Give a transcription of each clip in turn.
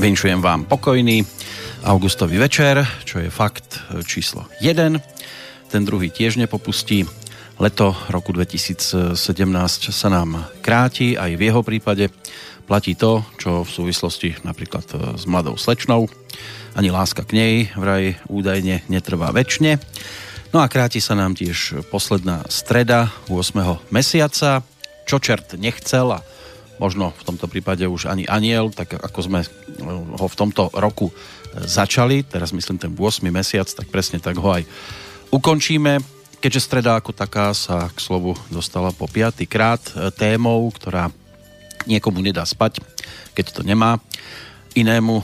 Vinšujem vám pokojný augustový večer, čo je fakt číslo 1. Ten druhý tiež nepopustí. Leto roku 2017 sa nám kráti, aj v jeho prípade platí to, čo v súvislosti napríklad s mladou slečnou. Ani láska k nej vraj údajne netrvá večne. No a kráti sa nám tiež posledná streda 8. mesiaca, čo čert nechcel a možno v tomto prípade už ani aniel, tak ako sme ho v tomto roku začali, teraz myslím ten 8. mesiac, tak presne tak ho aj ukončíme, keďže streda ako taká sa k slovu dostala po 5. krát témou, ktorá niekomu nedá spať, keď to nemá. Inému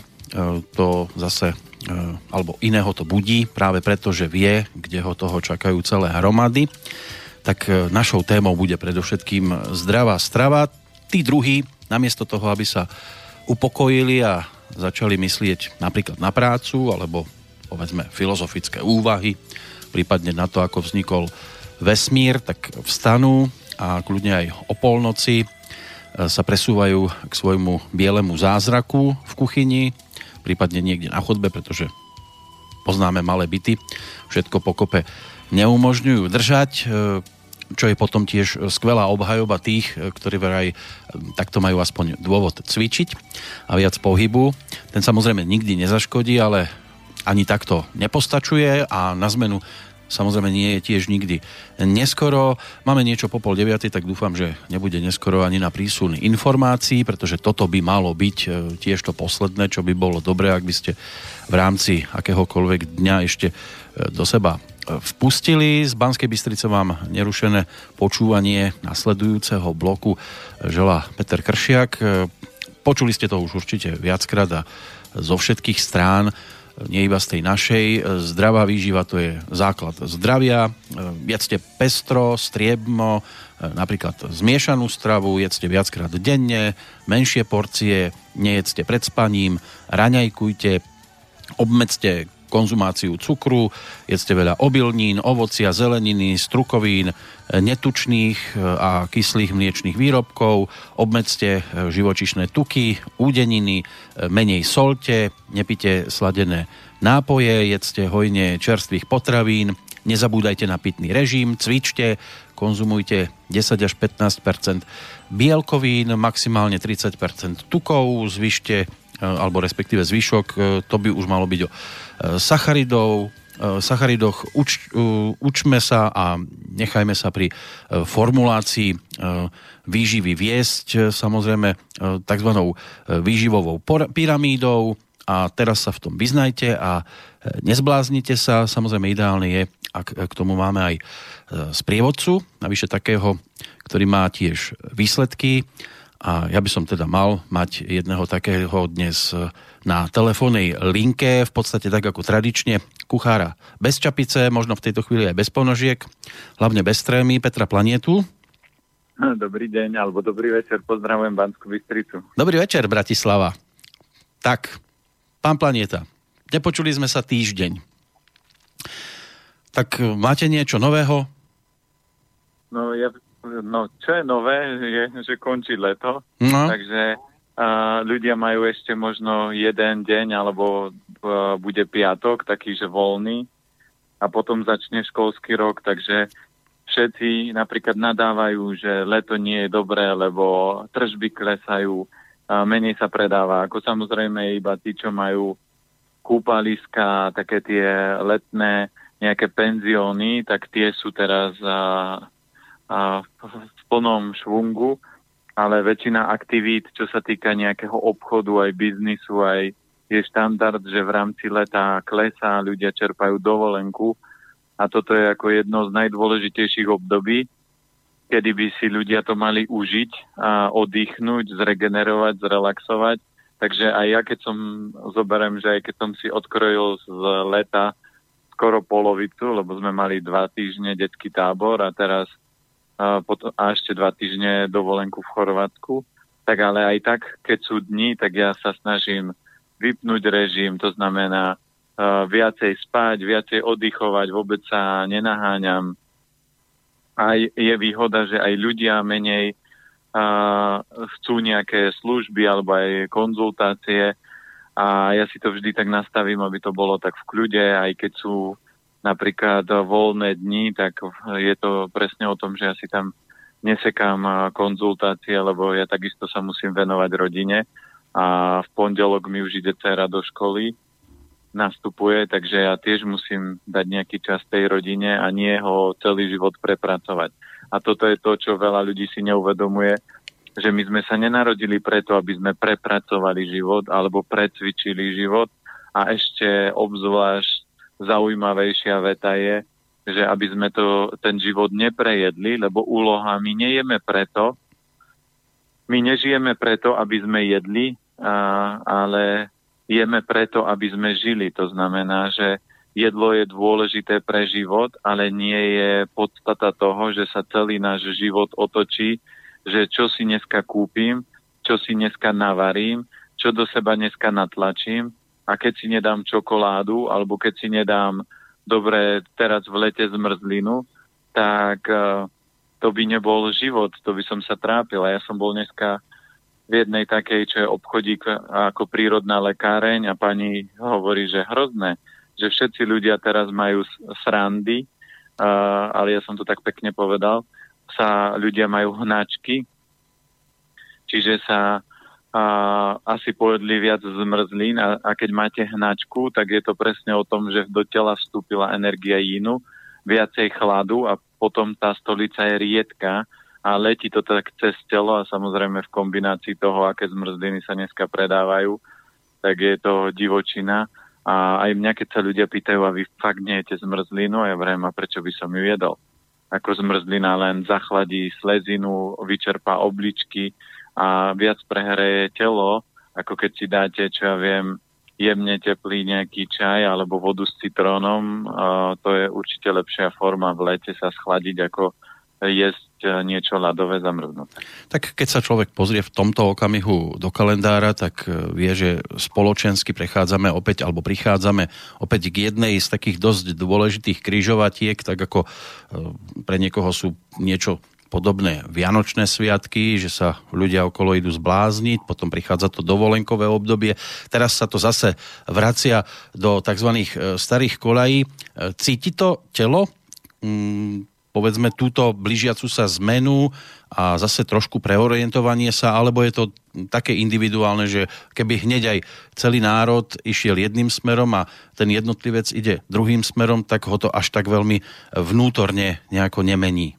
to zase, alebo iného to budí, práve preto, že vie, kde ho toho čakajú celé hromady. Tak našou témou bude predovšetkým zdravá strava. Tí druhí, namiesto toho, aby sa upokojili a začali myslieť napríklad na prácu, alebo povedzme filozofické úvahy, prípadne na to, ako vznikol vesmír, tak vstanú a kľudne aj o polnoci sa presúvajú k svojmu bielemu zázraku v kuchyni, prípadne niekde na chodbe, pretože poznáme malé byty, všetko pokope neumožňujú držať, čo je potom tiež skvelá obhajoba tých, ktorí vraj takto majú aspoň dôvod cvičiť a viac pohybu. Ten samozrejme nikdy nezaškodí, ale ani takto nepostačuje a na zmenu samozrejme nie je tiež nikdy neskoro. Máme niečo po 8:30, tak dúfam, že nebude neskoro ani na prísun informácií, pretože toto by malo byť tiež to posledné, čo by bolo dobré, ak by ste v rámci akéhokoľvek dňa ešte do seba vpustili. Z Banskej Bystrice vám nerušené počúvanie nasledujúceho bloku želá Peter Kršiak. Počuli ste to už určite viackrát a zo všetkých strán, nie iba z tej našej. Zdravá výživa, to je základ zdravia. Jedzte pestro, striebmo, napríklad zmiešanú stravu, jedzte viackrát denne, menšie porcie, nejedzte pred spaním, raňajkujte, obmedzte konzumáciu cukru, jedzte veľa obilnín, ovocia, zeleniny, strukovín, netučných a kyslých mliečnych výrobkov, obmedzte živočíšne tuky, údeniny, menej solte, nepite sladené nápoje, jedzte hojne čerstvých potravín, nezabúdajte na pitný režim, cvičte, konzumujte 10 až 15% bielkovín, maximálne 30% tukov, zvyšte alebo respektíve zvyšok, to by už malo byť o sacharidoch. Učme sa a nechajme sa pri formulácii výživy viesť, samozrejme takzvanou výživovou pyramídou, a teraz sa v tom vyznajte a nezbláznite sa. Samozrejme ideálne je, ak k tomu máme aj sprievodcu, navyše takého, ktorý má tiež výsledky. A ja by som teda mal mať jedného takého dnes na telefónnej linke, v podstate tak ako tradične, kuchára bez čapice, možno v tejto chvíli aj bez ponožiek, hlavne bez trémy, Petra Planietu. Dobrý deň, alebo dobrý večer, pozdravujem Banskú Bystricu. Dobrý večer, Bratislava. Tak, pán Planieta, nepočuli sme sa týždeň. Tak máte niečo nového? No, čo je nové, je, že končí leto, takže ľudia majú ešte možno jeden deň, alebo bude piatok, taký, že voľný, a potom začne školský rok, takže všetci napríklad nadávajú, že leto nie je dobré, lebo tržby klesajú, menej sa predáva, ako samozrejme iba tí, čo majú kúpaliska, také tie letné nejaké penzióny, tak tie sú teraz v plnom švungu, ale väčšina aktivít, čo sa týka nejakého obchodu, aj biznisu, aj je štandard, že v rámci leta klesá, ľudia čerpajú dovolenku a toto je ako jedno z najdôležitejších období, kedy by si ľudia to mali užiť a oddychnúť, zregenerovať, zrelaxovať. Takže aj ja, keď som zoberiem, že aj keď som si odkrojil z leta skoro polovicu, lebo sme mali 2 týždne detský tábor a teraz a ešte 2 týždne dovolenku v Chorvátsku, tak ale aj tak, keď sú dni, tak ja sa snažím vypnúť režim, to znamená viacej spať, viacej oddychovať, vôbec sa nenaháňam. A je výhoda, že aj ľudia menej chcú nejaké služby alebo aj konzultácie a ja si to vždy tak nastavím, aby to bolo tak v kľude, aj keď sú napríklad voľné dni, tak je to presne o tom, že ja si tam nesekám konzultácie, lebo ja takisto sa musím venovať rodine a v pondelok mi už ide dcera do školy, nastupuje, takže ja tiež musím dať nejaký čas tej rodine a nie ho celý život prepracovať. A toto je to, čo veľa ľudí si neuvedomuje, že my sme sa nenarodili preto, aby sme prepracovali život alebo precvičili život a ešte obzvlášť zaujímavejšia veta je, že aby sme ten život neprejedli, lebo úloha my nežijeme preto, aby sme jedli, ale jeme preto, aby sme žili. To znamená, že jedlo je dôležité pre život, ale nie je podstata toho, že sa celý náš život otočí, že čo si dneska kúpim, čo si dneska navarím, čo do seba dneska natlačím, a keď si nedám čokoládu, alebo keď si nedám, dobre, teraz v lete zmrzlinu, tak to by nebol život, to by som sa trápil. A ja som bol dneska v jednej takej, čo je obchodík ako prírodná lekáreň a pani hovorí, že hrozné, že všetci ľudia teraz majú srandy, ale ja som to tak pekne povedal, ľudia majú hnačky, čiže sa asi pojedli viac zmrzlín a keď máte hnačku, tak je to presne o tom, že do tela vstúpila energia jínu, viacej chladu a potom tá stolica je riedka a letí to tak cez telo a samozrejme v kombinácii toho, aké zmrzliny sa dneska predávajú, tak je to divočina. A aj mňa, keď sa ľudia pýtajú, a vy fakt nejete zmrzlinu, a ja vrajem, a prečo by som ju jedol? Ako zmrzlina len zachladí slezinu, vyčerpá obličky a viac prehreje telo, ako keď si dáte, čo ja viem, jemne teplý nejaký čaj alebo vodu s citrónom. To je určite lepšia forma v lete sa schladiť, ako jesť niečo ľadové zamrznuté. Tak keď sa človek pozrie v tomto okamihu do kalendára, tak vie, že spoločensky prichádzame opäť k jednej z takých dosť dôležitých križovatiek, tak ako pre niekoho sú niečo podobné vianočné sviatky, že sa ľudia okolo idú zblázniť, potom prichádza to dovolenkové obdobie, teraz sa to zase vracia do tzv. Starých koľají. Cíti to telo, povedzme, túto blížiacu sa zmenu a zase trošku preorientovanie sa, alebo je to také individuálne, že keby hneď aj celý národ išiel jedným smerom a ten jednotlivec ide druhým smerom, tak ho to až tak veľmi vnútorne nejako nemení?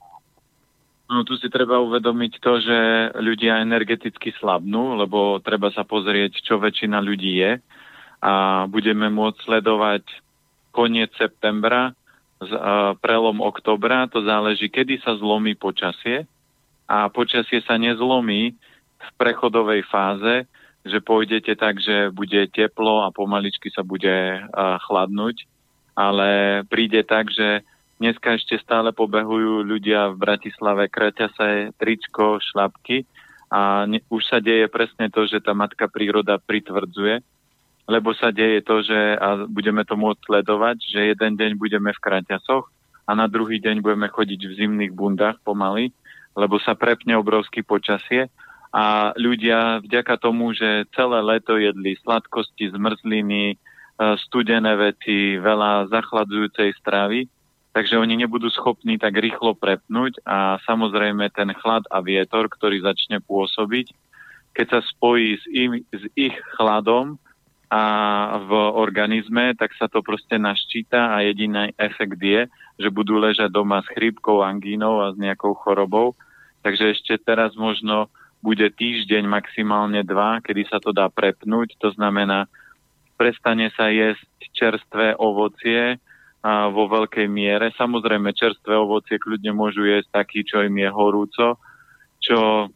No tu si treba uvedomiť to, že ľudia energeticky slabnú, lebo treba sa pozrieť, čo väčšina ľudí je a budeme môcť sledovať koniec septembra, prelom októbra, to záleží, kedy sa zlomí počasie a počasie sa nezlomí v prechodovej fáze, že pôjdete tak, že bude teplo a pomaličky sa bude chladnúť, ale príde tak, že dneska ešte stále pobehujú ľudia v Bratislave kraťase, tričko, šlapky a už sa deje presne to, že tá matka príroda pritvrdzuje, lebo sa deje to, že a budeme to môcť sledovať, že jeden deň budeme v kraťasoch a na druhý deň budeme chodiť v zimných bundách pomaly, lebo sa prepne obrovské počasie a ľudia vďaka tomu, že celé leto jedli sladkosti, zmrzliny, studené veci, veľa zachladzujúcej stravy, takže oni nebudú schopní tak rýchlo prepnúť a samozrejme ten chlad a vietor, ktorý začne pôsobiť, keď sa spojí s ich chladom a v organizme, tak sa to proste naščíta a jediný efekt je, že budú ležať doma s chrípkou, angínou a s nejakou chorobou. Takže ešte teraz možno bude týždeň, maximálne 2, kedy sa to dá prepnúť. To znamená, prestane sa jesť čerstvé ovocie vo veľkej miere. Samozrejme, čerstvé ovocie kľudne môžu jesť taký, čo im je horúco, čo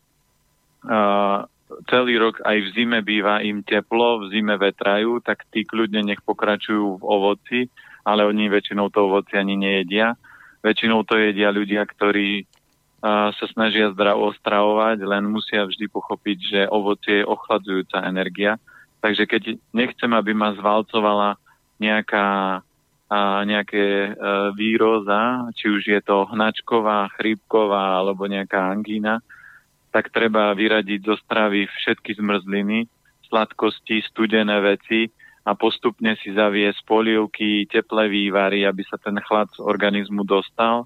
celý rok aj v zime býva im teplo, v zime vetrajú, tak tí kľudne nech pokračujú v ovoci, ale oni väčšinou to ovoci ani nejedia. Väčšinou to jedia ľudia, ktorí sa snažia zdravo stravovať, len musia vždy pochopiť, že ovocie je ochladzujúca energia. Takže keď nechcem, aby ma zvalcovala nejaké výroza, či už je to hnačková, chrípková alebo nejaká angína, tak treba vyradiť zo stravy všetky zmrzliny. sladkosti, studené veci a postupne si zaviesť polievky, teplé vývary, aby sa ten chlad z organizmu dostal.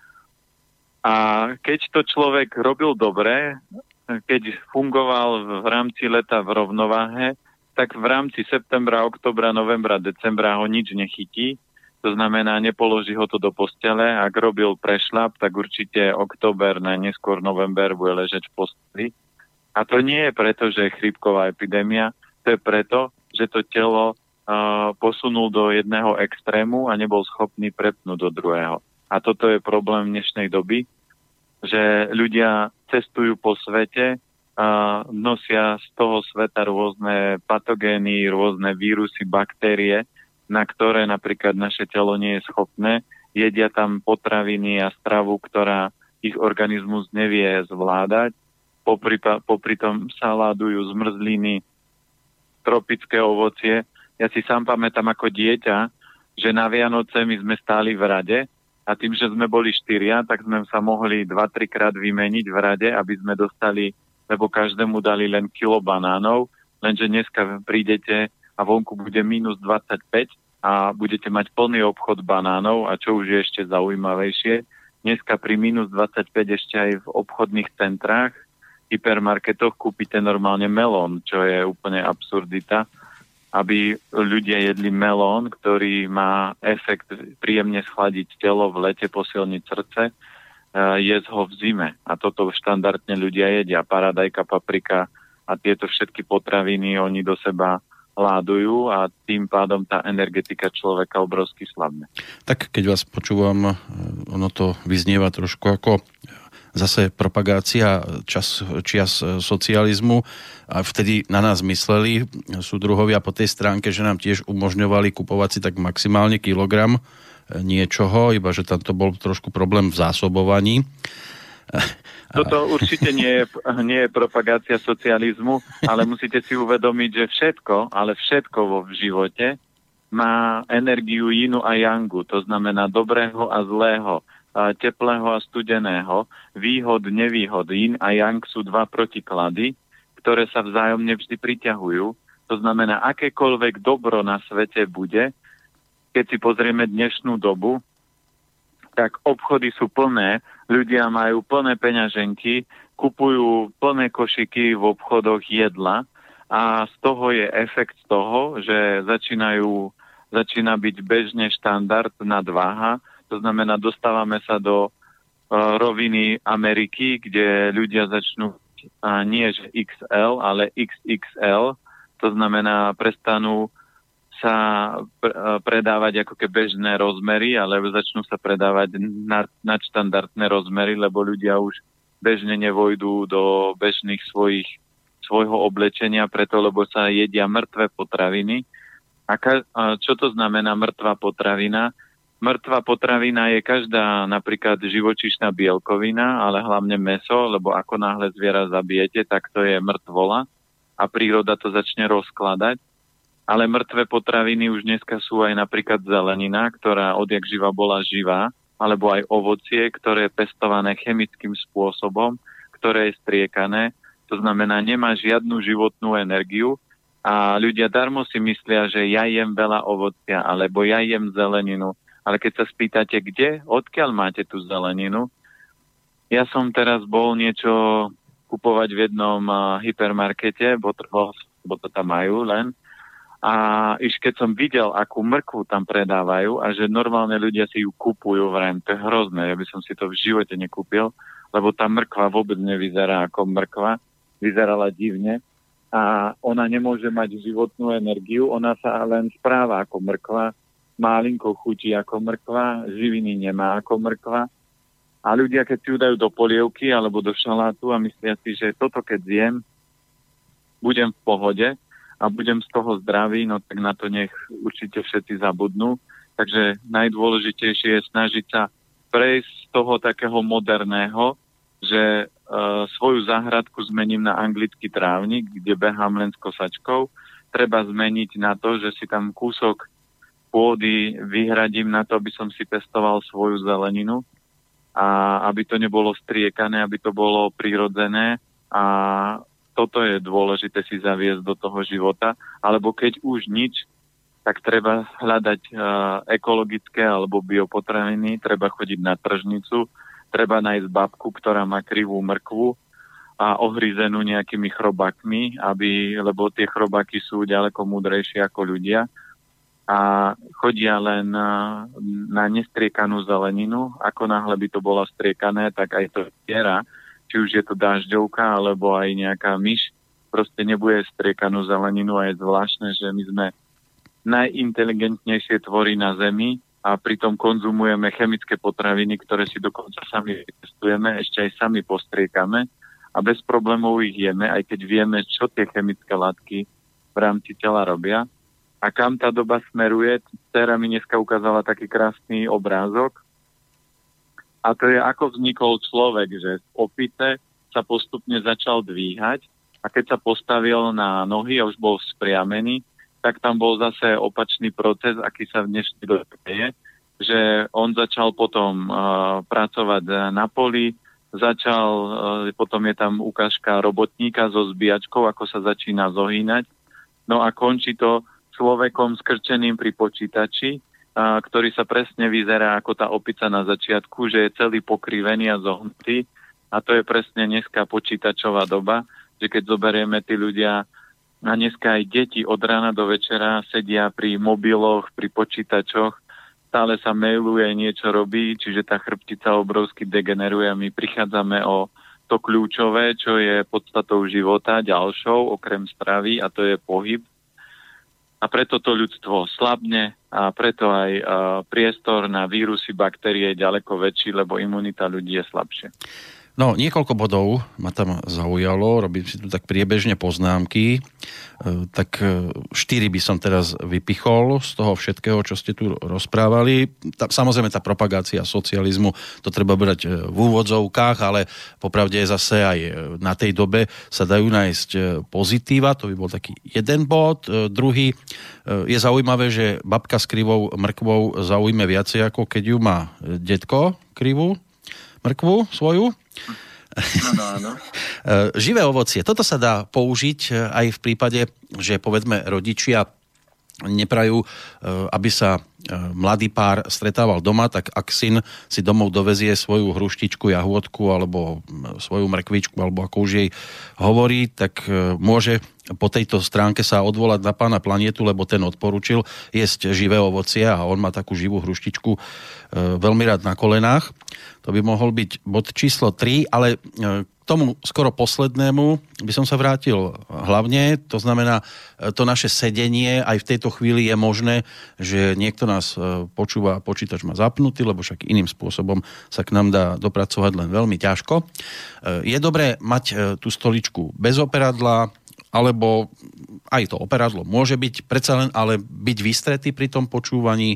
A keď to človek robil dobre, keď fungoval v rámci leta v rovnováhe, tak v rámci septembra, októbra, novembra, decembra ho nič nechytí. To znamená, nepoloží ho to do postele. Ak robil prešľap, tak určite október, neskôr november bude ležať v posteli. A to nie je preto, že je chrípková epidémia, to je preto, že to telo posunul do jedného extrému a nebol schopný prepnúť do druhého. A toto je problém dnešnej doby, že ľudia cestujú po svete a nosia z toho sveta rôzne patogény, rôzne vírusy, baktérie, na ktoré napríklad naše telo nie je schopné. Jedia tam potraviny a stravu, ktorá ich organizmus nevie zvládať. Popri tom sa ládujú zmrzliny, tropické ovocie. Ja si sám pamätám ako dieťa, že na Vianoce my sme stáli v rade a tým, že sme boli 4, tak sme sa mohli 2-3 krát vymeniť v rade, aby sme dostali, lebo každému dali len kilo banánov, lenže dneska prídete a vonku bude minus 25 a budete mať plný obchod banánov a čo už je ešte zaujímavejšie, dneska pri minus 25 ešte aj v obchodných centrách, hypermarketoch kúpite normálne melón, čo je úplne absurdita, aby ľudia jedli melón, ktorý má efekt príjemne schladiť telo, v lete posilniť srdce, jesť ho v zime. A toto štandardne ľudia jedia. Paradajka, paprika a tieto všetky potraviny oni do seba ládujú a tým pádom tá energetika človeka obrovsky slabne. Tak keď vás počúvam, ono to vyznieva trošku ako zase propagácia čias socializmu a vtedy na nás mysleli súdruhovia po tej stránke, že nám tiež umožňovali kupovať si tak maximálne kilogram niečoho, iba že tam to bol trošku problém v zásobovaní. Toto určite nie je propagácia socializmu, ale musíte si uvedomiť, že všetko vo živote má energiu yinu a yangu, to znamená dobrého a zlého, teplého a studeného, výhod, nevýhod. Yin a yang sú dva protiklady, ktoré sa vzájomne vždy priťahujú. To znamená, akékoľvek dobro na svete bude, keď si pozrieme dnešnú dobu, tak obchody sú plné, ľudia majú plné peňaženky, kupujú plné košiky v obchodoch jedla a z toho je efekt toho, že začína byť bežne štandard nadváha. To znamená, dostávame sa do roviny Ameriky, kde ľudia začnú nie že XL, ale XXL. To znamená, prestanú sa predávať ako keby bežné rozmery, ale začnú sa predávať nadštandardné rozmery, lebo ľudia už bežne nevojdú do bežných svojho oblečenia, preto lebo sa jedia mŕtve potraviny. A čo to znamená mŕtva potravina? Mŕtva potravina je každá napríklad živočíšna bielkovina, ale hlavne mäso, lebo ako náhle zviera zabijete, tak to je mŕtvola a príroda to začne rozkladať. Ale mŕtve potraviny už dneska sú aj napríklad zelenina, ktorá odjak živa bola živá, alebo aj ovocie, ktoré je pestované chemickým spôsobom, ktoré je striekané. To znamená, nemá žiadnu životnú energiu a ľudia darmo si myslia, že ja jem veľa ovocia, alebo ja jem zeleninu. Ale keď sa spýtate, odkiaľ máte tú zeleninu? Ja som teraz bol niečo kupovať v jednom hypermarkete, bo to tam majú len. A keď som videl, akú mrkvu tam predávajú a že normálne ľudia si ju kupujú, vrajím, to je hrozné, ja by som si to v živote nekúpil, lebo tá mrkva vôbec nevyzerá ako mrkva, vyzerala divne a ona nemôže mať životnú energiu, ona sa len správa ako mrkva, málinko chutí ako mrkva, živiny nemá ako mrkva. A ľudia, keď si ju dajú do polievky alebo do šalátu a myslia si, že toto keď zjem, budem v pohode a budem z toho zdravý, no tak na to nech určite všetci zabudnú. Takže najdôležitejšie je snažiť sa prejsť z toho takého moderného, že svoju záhradku zmením na anglický trávnik, kde behám len s kosačkou. Treba zmeniť na to, že si tam kúsok pôdy vyhradím na to, aby som si pestoval svoju zeleninu a aby to nebolo striekané, aby to bolo prirodzené a toto je dôležité si zaviesť do toho života, alebo keď už nič, tak treba hľadať ekologické alebo biopotraviny, treba chodiť na tržnicu, treba nájsť babku, ktorá má krivú mrkvu a ohryzenú nejakými chrobákmi, lebo tie chrobáky sú ďaleko múdrejšie ako ľudia a chodia len na nestriekanú zeleninu. Ako náhle by to bolo striekané, tak aj to zviera, či už je to dažďovka, alebo aj nejaká myš, proste nebude striekanú zeleninu a je zvláštne, že my sme najinteligentnejšie tvory na Zemi a pritom konzumujeme chemické potraviny, ktoré si dokonca sami testujeme, ešte aj sami postriekame a bez problémov ich jeme, aj keď vieme, čo tie chemické látky v rámci tela robia. A kam tá doba smeruje, dcera mi dneska ukázala taký krásny obrázok, a to je, ako vznikol človek, že z opice sa postupne začal dvíhať a keď sa postavil na nohy a už bol vzpriamený, tak tam bol zase opačný proces, aký sa v dnešnej dobe deje, že on začal potom pracovať na poli, potom je tam ukážka robotníka so zbíjačkou, ako sa začína zohýnať, no a končí to človekom skrčeným pri počítači, ktorý sa presne vyzerá ako tá opica na začiatku, že je celý pokrivený a zohnutý. A to je presne dneska počítačová doba, že keď zoberieme tí ľudia, a dneska aj deti od rána do večera sedia pri mobiloch, pri počítačoch, stále sa mailuje, niečo robí, čiže tá chrbtica obrovsky degeneruje a my prichádzame o to kľúčové, čo je podstatou života ďalšou, okrem stravy, a to je pohyb. A preto to ľudstvo slabne a preto aj priestor na vírusy, baktérie je ďaleko väčší, lebo imunita ľudí je slabšie. No, niekoľko bodov ma tam zaujalo, robím si tu tak priebežne poznámky, tak 4 by som teraz vypichol z toho všetkého, čo ste tu rozprávali. Samozrejme tá propagácia socializmu, to treba brať v úvodzovkách, ale popravde zase aj na tej dobe sa dajú nájsť pozitíva, to by bol taký jeden bod. Druhý, je zaujímavé, že babka s krivou mrkvou zaujíme viacej, ako keď ju má detko krivú mrkvu svoju. Áno. Živé ovocie. Toto sa dá použiť aj v prípade, že povedzme rodičia neprajú, aby sa mladý pár stretával doma, tak ak syn si domov dovezie svoju hruštičku, jahôdku alebo svoju mrkvičku, alebo ako už jej hovorí, tak môže po tejto stránke sa odvolať na pána Planietu, lebo ten odporúčil jesť živé ovocie a on má takú živú hruštičku veľmi rád na kolenách. To by mohol byť bod číslo 3, ale k tomu skoro poslednému by som sa vrátil hlavne. To znamená, to naše sedenie aj v tejto chvíli je možné, že niekto nás počúva, počítač má zapnutý, lebo však iným spôsobom sa k nám dá dopracovať len veľmi ťažko. Je dobré mať tú stoličku bez operadla, alebo aj to operadlo môže byť predsa len, ale byť vystretý pri tom počúvaní.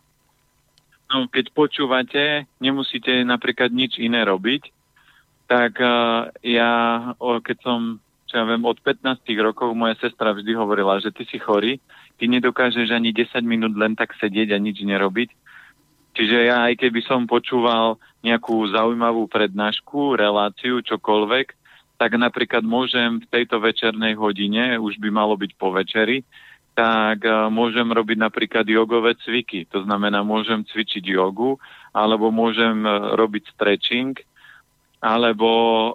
No, keď počúvate, nemusíte napríklad nič iné robiť, tak ja, keď som, čo ja viem, od 15 rokov moja sestra vždy hovorila, že ty si chorý, ty nedokážeš ani 10 minút len tak sedieť a nič nerobiť. Čiže ja, aj keby som počúval nejakú zaujímavú prednášku, reláciu, čokoľvek, tak napríklad môžem v tejto večernej hodine, už by malo byť po večeri, tak môžem robiť napríklad jogové cviky. To znamená, môžem cvičiť jogu, alebo môžem robiť stretching, alebo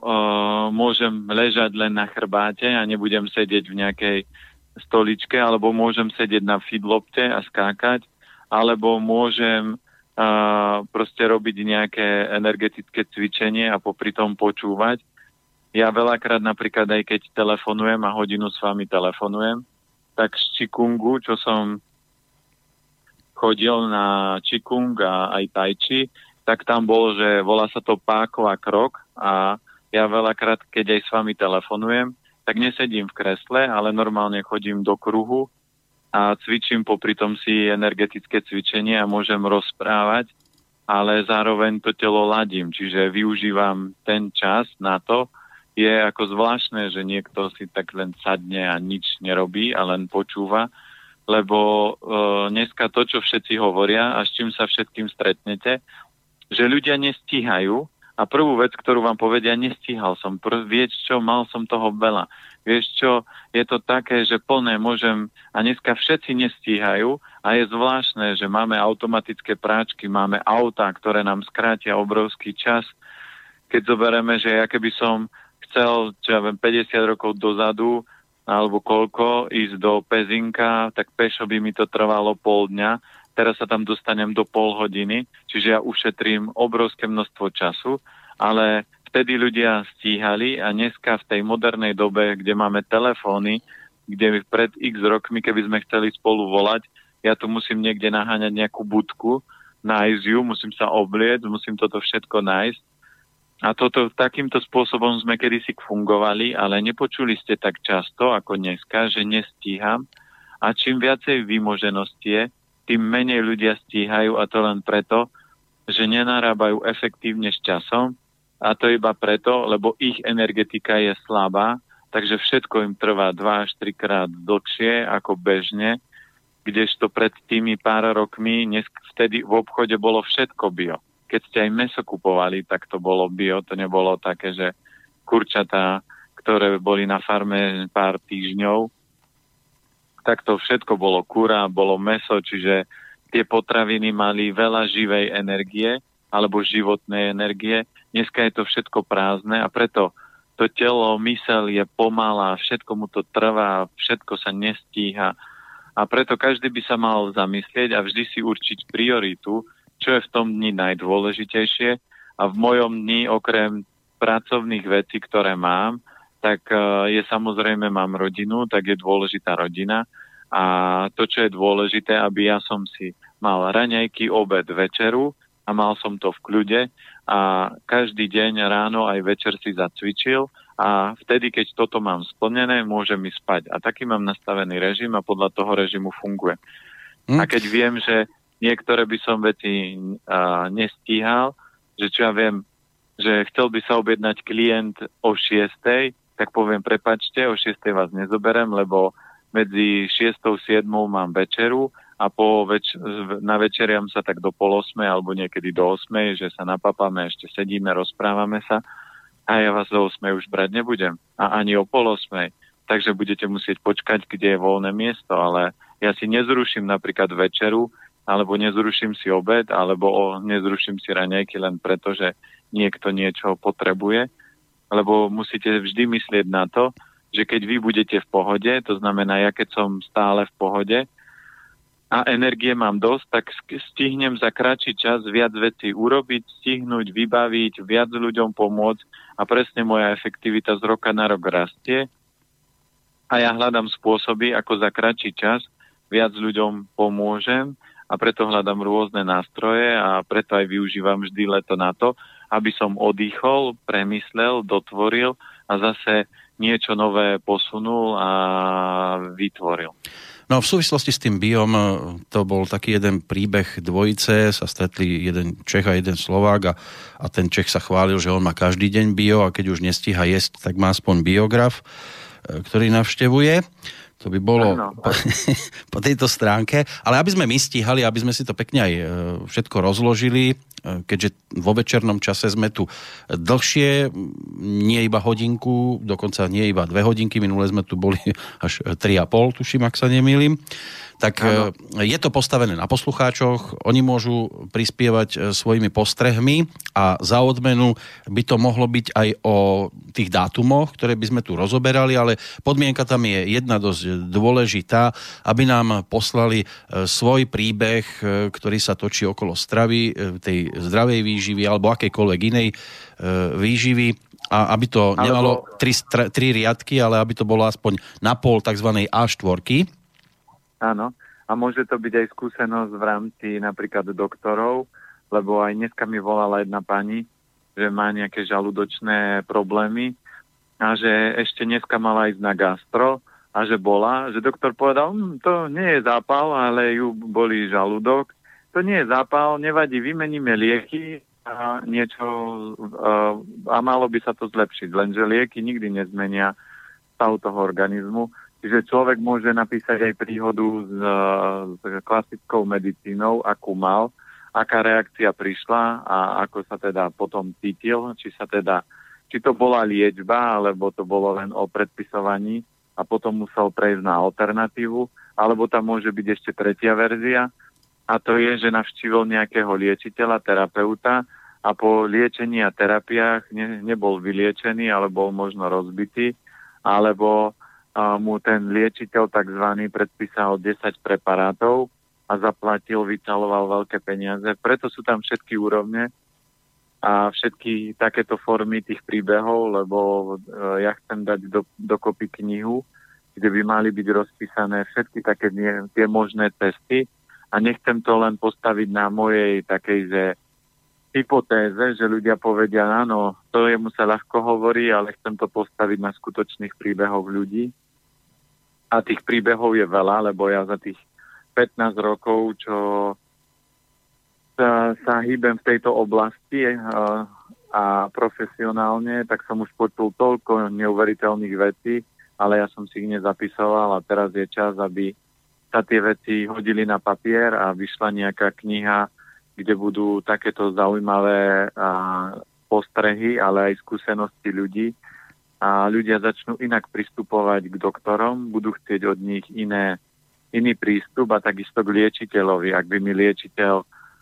môžem ležať len na chrbáte a nebudem sedieť v nejakej stoličke, alebo môžem sedieť na feedlopte a skákať, alebo môžem proste robiť nejaké energetické cvičenie a popri tom počúvať. Ja veľakrát napríklad aj keď telefonujem a hodinu s vami telefonujem, tak z Qigongu, čo som chodil na Qigong a aj Tai Chi, tak tam bolo, že volá sa to páko a krok a ja veľakrát, keď aj s vami telefonujem, tak nesedím v kresle, ale normálne chodím do kruhu a cvičím popri tom si energetické cvičenie a môžem rozprávať, ale zároveň to telo ladím, čiže využívam ten čas na to. Je ako zvláštne, že niekto si tak len sadne a nič nerobí a len počúva, lebo dneska to, čo všetci hovoria a s čím sa všetkým stretnete, že ľudia nestíhajú A prvú vec, ktorú vám povedia, nestíhal som. Vieš čo, mal som toho veľa. Vieš čo, je to také, že plné môžem, a dneska všetci nestíhajú a je zvláštne, že máme automatické práčky, máme autá, ktoré nám skrátia obrovský čas. Keď zoberieme, že ja keby som chcel, čo ja viem, 50 rokov dozadu, alebo koľko, ísť do Pezinka, tak pešo by mi to trvalo pol dňa. Teraz sa tam dostanem do pol hodiny, čiže ja ušetrím obrovské množstvo času, ale vtedy ľudia stíhali a dneska v tej modernej dobe, kde máme telefóny, kde pred x rokmi, keby sme chceli spolu volať, ja tu musím niekde naháňať nejakú budku, nájsť ju, musím sa obliecť, musím toto všetko nájsť. A takýmto spôsobom sme kedysi fungovali, ale nepočuli ste tak často ako dneska, že nestíham. A čím viacej výmoženosti je, tým menej ľudia stíhajú, a to len preto, že nenarábajú efektívne s časom, a to iba preto, lebo ich energetika je slabá, takže všetko im trvá 2 až 3 krát dlhšie ako bežne, kdežto pred tými pár rokmi, vtedy v obchode bolo všetko bio. Keď ste aj mäso kupovali, tak to bolo bio, to nebolo také, že kurčatá, ktoré boli na farme pár týždňov, tak to všetko bolo kura, bolo mäso, čiže tie potraviny mali veľa živej energie alebo životnej energie. Dneska je to všetko prázdne a preto to telo, myseľ je pomalá, všetko mu to trvá, všetko sa nestíha a preto každý by sa mal zamyslieť a vždy si určiť prioritu, čo je v tom dni najdôležitejšie a v mojom dni okrem pracovných vecí, ktoré mám, tak je samozrejme, mám rodinu, tak je dôležitá rodina a to, čo je dôležité, aby ja som si mal raňajky, obed, večeru a mal som to v kľude a každý deň ráno aj večer si zacvičil a vtedy, keď toto mám splnené, môžem ísť spať. A taký mám nastavený režim a podľa toho režimu funguje. A keď viem, že niektoré by som veci nestíhal, že čo ja viem, že chcel by sa objednať klient o 6:00, tak poviem, prepáčte, o 6:00 vás nezoberem, lebo medzi 6:00 a 7:00 mám večeru a navečeriam sa tak do 7:30 alebo niekedy do 8:00, že sa napapáme, ešte sedíme, rozprávame sa a ja vás do 8:00 už brať nebudem a ani o 7:30. Takže budete musieť počkať, kde je voľné miesto, ale ja si nezruším napríklad večeru, alebo nezruším si obed, alebo nezruším si raňajky len preto, že niekto niečo potrebuje, lebo musíte vždy myslieť na to, že keď vy budete v pohode, to znamená, ja keď som stále v pohode a energie mám dosť, tak stihnem za kratší čas viac vecí urobiť, stihnúť, vybaviť, viac ľuďom pomôcť a presne moja efektivita z roka na rok rastie a ja hľadám spôsoby, ako za kratší čas viac ľuďom pomôžem a preto hľadám rôzne nástroje a preto aj využívam vždy leto na to, aby som oddychol, premyslel, dotvoril a zase niečo nové posunul a vytvoril. No v súvislosti s tým biom, to bol taký jeden príbeh dvojice, sa stretli jeden Čech a jeden Slovák a ten Čech sa chválil, že on má každý deň bio a keď už nestíha jesť, tak má aspoň biograf, ktorý navštevuje. To by bolo po tejto stránke. Ale aby sme my stíhali, aby sme si to pekne aj všetko rozložili, keďže vo večernom čase sme tu dlhšie, nie iba hodinku, dokonca nie iba 2 hodinky, minule sme tu boli až 3,5, tuším, ak sa nemýlim. Tak je to postavené na poslucháčoch, oni môžu prispievať svojimi postrehmi a za odmenu by to mohlo byť aj o tých dátumoch, ktoré by sme tu rozoberali, ale podmienka tam je jedna dosť dôležitá, aby nám poslali svoj príbeh, ktorý sa točí okolo stravy, tej zdravej výživy alebo akejkoľvek inej výživy, a aby to nemalo 3 riadky, ale aby to bolo aspoň na pol tzv. A4. Áno, a môže to byť aj skúsenosť v rámci napríklad doktorov, lebo aj dneska mi volala jedna pani, že má nejaké žalúdočné problémy a že ešte dneska mala ísť na gastro a že doktor povedal, to nie je zápal, ale ju bolí žalúdok, to nie je zápal, nevadí, vymeníme lieky a niečo a malo by sa to zlepšiť, lenže lieky nikdy nezmenia stav toho organizmu. Čiže človek môže napísať aj príhodu s klasickou medicínou, akú mal, aká reakcia prišla a ako sa teda potom cítil, či to bola liečba, alebo to bolo len o predpisovaní a potom musel prejsť na alternatívu, alebo tam môže byť ešte tretia verzia, a to je, že navštívil nejakého liečiteľa, terapeuta a po liečení a terapiách nebol vyliečený, ale bol možno rozbitý, alebo mu ten liečiteľ takzvaný predpísal 10 preparátov a zaplatil, vycaloval veľké peniaze. Preto sú tam všetky úrovne a všetky takéto formy tých príbehov, lebo ja chcem dať dokopy knihu, kde by mali byť rozpísané všetky také tie možné cesty a nechcem to len postaviť na mojej takej, že hypotéze, že ľudia povedia, áno, to jemu sa ľahko hovorí, ale chcem to postaviť na skutočných príbehoch ľudí. A tých príbehov je veľa, lebo ja za tých 15 rokov, čo sa hýbem v tejto oblasti a profesionálne, tak som už počul toľko neuveriteľných vecí, ale ja som si ich nezapisoval a teraz je čas, aby sa tie veci hodili na papier a vyšla nejaká kniha, kde budú takéto zaujímavé postrehy, ale aj skúsenosti ľudí. A ľudia začnú inak pristupovať k doktorom, budú chcieť od nich iný prístup a takisto k liečiteľovi. Ak by mi liečiteľ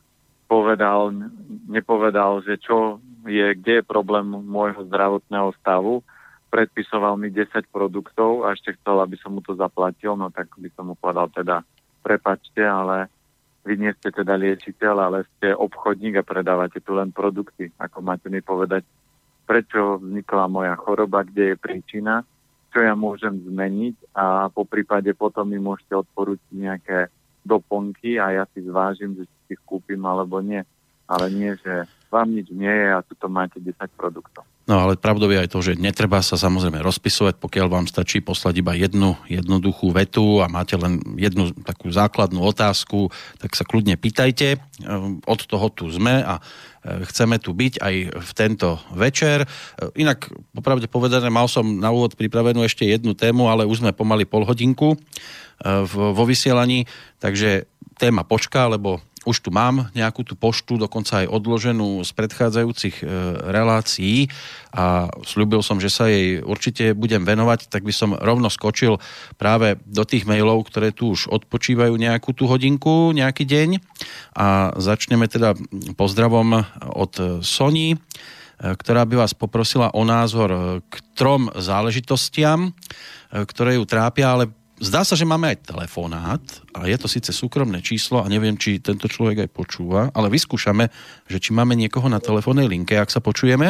nepovedal, že kde je problém môjho zdravotného stavu, predpisoval mi 10 produktov a ešte chcel, aby som mu to zaplatil, no tak by som mu povedal teda, prepáčte, ale vy nie ste teda liečiteľ, ale ste obchodník a predávate tu len produkty. Ako máte mi povedať, prečo vznikla moja choroba, kde je príčina, čo ja môžem zmeniť a po prípade potom mi môžete odporúčiť nejaké doplnky a ja si zvážim, že si ich kúpim alebo nie. Ale nie, že vám nič nie je a tuto máte 10 produktov. No ale pravdou je aj to, že netreba sa samozrejme rozpisovať, pokiaľ vám stačí poslať iba jednu jednoduchú vetu a máte len jednu takú základnú otázku, tak sa kľudne pýtajte. Od toho tu sme a chceme tu byť aj v tento večer. Inak, popravde povedané, mal som na úvod pripravenú ešte jednu tému, ale už sme pomaly polhodinku vo vysielaní, takže téma počká, lebo už tu mám nejakú tú poštu, dokonca aj odloženú z predchádzajúcich relácií a sľúbil som, že sa jej určite budem venovať, tak by som rovno skočil práve do tých mailov, ktoré tu už odpočívajú nejakú tú hodinku, nejaký deň a začneme teda pozdravom od Soni, ktorá by vás poprosila o názor k 3 záležitostiam, ktoré ju trápia, ale zdá sa, že máme aj telefonát a je to síce súkromné číslo a neviem, či tento človek aj počúva, ale vyskúšame, že či máme niekoho na telefónnej linke, ak sa počujeme.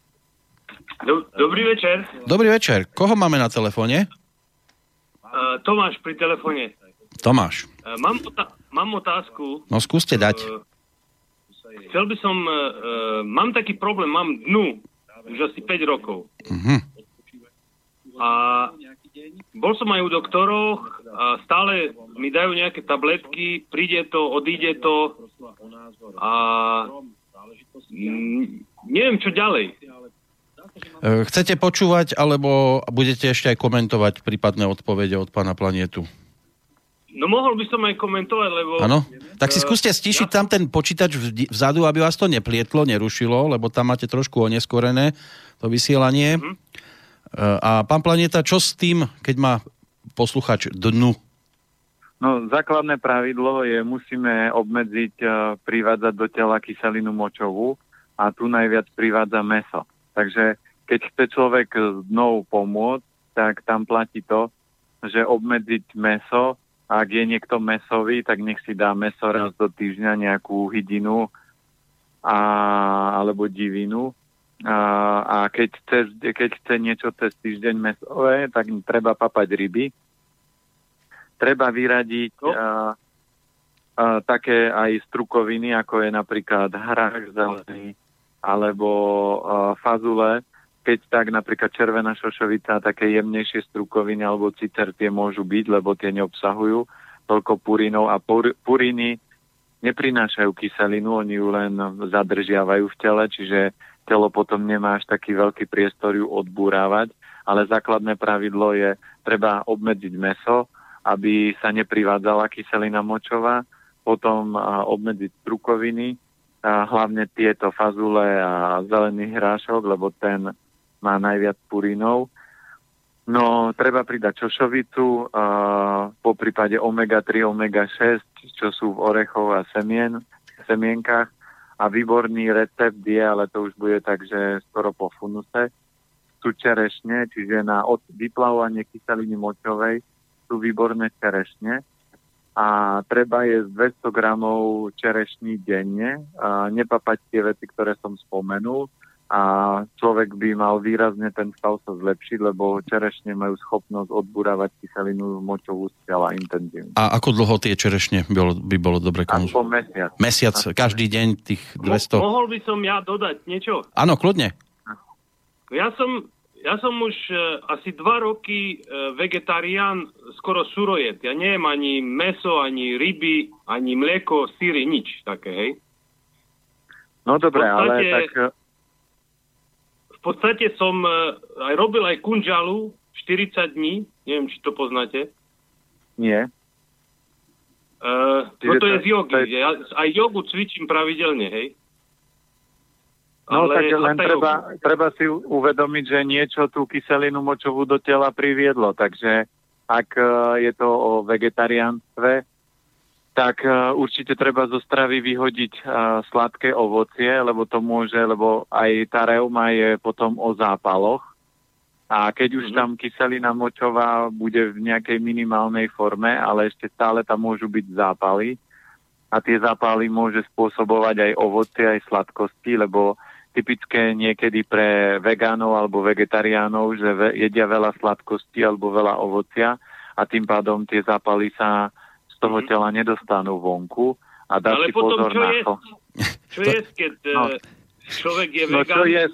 Dobrý večer. Dobrý večer. Koho máme na telefóne? Tomáš pri telefóne. Tomáš. Mám otázku. No skúste dať. Chcel by som... mám taký problém, mám dnu už asi 5 rokov. A bol som aj u doktoroch a stále mi dajú nejaké tabletky, príde to, odíde to a neviem, čo ďalej. Chcete počúvať, alebo budete ešte aj komentovať prípadné odpovede od pána Planietu? No mohol by som aj komentovať, lebo... Áno? Tak si skúste stíšiť tam ten počítač vzadu, aby vás to neplietlo, nerušilo, lebo tam máte trošku oneskorené to vysielanie. A pán Planieta, čo s tým, keď má posluchač dnu? No, základné pravidlo je, musíme obmedziť privádzať do tela kyselinu močovú a tu najviac privádza mäso. Takže keď chce človek s dnou pomôcť, tak tam platí to, že obmedziť mäso, ak je niekto mäsový, tak nech si dá mäso raz do týždňa, nejakú hydinu alebo divinu. A keď chce niečo cez týždeň mäsové, tak treba papať ryby. Treba vyradiť také aj strukoviny, ako je napríklad hrách zelený alebo fazule. Keď tak napríklad červená šošovica, také jemnejšie strukoviny alebo cicer tie môžu byť, lebo tie neobsahujú toľko purínov a puríny neprinášajú kyselinu, oni ju len zadržiavajú v tele, čiže telo potom nemá až taký veľký priestor ju odbúrávať, ale základné pravidlo je, treba obmedziť mäso, aby sa neprivádzala kyselina močová potom obmedziť strukoviny, hlavne tieto fazule a zelený hrášok, lebo ten má najviac purínov. No, treba pridať šošovicu, po prípade omega-3, omega-6, čo sú v orechoch a semienkach. A výborný recept je, ale to už bude tak, že skoro po funuse, sú čerešne, čiže na vyplavovanie kyseliny močovej sú výborné čerešne. A treba jesť 200 gramov čerešní denne, nepapať tie veci, ktoré som spomenul, a človek by mal výrazne ten stav sa zlepšiť, lebo čerešne majú schopnosť odburávať kyselinu močovú z tela intenzívne. A ako dlho tie čerešne by bolo dobre konzumovať? Ako mesiac. Mesiac, každý deň tých 200... Mohol by som ja dodať niečo? Áno, kľudne. Ja som už asi 2 roky vegetarián, skoro surojed. Ja nejem ani mäso, ani ryby, ani mlieko, syry, nič také, hej? No dobre, ale tak... V podstate som aj robil aj kunžalu 40 dní, neviem, či to poznáte. Nie. To je z jogy. Ja aj jogu cvičím pravidelne, hej. No ale tak len treba si uvedomiť, že niečo tú kyselinu močovú do tela priviedlo, takže ak je to o vegetariánstve, tak určite treba zo stravy vyhodiť sladké ovocie, lebo to môže, lebo aj tá reuma je potom o zápaloch. A keď už tam kyselina močová bude v nejakej minimálnej forme, ale ešte stále tam môžu byť zápaly. A tie zápaly môže spôsobovať aj ovocie, aj sladkosti, lebo typické niekedy pre vegánov alebo vegetariánov, že jedia veľa sladkosti alebo veľa ovocia a tým pádom tie zápaly sa z toho tela nedostanú vonku a dá si pozor na to. Čo je, keď človek je vegán?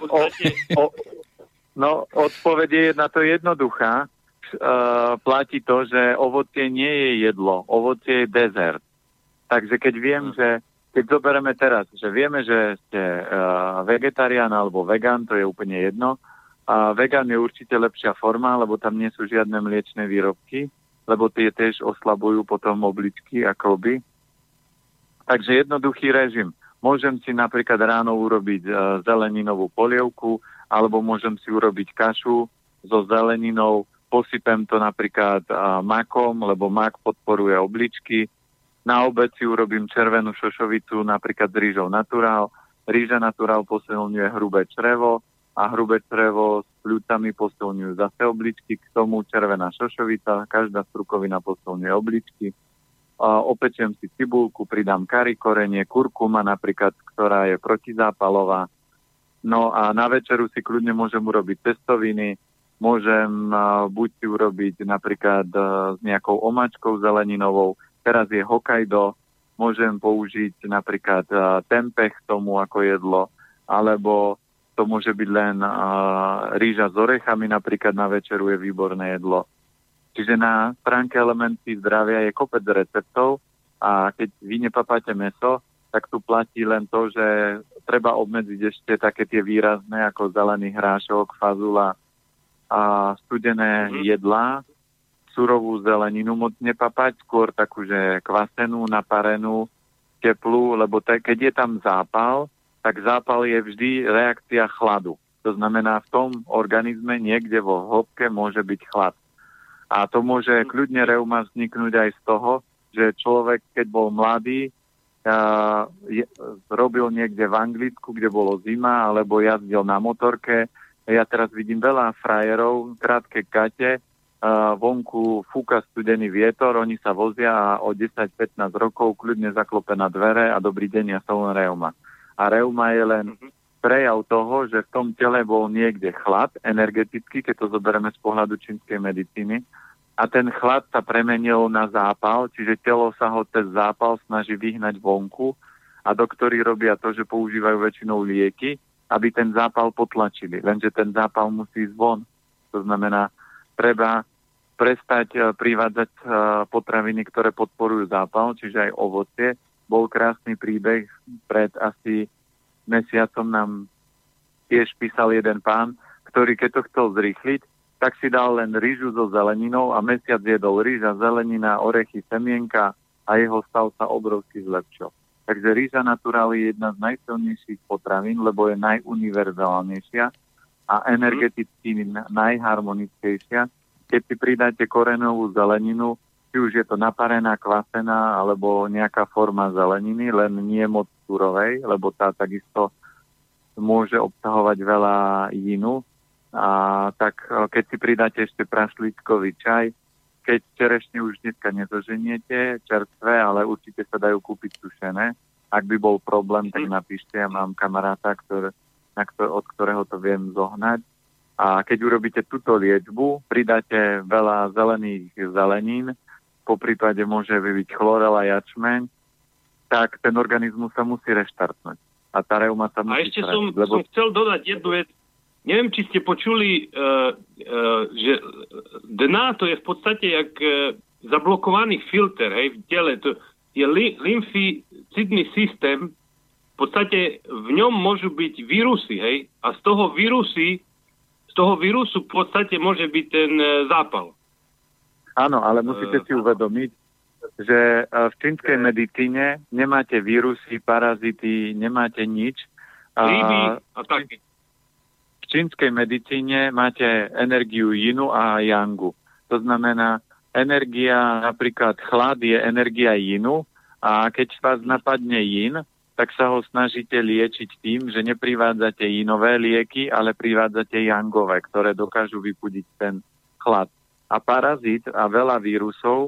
Odpoveď je na to jednoduchá. Platí to, že ovocie nie je jedlo, ovocie je dezert. Takže keď viem, že keď zoberieme teraz, že vieme, že ste vegetarián alebo vegán, to je úplne jedno. Vegán je určite lepšia forma, lebo tam nie sú žiadne mliečne výrobky, lebo tie tiež oslabujú potom obličky a kloby. Takže jednoduchý režim. Môžem si napríklad ráno urobiť zeleninovú polievku, alebo môžem si urobiť kašu so zeleninou, posypem to napríklad makom, lebo mak podporuje obličky. Na obed si urobím červenú šošovicu, napríklad s rýžou naturál. Rýža naturál posilňuje hrubé črevo a hrubé črevo s pľúcami posilňujú zase obličky, k tomu červená šošovica, každá strukovina posilňuje obličky. Opečiem si cibulku, pridám kari korenie, kurkuma napríklad, ktorá je protizápalová. No a na večeru si kľudne môžem urobiť testoviny, môžem buď si urobiť napríklad s nejakou omáčkou zeleninovou, teraz je Hokkaido, môžem použiť napríklad tempeh k tomu ako jedlo, alebo to môže byť len rýža s orechami, napríklad na večeru je výborné jedlo. Čiže na stránke Elementy zdravia je kopec receptov a keď vy nepapáte mäso, tak tu platí len to, že treba obmedziť ešte také tie výrazné ako zelený hrášok, fazula a studené jedlá, surovú zeleninu moc nepapať, skôr takú, že kvasenú, naparenú, teplú, lebo keď je tam zápal, tak zápal je vždy reakcia chladu. To znamená, v tom organizme niekde vo hĺbke môže byť chlad. A to môže kľudne reuma vzniknúť aj z toho, že človek, keď bol mladý, robil niekde v Anglicku, kde bolo zima, alebo jazdil na motorke. Ja teraz vidím veľa frajerov, krátke gate, vonku fúka studený vietor, oni sa vozia a o 10-15 rokov kľudne zaklope na dvere a dobrý deň, ja som len reuma. A reuma je len prejav toho, že v tom tele bol niekde chlad energetický, keď to zoberieme z pohľadu čínskej medicíny, a ten chlad sa premenil na zápal, čiže telo sa ho cez zápal snaží vyhnať vonku a doktori robia to, že používajú väčšinou lieky, aby ten zápal potlačili. Lenže ten zápal musí ísť von. To znamená, treba prestať privádzať potraviny, ktoré podporujú zápal, čiže aj ovocie. Bol krásny príbeh, pred asi mesiacom nám tiež písal jeden pán, ktorý keď to chcel zrýchliť, tak si dal len rýžu so zeleninou a mesiac jedol rýža, zelenina, orechy, semienka, a jeho stav sa obrovsky zlepšil. Takže rýža naturál je jedna z najsilnejších potravín, lebo je najuniverzálnejšia a energeticky najharmonickejšia. Keď si pridáte korenovú zeleninu, či už je to naparená, kvasená alebo nejaká forma zeleniny, len nie moc surovej, lebo tá takisto môže obsahovať veľa jínu. A tak keď si pridáte ešte prašlíčkový čaj, keď čerešne už dneska nezoženiete čerstvé, ale určite sa dajú kúpiť sušené. Ak by bol problém, tak napíšte, ja mám kamaráta, od ktorého to viem zohnať. A keď urobíte túto liečbu, pridáte veľa zelených zelenín, po prípade môže byť chlorela, jačmeň, tak ten organizmus sa musí reštartnúť. A tá reuma sa musí... A ešte som chcel dodať jednu vec. Neviem, či ste počuli, že dna to je v podstate jak zablokovaný filter, hej, v tele. To je lymficidný systém. V podstate v ňom môžu byť vírusy, hej, a z toho vírusu v podstate môže byť ten zápal. Áno, ale musíte si uvedomiť, že v čínskej medicíne nemáte vírusy, parazity, nemáte nič. Ryby a také. V čínskej medicíne máte energiu yinu a yangu. To znamená, energia, napríklad chlad je energia yinu a keď vás napadne yin, tak sa ho snažíte liečiť tým, že neprivádzate yinové lieky, ale privádzate yangové, ktoré dokážu vypudiť ten chlad. A parazit a veľa vírusov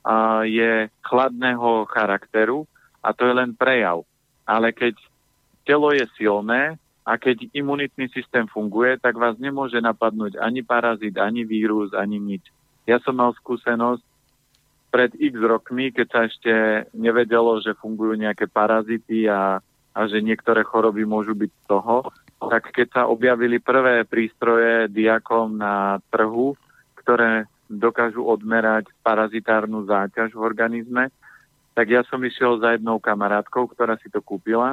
je chladného charakteru a to je len prejav. Ale keď telo je silné a keď imunitný systém funguje, tak vás nemôže napadnúť ani parazit, ani vírus, ani nič. Ja som mal skúsenosť pred x rokmi, keď sa ešte nevedelo, že fungujú nejaké parazity a že niektoré choroby môžu byť z toho, tak keď sa objavili prvé prístroje diakom na trhu, ktoré dokážu odmerať parazitárnu záťaž v organizme, tak ja som išiel za jednou kamarátkou, ktorá si to kúpila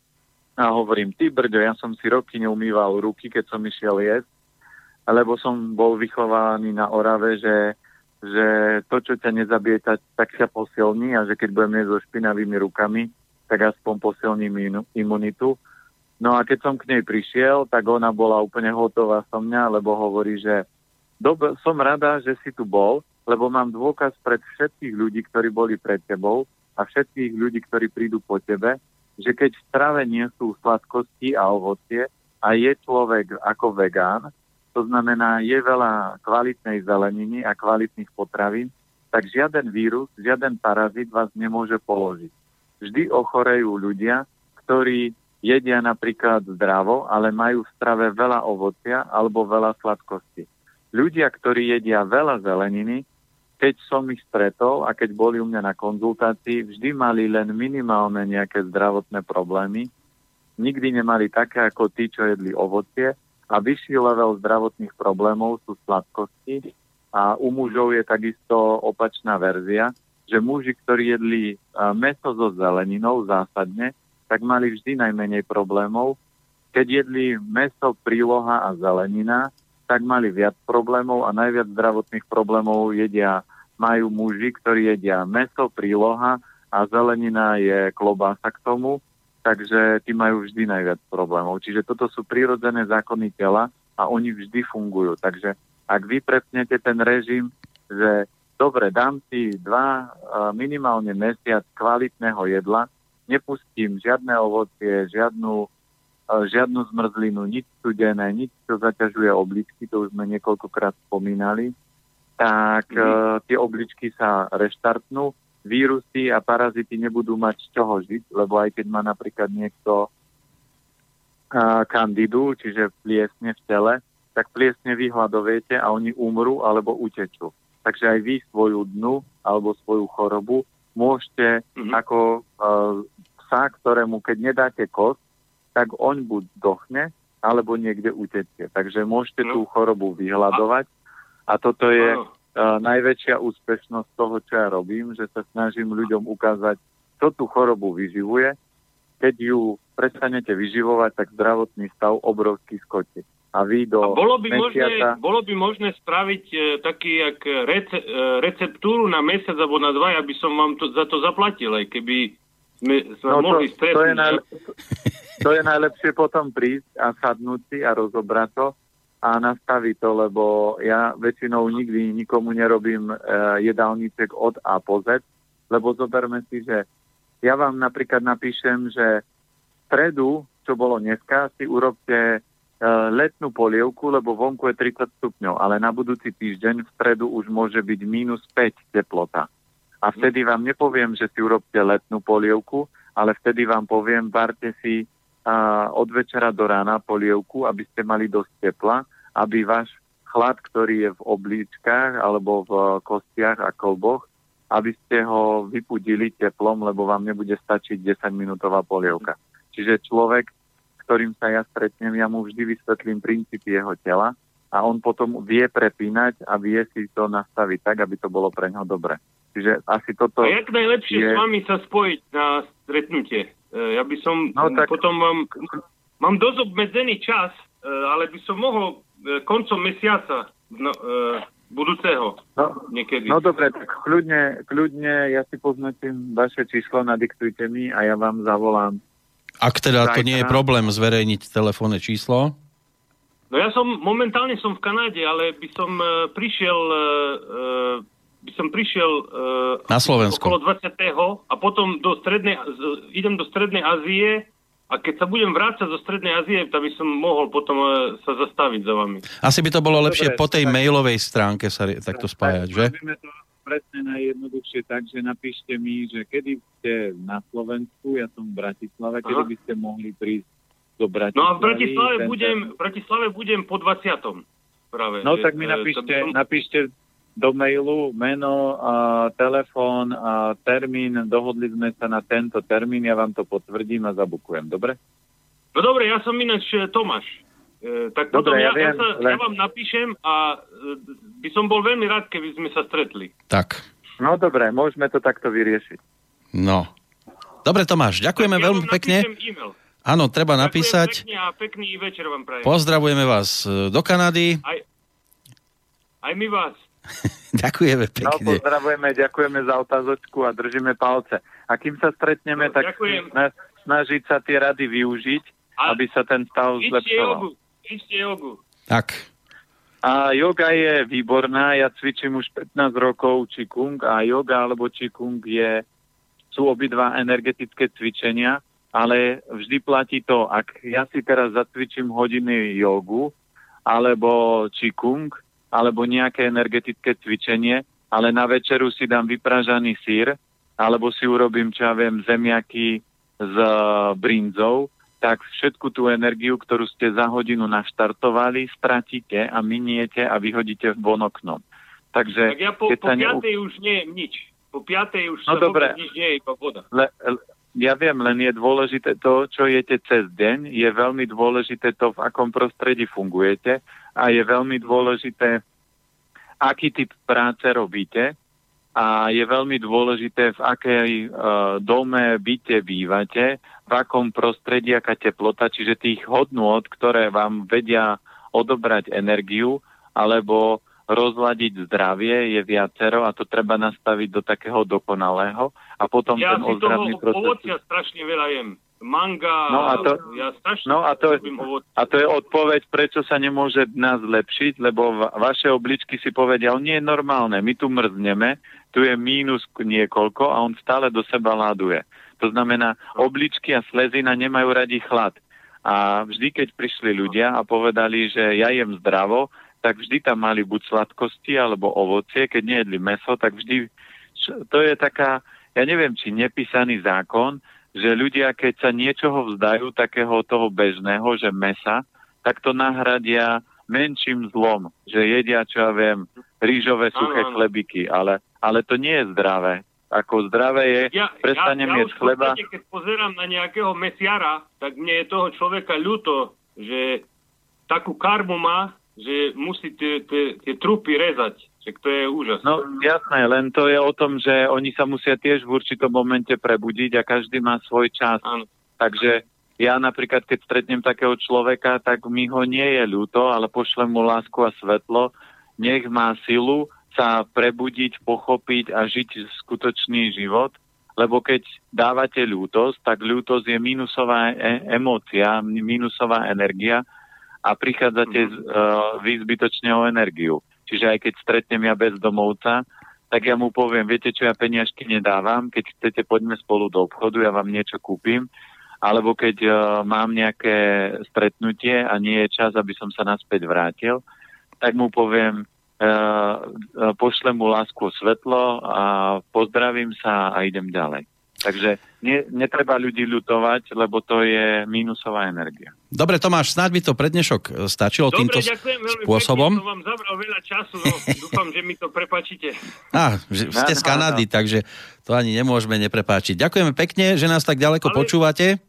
a hovorím, ty brďo, ja som si roky neumýval ruky, keď som išiel jesť, lebo som bol vychovaný na Orave, že to, čo ťa nezabije, tak sa posilní a že keď budem jesť so špinavými rukami, tak aspoň posilním imunitu. No a keď som k nej prišiel, tak ona bola úplne hotová so mňa, lebo hovorí, že som rada, že si tu bol, lebo mám dôkaz pred všetkých ľudí, ktorí boli pred tebou a všetkých ľudí, ktorí prídu po tebe, že keď v strave nie sú sladkosti a ovocie a je človek ako vegán, to znamená, je veľa kvalitnej zeleniny a kvalitných potravín, tak žiaden vírus, žiaden parazit vás nemôže položiť. Vždy ochorejú ľudia, ktorí jedia napríklad zdravo, ale majú v strave veľa ovocia alebo veľa sladkosti. Ľudia, ktorí jedia veľa zeleniny, keď som ich stretol a keď boli u mňa na konzultácii, vždy mali len minimálne nejaké zdravotné problémy. Nikdy nemali také ako tí, čo jedli ovocie. A vyšší level zdravotných problémov sú sladkosti. A u mužov je takisto opačná verzia, že muži, ktorí jedli mäso so zeleninou zásadne, tak mali vždy najmenej problémov. Keď jedli mäso, príloha a zelenina, tak mali viac problémov a najviac zdravotných problémov majú muži, ktorí jedia mäso, príloha a zelenina je klobása k tomu, takže tí majú vždy najviac problémov. Čiže toto sú prírodzené zákony tela a oni vždy fungujú. Takže ak vy prepnete ten režim, že dobre, dám si minimálne mesiac kvalitného jedla, nepustím žiadne ovocie, žiadnu zmrzlinu, nič studené, nič, čo zaťažuje obličky, to už sme niekoľkokrát spomínali, tak tie obličky sa reštartnú, vírusy a parazity nebudú mať z čoho žiť, lebo aj keď má napríklad niekto kandidu, čiže pliesne v tele, tak pliesne vyhľadoviete a oni umrú alebo utečú. Takže aj vy svoju dnu alebo svoju chorobu môžete ako psa, ktorému keď nedáte kost, tak on buď dochne, alebo niekde utečie. Takže môžete tú chorobu vyhľadovať a toto je najväčšia úspešnosť toho, čo ja robím, že sa snažím ľuďom ukázať, čo tú chorobu vyživuje. Keď ju prestanete vyživovať, tak zdravotný stav obrovský skočí. a vy do mesiaca... Bolo by možné spraviť taký jak receptúru na mesiac alebo na 2, aby som vám za to zaplatil, aj keby sme mohli stretnúť. To je najlepšie potom prísť a sadnúť si a rozobrať to a nastaviť to, lebo ja väčšinou nikdy nikomu nerobím jedálniček od A po Z, lebo zoberme si, že ja vám napríklad napíšem, že v stredu, čo bolo dneska, si urobte letnú polievku, lebo vonku je 30 stupňov, ale na budúci týždeň v stredu už môže byť -5 teplota. A vtedy vám nepoviem, že si urobte letnú polievku, ale vtedy vám poviem, varte si od večera do rána polievku, aby ste mali dosť tepla, aby váš chlad, ktorý je v obličkách alebo v kostiach a kolboch, aby ste ho vypudili teplom, lebo vám nebude stačiť 10-minútová polievka. Čiže človek, ktorým sa ja stretnem, ja mu vždy vysvetlím princípy jeho tela a on potom vie prepínať a vie si to nastaviť tak, aby to bolo pre ňoho dobre. Čiže asi toto... A jak najlepšie s vami sa spojiť na stretnutie? Ja by som potom mám dosť obmedzený čas, ale by som mohol koncom mesiaca budúceho niekedy. No dobre, tak kľudne ja si poznačím vaše číslo, nadiktujte mi a ja vám zavolám. Ak teda to nie je problém zverejniť telefónne číslo? No ja momentálne som v Kanáde, ale by som prišiel na Slovensko okolo 20. a potom idem do Strednej Ázie a keď sa budem vrácať zo Strednej Ázie, tak by som mohol potom sa zastaviť za vami. Asi by to bolo lepšie po tej mailovej stránke sa takto spájať, že? Robíme to presne najjednoduchšie tak, že napíšte mi, že kedy ste na Slovensku, ja som v Bratislave, kedy by ste mohli prísť do Bratislavy. No a v Bratislave budem po 20. práve. No tak mi napíšte do mailu meno, telefón, termín, dohodli sme sa na tento termín, ja vám to potvrdím a zabukujem, dobre? No dobre, ja som ináč Tomáš. Tak potom dobre, ja vám napíšem a by som bol veľmi rád, keby sme sa stretli. Tak. No dobre, môžeme to takto vyriešiť. No. Dobre, Tomáš, ďakujeme veľmi pekne. Áno, treba napísať. Pekne a pekný večer vám prajem. Pozdravujeme vás do Kanady. Aj my vás. Ďakujeme pekne. No, pozdravujeme, ďakujeme za otázočku a držíme palce. A kým sa stretneme, tak snažiť sa tie rady využiť, aby sa ten stav zlepšoval. Ište jogu. Tak. A yoga je výborná, ja cvičím už 15 rokov Qigong a yoga alebo Qigong sú obidva energetické cvičenia, ale vždy platí to, ak ja si teraz zacvičím hodiny jogu alebo Qigong, alebo nejaké energetické cvičenie, ale na večeru si dám vypražaný syr, alebo si urobím, čo ja viem, zemiaky s brinzou, tak všetku tú energiu, ktorú ste za hodinu naštartovali, stratíte a miniete a vyhodíte von oknom. Takže, tak ja po 5. už nie je nič. Po 5. už sa vôbec nič nie je, iba voda. Ja viem, len je dôležité to, čo jete cez deň, je veľmi dôležité to, v akom prostredí fungujete a je veľmi dôležité, aký typ práce robíte a je veľmi dôležité, v akej dome, byte bývate, v akom prostredí, aká teplota, čiže tých hodnôt, ktoré vám vedia odobrať energiu alebo rozladiť zdravie, je viacero a to treba nastaviť do takého dokonalého a potom ten ozdravný proces. Ja si toho ovocia strašne veľa jem. Manga, a to je odpoveď, prečo sa nemôže nás zlepšiť, lebo vaše obličky si povedia, nie je normálne, my tu mrzneme, tu je mínus niekoľko a on stále do seba láduje. To znamená, obličky a slezina nemajú radi chlad. A vždy, keď prišli ľudia a povedali, že ja jem zdravo, tak vždy tam mali buď sladkosti alebo ovocie, keď nejedli mäso, tak vždy, to je taká, ja neviem, či nepísaný zákon, že ľudia, keď sa niečoho vzdajú, takého toho bežného, že mäsa, tak to nahradia menším zlom, že jedia, čo ja viem, rýžové suché chlebiky, ale to nie je zdravé. Ako zdravé je, prestanem jesť chleba. Keď pozerám na nejakého mesiara, tak mne je toho človeka ľúto, že takú karmu má, že musí tie trupy rezať. Že to je úžasné. No jasné, len to je o tom, že oni sa musia tiež v určitom momente prebudiť a každý má svoj čas. Áno. Takže ja napríklad, keď stretnem takého človeka, tak mi ho nie je ľúto, ale pošlem mu lásku a svetlo, nech má silu sa prebudiť, pochopiť a žiť skutočný život, lebo keď dávate ľútosť, tak ľútosť je minusová emócia, minusová energia a prichádzate výzbytočne o energiu. Čiže aj keď stretnem ja bezdomovca, tak ja mu poviem, viete čo, ja peniažky nedávam, keď chcete, poďme spolu do obchodu, ja vám niečo kúpim, alebo keď mám nejaké stretnutie a nie je čas, aby som sa naspäť vrátil, tak mu poviem, pošlem mu lásku, svetlo a pozdravím sa a idem ďalej. Takže netreba ľudí ľutovať, lebo to je mínusová energia. Dobre, Tomáš, snáď by to pre dnešok stačilo. Dobre, týmto spôsobom. Som vám zabral veľa času, no dúfam, že mi to prepáčite. Ste z Kanady, takže to ani nemôžeme neprepáčiť. Ďakujeme pekne, že nás tak ďaleko počúvate.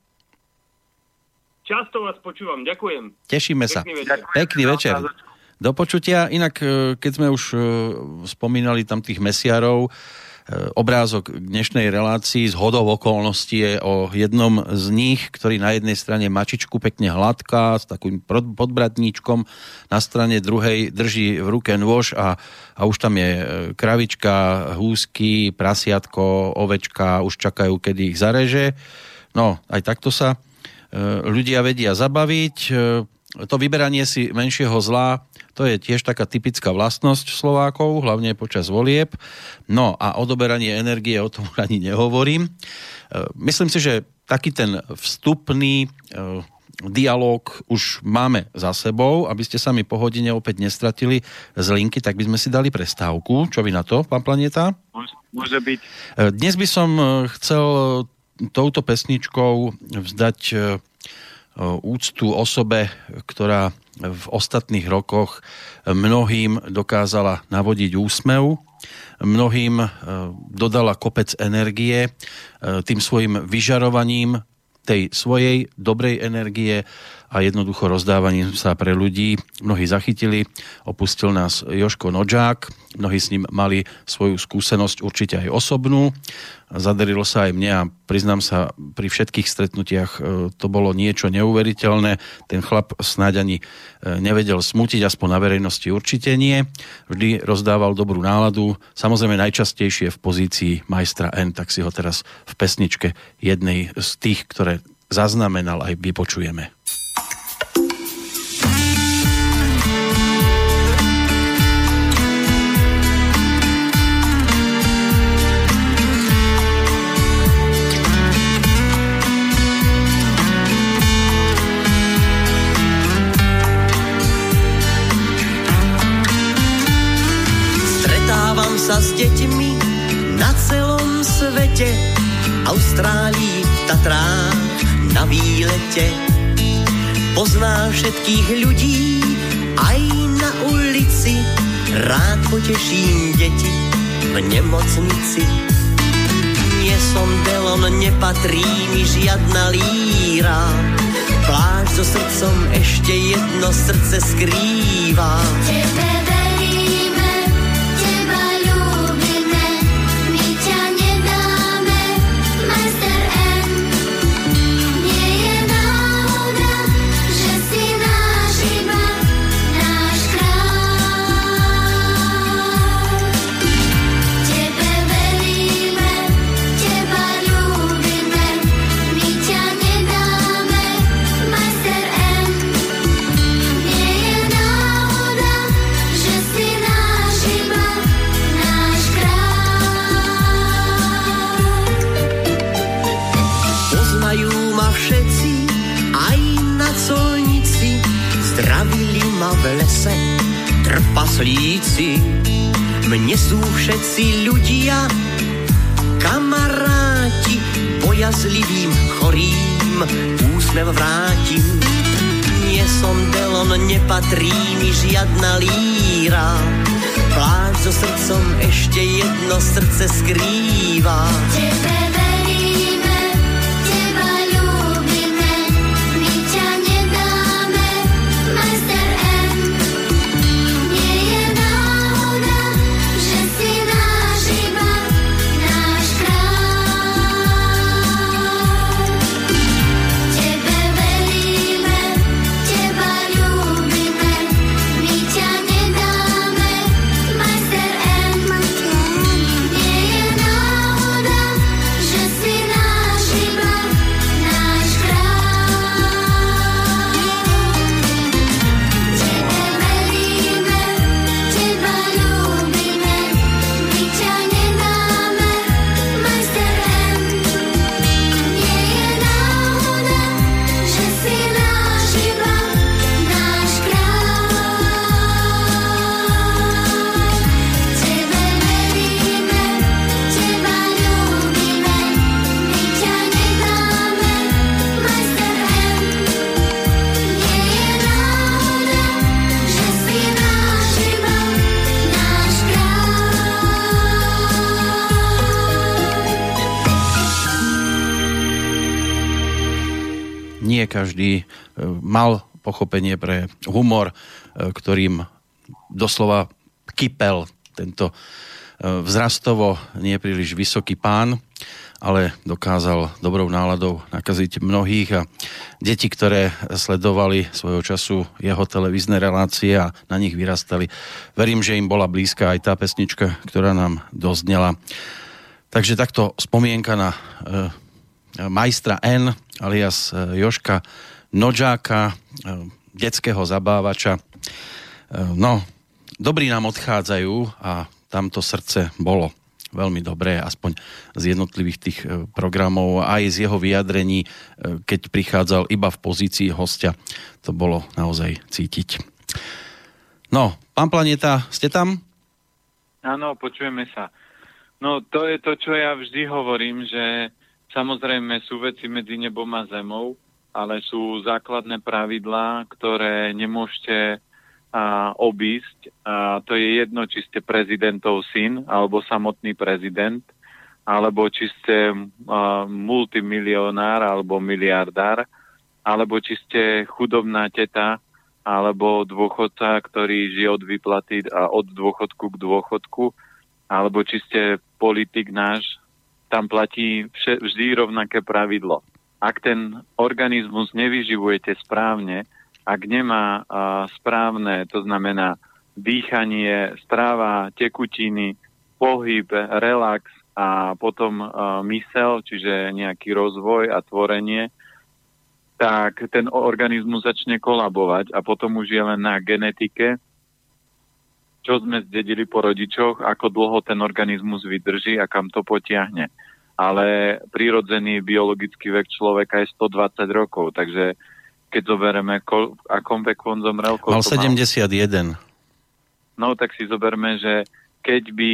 Často vás počúvam, ďakujem. Tešíme sa. Pekný večer. Do počutia. Inak, keď sme už spomínali tam tých mesiarov, obrázok dnešnej relácii z hodou okolností je o jednom z nich, ktorý na jednej strane mačičku pekne hladká s takým podbratníčkom, na strane druhej drží v ruke nôž a už tam je kravička, húsky, prasiatko, ovečka, už čakajú, kedy ich zareže. No, aj takto sa ľudia vedia zabaviť. To vyberanie si menšieho zla, to je tiež taká typická vlastnosť Slovákov, hlavne počas volieb. No a odoberanie energie, o tom ani nehovorím. Myslím si, že taký ten vstupný dialóg už máme za sebou. Aby ste sa mi po hodine opäť nestratili z linky, tak by sme si dali prestávku. Čo vy na to, pán Planeta? Môže byť. Dnes by som chcel touto pesničkou vzdať úctu osobe, ktorá v ostatných rokoch mnohým dokázala navodiť úsmev, mnohým dodala kopec energie tým svojim vyžarovaním tej svojej dobrej energie a jednoducho rozdávaním sa pre ľudí. Mnohí zachytili, opustil nás Jožko Nodžák, mnohí s ním mali svoju skúsenosť určite aj osobnú. Zadarilo sa aj mne a priznám sa, pri všetkých stretnutiach to bolo niečo neuveriteľné. Ten chlap snáď ani nevedel smútiť, aspoň na verejnosti určite nie. Vždy rozdával dobrú náladu, samozrejme najčastejšie v pozícii majstra N, tak si ho teraz v pesničke jednej z tých, ktoré zaznamenal, aj vypočujeme. Sa s deťmi na celom svete, Austrálii, Tatrách, na výlete. Pozná všetkých ľudí aj na ulici, rád poteším deti v nemocnici. Nie som Delon, nepatrí mi žiadna líra, pláč so srdcom ešte jedno srdce skrýva. V lese trpaslíci, mne sú všetci ľudia kamaráti, bojazlivým chorým úsmev vrátim. Nie som Delon, nepatrí mi žiadna líra, pláč so srdcom ešte jedno srdce skrýva. Tebe každý mal pochopenie pre humor, ktorým doslova kypel tento vzrastovo nie príliš vysoký pán, ale dokázal dobrou náladou nakaziť mnohých a deti, ktoré sledovali svojho času jeho televízne relácie a na nich vyrastali. Verím, že im bola blízka aj tá pesnička, ktorá nám doznela. Takže takto spomienka na majstra N alias Jožka Nodžáka, detského zabávača. No, dobrí nám odchádzajú a tamto srdce bolo veľmi dobré, aspoň z jednotlivých tých programov, aj z jeho vyjadrení, keď prichádzal iba v pozícii hostia. To bolo naozaj cítiť. No, pán Planeta, ste tam? Áno, počujeme sa. No, to je to, čo ja vždy hovorím, že samozrejme sú veci medzi nebom a zemou, ale sú základné pravidlá, ktoré nemôžete obísť. To je jedno, či ste prezidentov syn, alebo samotný prezident, alebo či ste multimilionár, alebo miliardár, alebo či ste chudobná teta, alebo dôchodca, ktorý žije od výplaty a od dôchodku k dôchodku, alebo či ste politik náš, tam platí vždy rovnaké pravidlo. Ak ten organizmus nevyživujete správne, ak nemá správne, to znamená dýchanie, strava, tekutiny, pohyb, relax a potom mysel, čiže nejaký rozvoj a tvorenie, tak ten organizmus začne kolabovať a potom už je len na genetike, čo sme zdedili po rodičoch, ako dlho ten organizmus vydrží a kam to potiahne. Ale prirodzený biologický vek človeka je 120 rokov, takže keď zoberieme, akom veku on zomrel? Mal 71. No, tak si zoberme, že keď by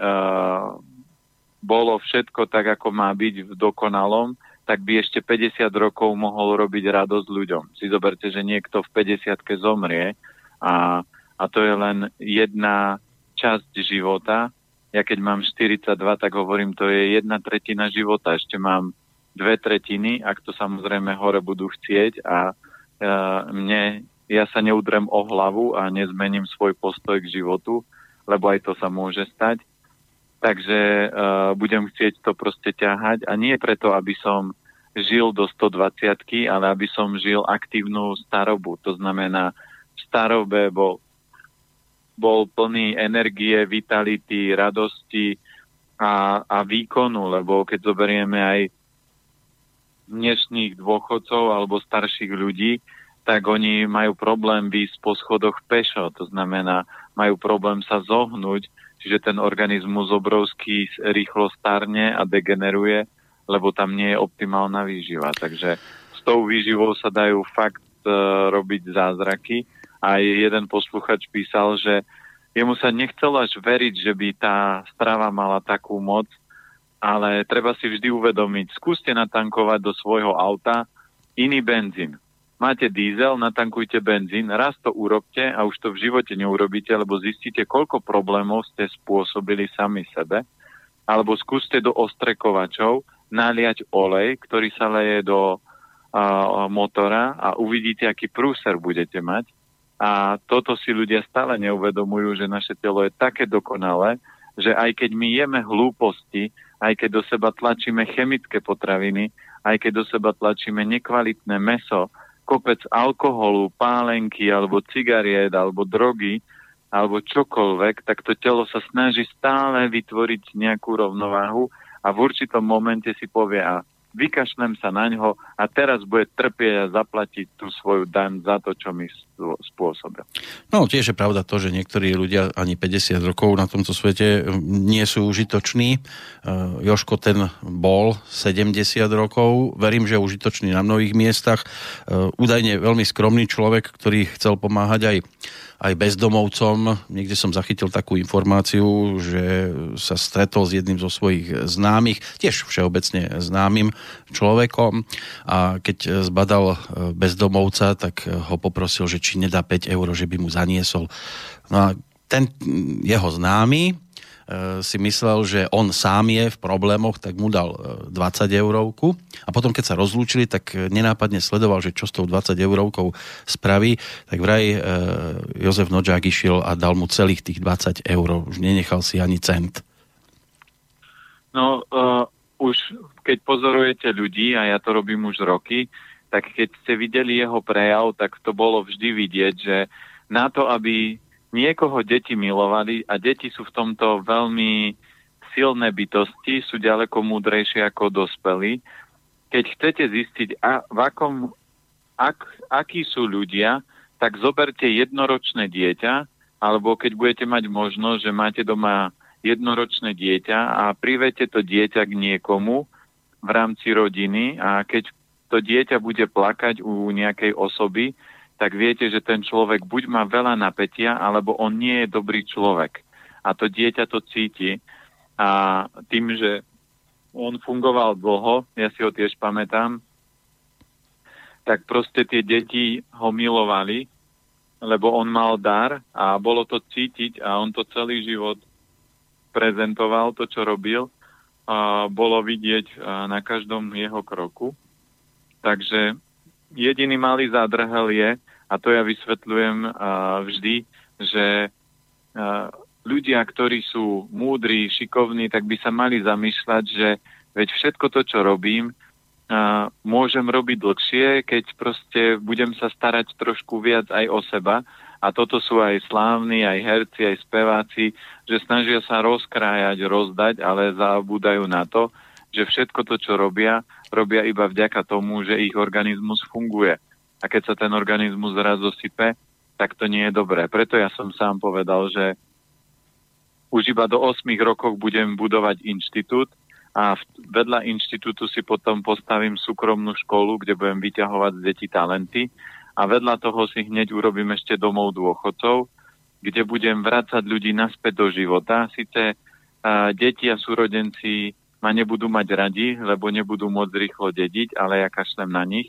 bolo všetko tak, ako má byť v dokonalom, tak by ešte 50 rokov mohol robiť radosť ľuďom. Si zoberte, že niekto v 50-ke zomrie a to je len jedna časť života. Ja keď mám 42, tak hovorím, to je 1/3 života. Ešte mám 2/3, ak to samozrejme hore budú chcieť a ja sa neudrem o hlavu a nezmením svoj postoj k životu, lebo aj to sa môže stať. Takže budem chcieť to proste ťahať a nie preto, aby som žil do 120-ky, ale aby som žil aktívnu starobu. To znamená, v starobe bol plný energie, vitality, radosti a výkonu, lebo keď zoberieme aj dnešných dôchodcov alebo starších ľudí, tak oni majú problém výjsť po schodoch pešo. To znamená, majú problém sa zohnúť, čiže ten organizmus obrovský rýchlo starne a degeneruje, lebo tam nie je optimálna výživa. Takže s tou výživou sa dajú fakt robiť zázraky. A jeden posluchač písal, že jemu sa nechcelo až veriť, že by tá strava mala takú moc, ale treba si vždy uvedomiť, skúste natankovať do svojho auta iný benzín. Máte diesel, natankujte benzín, raz to urobte a už to v živote neurobíte, lebo zistíte, koľko problémov ste spôsobili sami sebe. Alebo skúste do ostrekovačov naliať olej, ktorý sa leje do motora a uvidíte, aký prúser budete mať. A toto si ľudia stále neuvedomujú, že naše telo je také dokonalé, že aj keď my jeme hlúposti, aj keď do seba tlačíme chemické potraviny, aj keď do seba tlačíme nekvalitné mäso, kopec alkoholu, pálenky, alebo cigariet, alebo drogy, alebo čokoľvek, tak to telo sa snaží stále vytvoriť nejakú rovnováhu a v určitom momente si povie, a vykašlem sa na ňo a teraz bude trpieť a zaplatiť tú svoju daň za to, čo mi spôsobil. No, tiež je pravda to, že niektorí ľudia ani 50 rokov na tomto svete nie sú užitoční. Jožko ten bol 70 rokov. Verím, že užitočný na mnohých miestach. Údajne veľmi skromný človek, ktorý chcel pomáhať aj bezdomovcom. Niekde som zachytil takú informáciu, že sa stretol s jedným zo svojich známych, tiež všeobecne známym človekom, a keď zbadal bezdomovca, tak ho poprosil, že či nedá 5 eur, že by mu zaniesol. No a ten jeho známy si myslel, že on sám je v problémoch, tak mu dal 20 eurovku a potom keď sa rozlúčili, tak nenápadne sledoval, že čo s tou 20 eurovkou spraví, tak vraj Jozef Nodžák išiel a dal mu celých tých 20 eur, už nenechal si ani cent. No, už keď pozorujete ľudí, a ja to robím už roky, tak keď ste videli jeho prejav, tak to bolo vždy vidieť, že na to, aby niekoho deti milovali, a deti sú v tomto veľmi silné bytosti, sú ďaleko múdrejšie ako dospelí. Keď chcete zistiť, akí sú ľudia, tak zoberte jednoročné dieťa, alebo keď budete mať možnosť, že máte doma jednoročné dieťa a privete to dieťa k niekomu v rámci rodiny a keď to dieťa bude plakať u nejakej osoby, tak viete, že ten človek buď má veľa napätia, alebo on nie je dobrý človek. A to dieťa to cíti. A tým, že on fungoval dlho, ja si ho tiež pamätám, tak proste tie deti ho milovali, lebo on mal dar a bolo to cítiť a on to celý život prezentoval, to, čo robil. A bolo vidieť na každom jeho kroku. Takže jediný malý zádrhel je, a to ja vysvetľujem vždy, že ľudia, ktorí sú múdri, šikovní, tak by sa mali zamýšľať, že veď všetko to, čo robím, môžem robiť dlhšie, keď proste budem sa starať trošku viac aj o seba. A toto sú aj slávni, aj herci, aj speváci, že snažia sa rozkrájať, rozdať, ale zabúdajú na to, že všetko to, čo robia iba vďaka tomu, že ich organizmus funguje. A keď sa ten organizmus raz zosype, tak to nie je dobré. Preto ja som sám povedal, že už iba do 8 rokov budem budovať inštitút a vedľa inštitútu si potom postavím súkromnú školu, kde budem vyťahovať z detí talenty a vedľa toho si hneď urobím ešte domov dôchodcov, kde budem vracať ľudí naspäť do života. Sice deti a súrodenci ma nebudú mať radi, lebo nebudú môcť rýchlo dediť, ale ja kašlem na nich.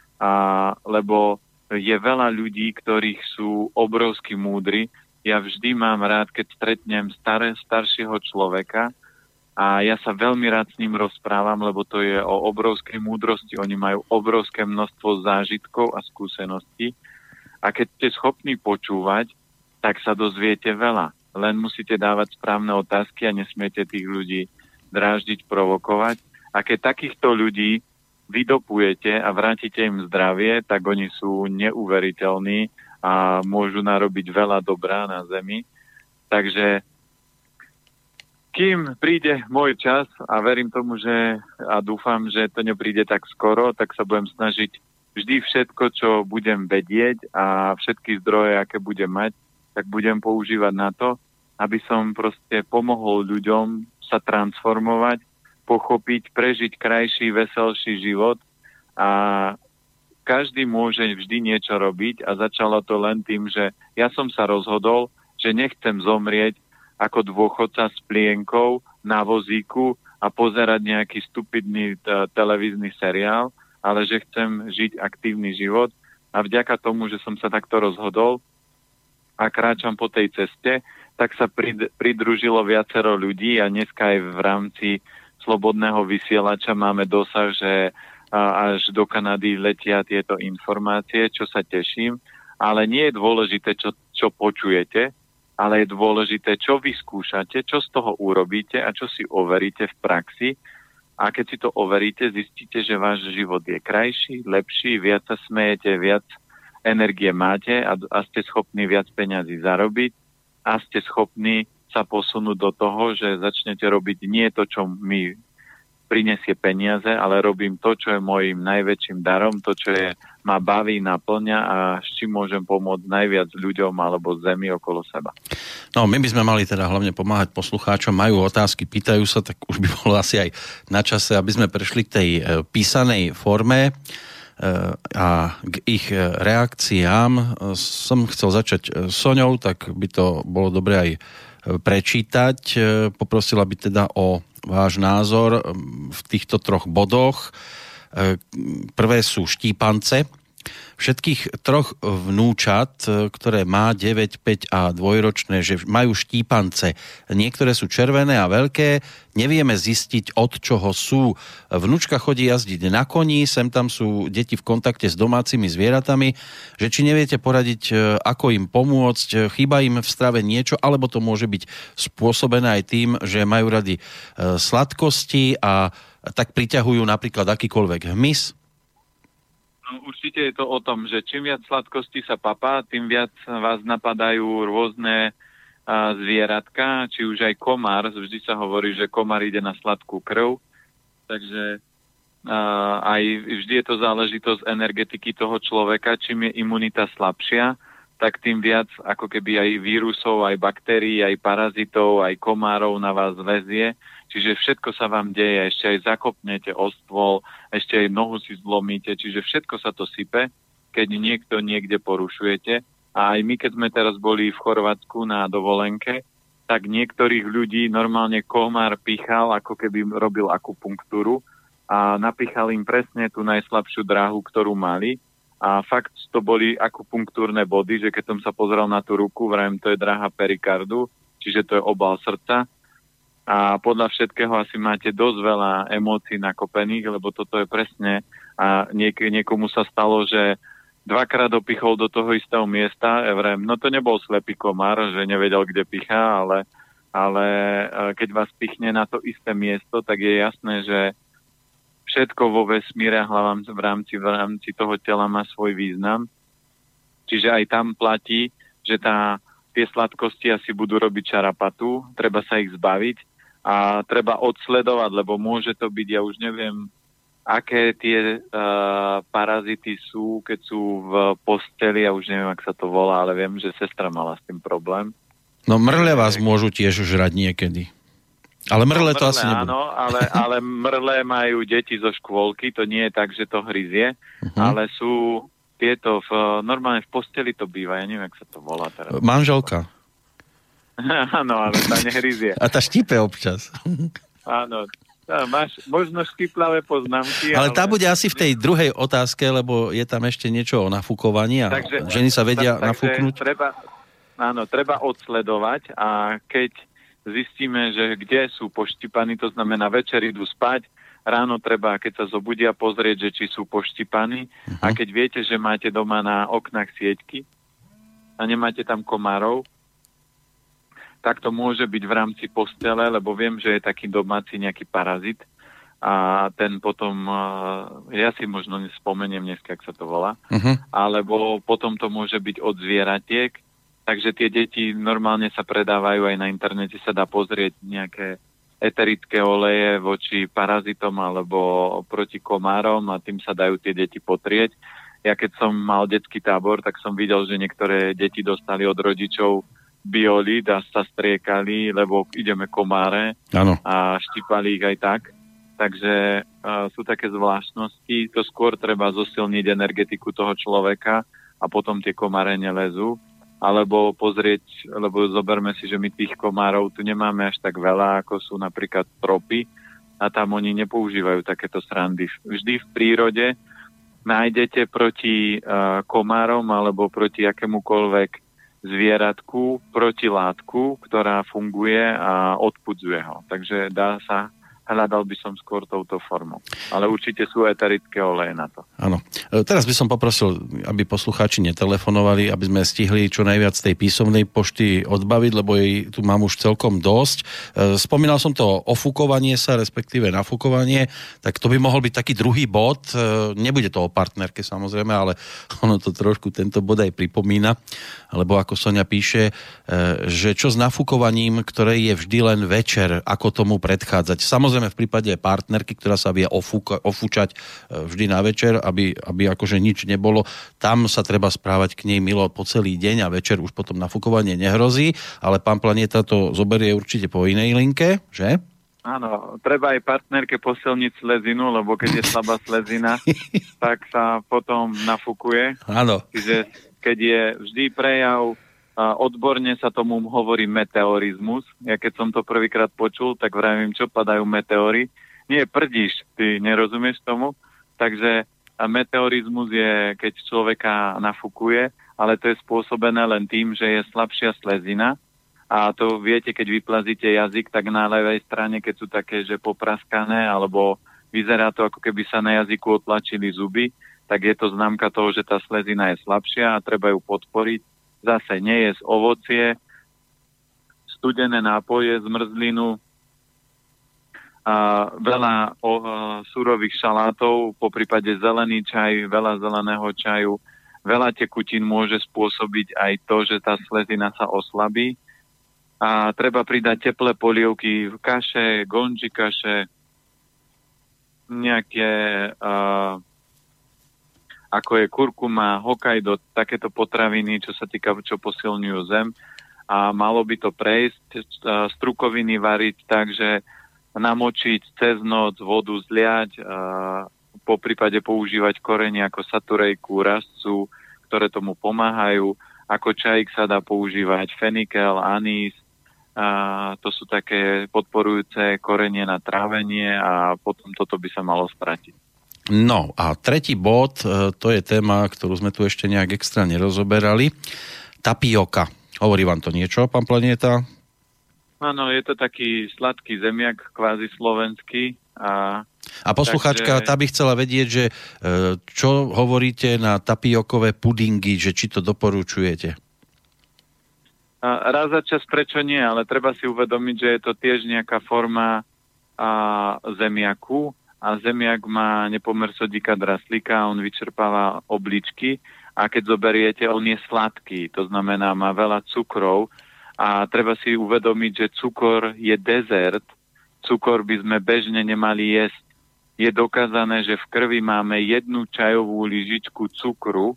Lebo je veľa ľudí, ktorých sú obrovsky múdri. Ja vždy mám rád, keď stretnem staršieho človeka a ja sa veľmi rád s ním rozprávam, lebo to je o obrovskej múdrosti. Oni majú obrovské množstvo zážitkov a skúseností. A keď ste schopní počúvať, tak sa dozviete veľa. Len musíte dávať správne otázky a nesmiete tých ľudí dráždiť, provokovať. A keď takýchto ľudí vydopujete a vrátite im zdravie, tak oni sú neuveriteľní a môžu narobiť veľa dobrá na zemi. Takže kým príde môj čas a verím tomu, že a dúfam, že to nepríde tak skoro, tak sa budem snažiť vždy všetko, čo budem vedieť a všetky zdroje, aké budem mať, tak budem používať na to, aby som proste pomohol ľuďom sa transformovať, pochopiť, prežiť krajší, veselší život a každý môže vždy niečo robiť a začalo to len tým, že ja som sa rozhodol, že nechcem zomrieť ako dôchodca s plienkou na vozíku a pozerať nejaký stupidný televízny seriál, ale že chcem žiť aktívny život a vďaka tomu, že som sa takto rozhodol a kráčam po tej ceste, tak sa pridružilo viacero ľudí a dneska aj v rámci slobodného vysielača máme dosah, že až do Kanady letia tieto informácie, čo sa teším, ale nie je dôležité, čo počujete, ale je dôležité, čo vyskúšate, čo z toho urobíte a čo si overíte v praxi. A keď si to overíte, zistíte, že váš život je krajší, lepší, viac sa smejete, viac energie máte a ste schopní viac peňazí zarobiť a ste schopní sa posunúť do toho, že začnete robiť nie to, čo mi prinesie peniaze, ale robím to, čo je môjim najväčším darom, to, čo ma baví, naplňa a s čím môžem pomôcť najviac ľuďom alebo zemi okolo seba. No, my by sme mali teda hlavne pomáhať poslucháčom, majú otázky, pýtajú sa, tak už by bolo asi aj na čase, aby sme prešli k tej písanej forme a k ich reakciám. Som chcel začať Soňou, tak by to bolo dobre aj prečítať. Poprosila by teda o váš názor v týchto troch bodoch. Prvé sú štípance, Všetkých troch vnúčat, ktoré má 9, 5 a dvojročné, že majú štípance. Niektoré sú červené a veľké, nevieme zistiť, od čoho sú. Vnúčka chodí jazdiť na koni, sem tam sú deti v kontakte s domácimi zvieratami, že či neviete poradiť, ako im pomôcť, chýba im v strave niečo, alebo to môže byť spôsobené aj tým, že majú radi sladkosti a tak priťahujú napríklad akýkoľvek hmyz. No, určite je to o tom, že čím viac sladkostí sa papá, tým viac vás napadajú rôzne zvieratka, či už aj komár. Vždy sa hovorí, že komár ide na sladkú krv, takže aj vždy je to záležitosť energetiky toho človeka. Čím je imunita slabšia, tak tým viac ako keby aj vírusov, aj baktérií, aj parazitov, aj komárov na vás väzie. Čiže všetko sa vám deje, ešte aj zakopnete o stôl, ešte aj nohu si zlomíte, čiže všetko sa to sype, keď niekto niekde porušujete. A aj my, keď sme teraz boli v Chorvátsku na dovolenke, tak niektorých ľudí normálne komár pichal, ako keby robil akupunktúru a napichal im presne tú najslabšiu dráhu, ktorú mali. A fakt to boli akupunktúrne body, že keď som sa pozrel na tú ruku, vrajím, to je dráha perikardu, čiže to je obal srdca. A podľa všetkého asi máte dosť veľa emócií nakopených, lebo toto je presne, a niekomu sa stalo, že dvakrát dopichol do toho istého miesta, no to nebol slepý komár, že nevedel, kde pichá, ale keď vás pichne na to isté miesto, tak je jasné, že všetko vo vesmíre a hlavám v rámci toho tela má svoj význam. Čiže aj tam platí, že tie sladkosti asi budú robiť čarapatu, treba sa ich zbaviť a treba odsledovať, lebo môže to byť, ja už neviem, aké tie parazity sú, keď sú v posteli, ja už neviem, ak sa to volá, ale viem, že sestra mala s tým problém. No mrle vás môžu tiež žrať niekedy. Ale mrle to asi nebudú. Áno, ale mrle majú deti zo škôlky, to nie je tak, že to hryzie, ale sú tieto, normálne v posteli to býva, ja neviem, jak sa to volá teraz. Manželka. Áno, ale tá nehryzie. A tá štípe občas. Áno, máš možno štíplavé poznámky. Ale tá bude asi v tej druhej otázke, lebo je tam ešte niečo o nafúkovaní a ženy sa vedia nafúknuť. Treba odsledovať a keď zistíme, že kde sú poštípaní, to znamená večer idú spať, ráno treba, keď sa zobudia, pozrieť, že či sú poštípaní a keď viete, že máte doma na oknách sieťky a nemáte tam komárov, tak to môže byť v rámci postele, lebo viem, že je taký domáci nejaký parazit a ten potom, ja si možno nespomeniem dneska, ak sa to volá, alebo potom to môže byť od zvieratiek, takže tie deti normálne sa predávajú, aj na internete sa dá pozrieť nejaké eterické oleje voči parazitom alebo proti komárom a tým sa dajú tie deti potrieť. Ja keď som mal detský tábor, tak som videl, že niektoré deti dostali od rodičov biolid a sa striekali, lebo ideme komáre. Áno. A štípali ich aj tak. Takže sú také zvláštnosti. To skôr treba zosilniť energetiku toho človeka a potom tie komáre nelezú. Alebo pozrieť, lebo zoberme si, že my tých komárov tu nemáme až tak veľa, ako sú napríklad tropy a tam oni nepoužívajú takéto srandy. Vždy v prírode nájdete proti komárom alebo proti akémukoľvek zvieratku protilátku, ktorá funguje a odpudzuje ho. Takže hľadal by som skôr touto formou. Ale určite sú eterické oleje na to. Áno. Teraz by som poprosil, aby poslucháči netelefonovali, aby sme stihli čo najviac tej písomnej pošty odbaviť, lebo jej tu mám už celkom dosť. Spomínal som to ofúkovanie sa, respektíve nafúkovanie, tak to by mohol byť taký druhý bod. Nebude to o partnerke samozrejme, ale ono to trošku tento bod aj pripomína, lebo ako Soňa píše, že čo s nafúkovaním, ktoré je vždy len večer, ako tomu predchádzať. Samozrejme v prípade partnerky, ktorá sa vie ofúčať vždy na večer, aby akože nič nebolo, tam sa treba správať k nej milo po celý deň a večer už potom nafúkovanie nehrozí, ale pán Planieta to zoberie určite po inej linke, že? Áno, treba aj partnerke posilniť slezinu, lebo keď je slabá slezina, tak sa potom nafúkuje. Áno. Čiže keď je vždy prejav, odborne sa tomu hovorí meteorizmus. Ja keď som to prvýkrát počul, tak vravím, čo padajú meteory. Nie, prdíš, ty nerozumieš tomu. Takže meteorizmus je, keď človeka nafúkuje, ale to je spôsobené len tým, že je slabšia slezina. A to viete, keď vyplazíte jazyk, tak na ľavej strane, keď sú také, že popraskané, alebo vyzerá to, ako keby sa na jazyku otlačili zuby, tak je to známka toho, že tá slezina je slabšia a treba ju podporiť. Zase nejesť ovocie, studené nápoje, zmrzlinu, a veľa surových šalátov, poprípade zelený čaj, veľa zeleného čaju, veľa tekutín môže spôsobiť aj to, že tá slezina sa oslabí. A treba pridať teplé polievky v kaše, gonži kaše, nejaké, ako je kurkuma, Hokkaido, takéto potraviny, čo sa týka, čo posilňujú zem. A malo by to prejsť, strukoviny variť, takže namočiť cez noc, vodu zliať, po prípade používať korene ako saturejku, rastcu, ktoré tomu pomáhajú. Ako čajík sa dá používať fenikel, anís, to sú také podporujúce korenie na trávenie a potom toto by sa malo stratiť. No a tretí bod, to je téma, ktorú sme tu ešte nejak extra nerozoberali. Tapioka. Hovorí vám to niečo, pán Planieta? Áno, je to taký sladký zemiak, kvázi slovenský. A poslucháčka, tá by chcela vedieť, že čo hovoríte na tapiokové pudingy, že či to doporučujete? Raz za čas prečo nie, ale treba si uvedomiť, že je to tiež nejaká forma zemiaku a zemiak má nepomer sodíka draslíka, on vyčerpáva obličky a keď zoberiete, on je sladký, to znamená má veľa cukrov a treba si uvedomiť, že cukor je dezert, cukor by sme bežne nemali jesť. Je dokázané, že v krvi máme 1 čajovú lyžičku cukru,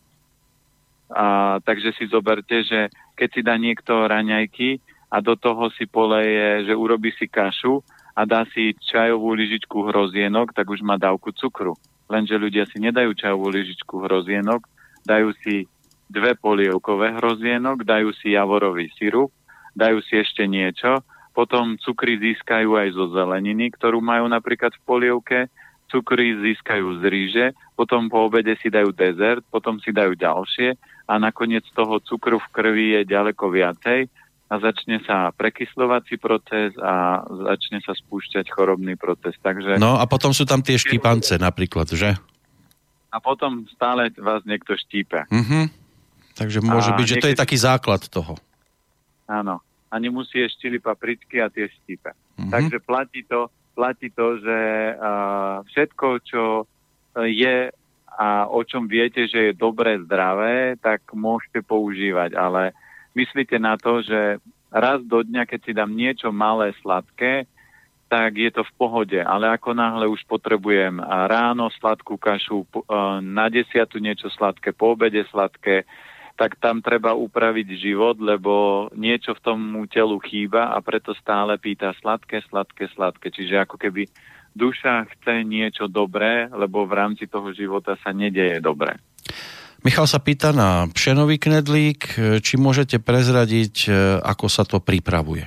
takže si zoberte, že keď si dá niekto raňajky a do toho si poleje, že urobí si kašu a dá si čajovú lyžičku hrozienok, tak už má dávku cukru. Lenže ľudia si nedajú čajovú lyžičku hrozienok, dajú si 2 polievkové hrozienok, dajú si javorový sirup, dajú si ešte niečo, potom cukry získajú aj zo zeleniny, ktorú majú napríklad v polievke, cukry získajú z ríže, potom po obede si dajú dezert, potom si dajú ďalšie a nakoniec toho cukru v krvi je ďaleko viacej a začne sa prekysľovací proces a začne sa spúšťať chorobný proces. Takže, no a potom sú tam tie štípance napríklad, že? A potom stále vás niekto štípe. Takže môže byť, že to je taký základ toho. Áno. A nemusí jesť čili, papričky a tie štípe. Takže platí to, že všetko, čo je a o čom viete, že je dobré, zdravé, tak môžete používať. Ale myslíte na to, že raz do dňa, keď si dám niečo malé, sladké, tak je to v pohode. Ale ako náhle už potrebujem ráno sladkú kašu, na 10 niečo sladké, po obede sladké, tak tam treba upraviť život, lebo niečo v tomu telu chýba a preto stále pýta sladké. Čiže ako keby duša chce niečo dobré, lebo v rámci toho života sa nedeje dobré. Michal sa pýta na pšenový knedlík, či môžete prezradiť, ako sa to pripravuje?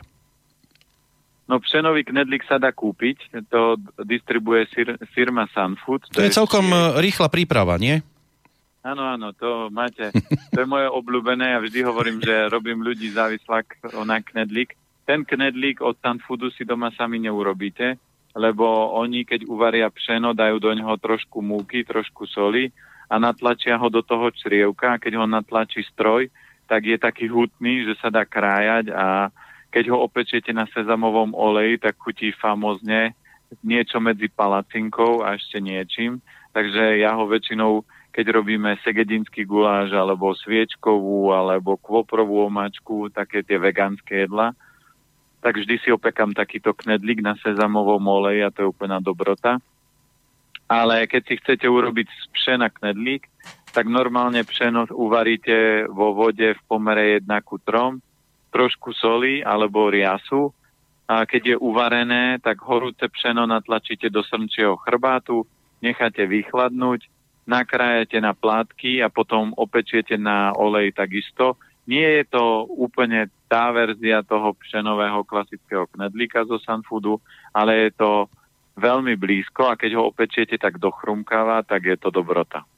No pšenový knedlík sa dá kúpiť, to distribuje firma Sunfood. To je celkom rýchla príprava, nie? Áno, to máte. To je moje obľúbené. Ja vždy hovorím, že robím ľudí závislák na knedlík. Ten knedlík od Sunfoodu si doma sami neurobíte, lebo oni, keď uvaria pšeno, dajú do neho trošku múky, trošku soli a natlačia ho do toho črievka. A keď ho natlačí stroj, tak je taký hutný, že sa dá krájať a keď ho opečiete na sezamovom oleji, tak chutí famózne, niečo medzi palacinkou a ešte niečím. Takže ja ho väčšinou, keď robíme segedinský guláš, alebo sviečkovú, alebo kvoprovú omáčku, také tie vegánske jedla, tak vždy si opekám takýto knedlík na sezamovom oleji a to je úplná dobrota. Ale keď si chcete urobiť z pšena knedlík, tak normálne pšeno uvaríte vo vode v pomere 1:3, trošku soli alebo riasu. A keď je uvarené, tak horúce pšeno natlačíte do srnčieho chrbátu, necháte vychladnúť, nakrájate na plátky a potom opečiete na olej takisto. Nie je to úplne tá verzia toho pšenového klasického knedlíka zo Sunfoodu, ale je to veľmi blízko a keď ho opečiete tak dochrumkáva, tak je to dobrota.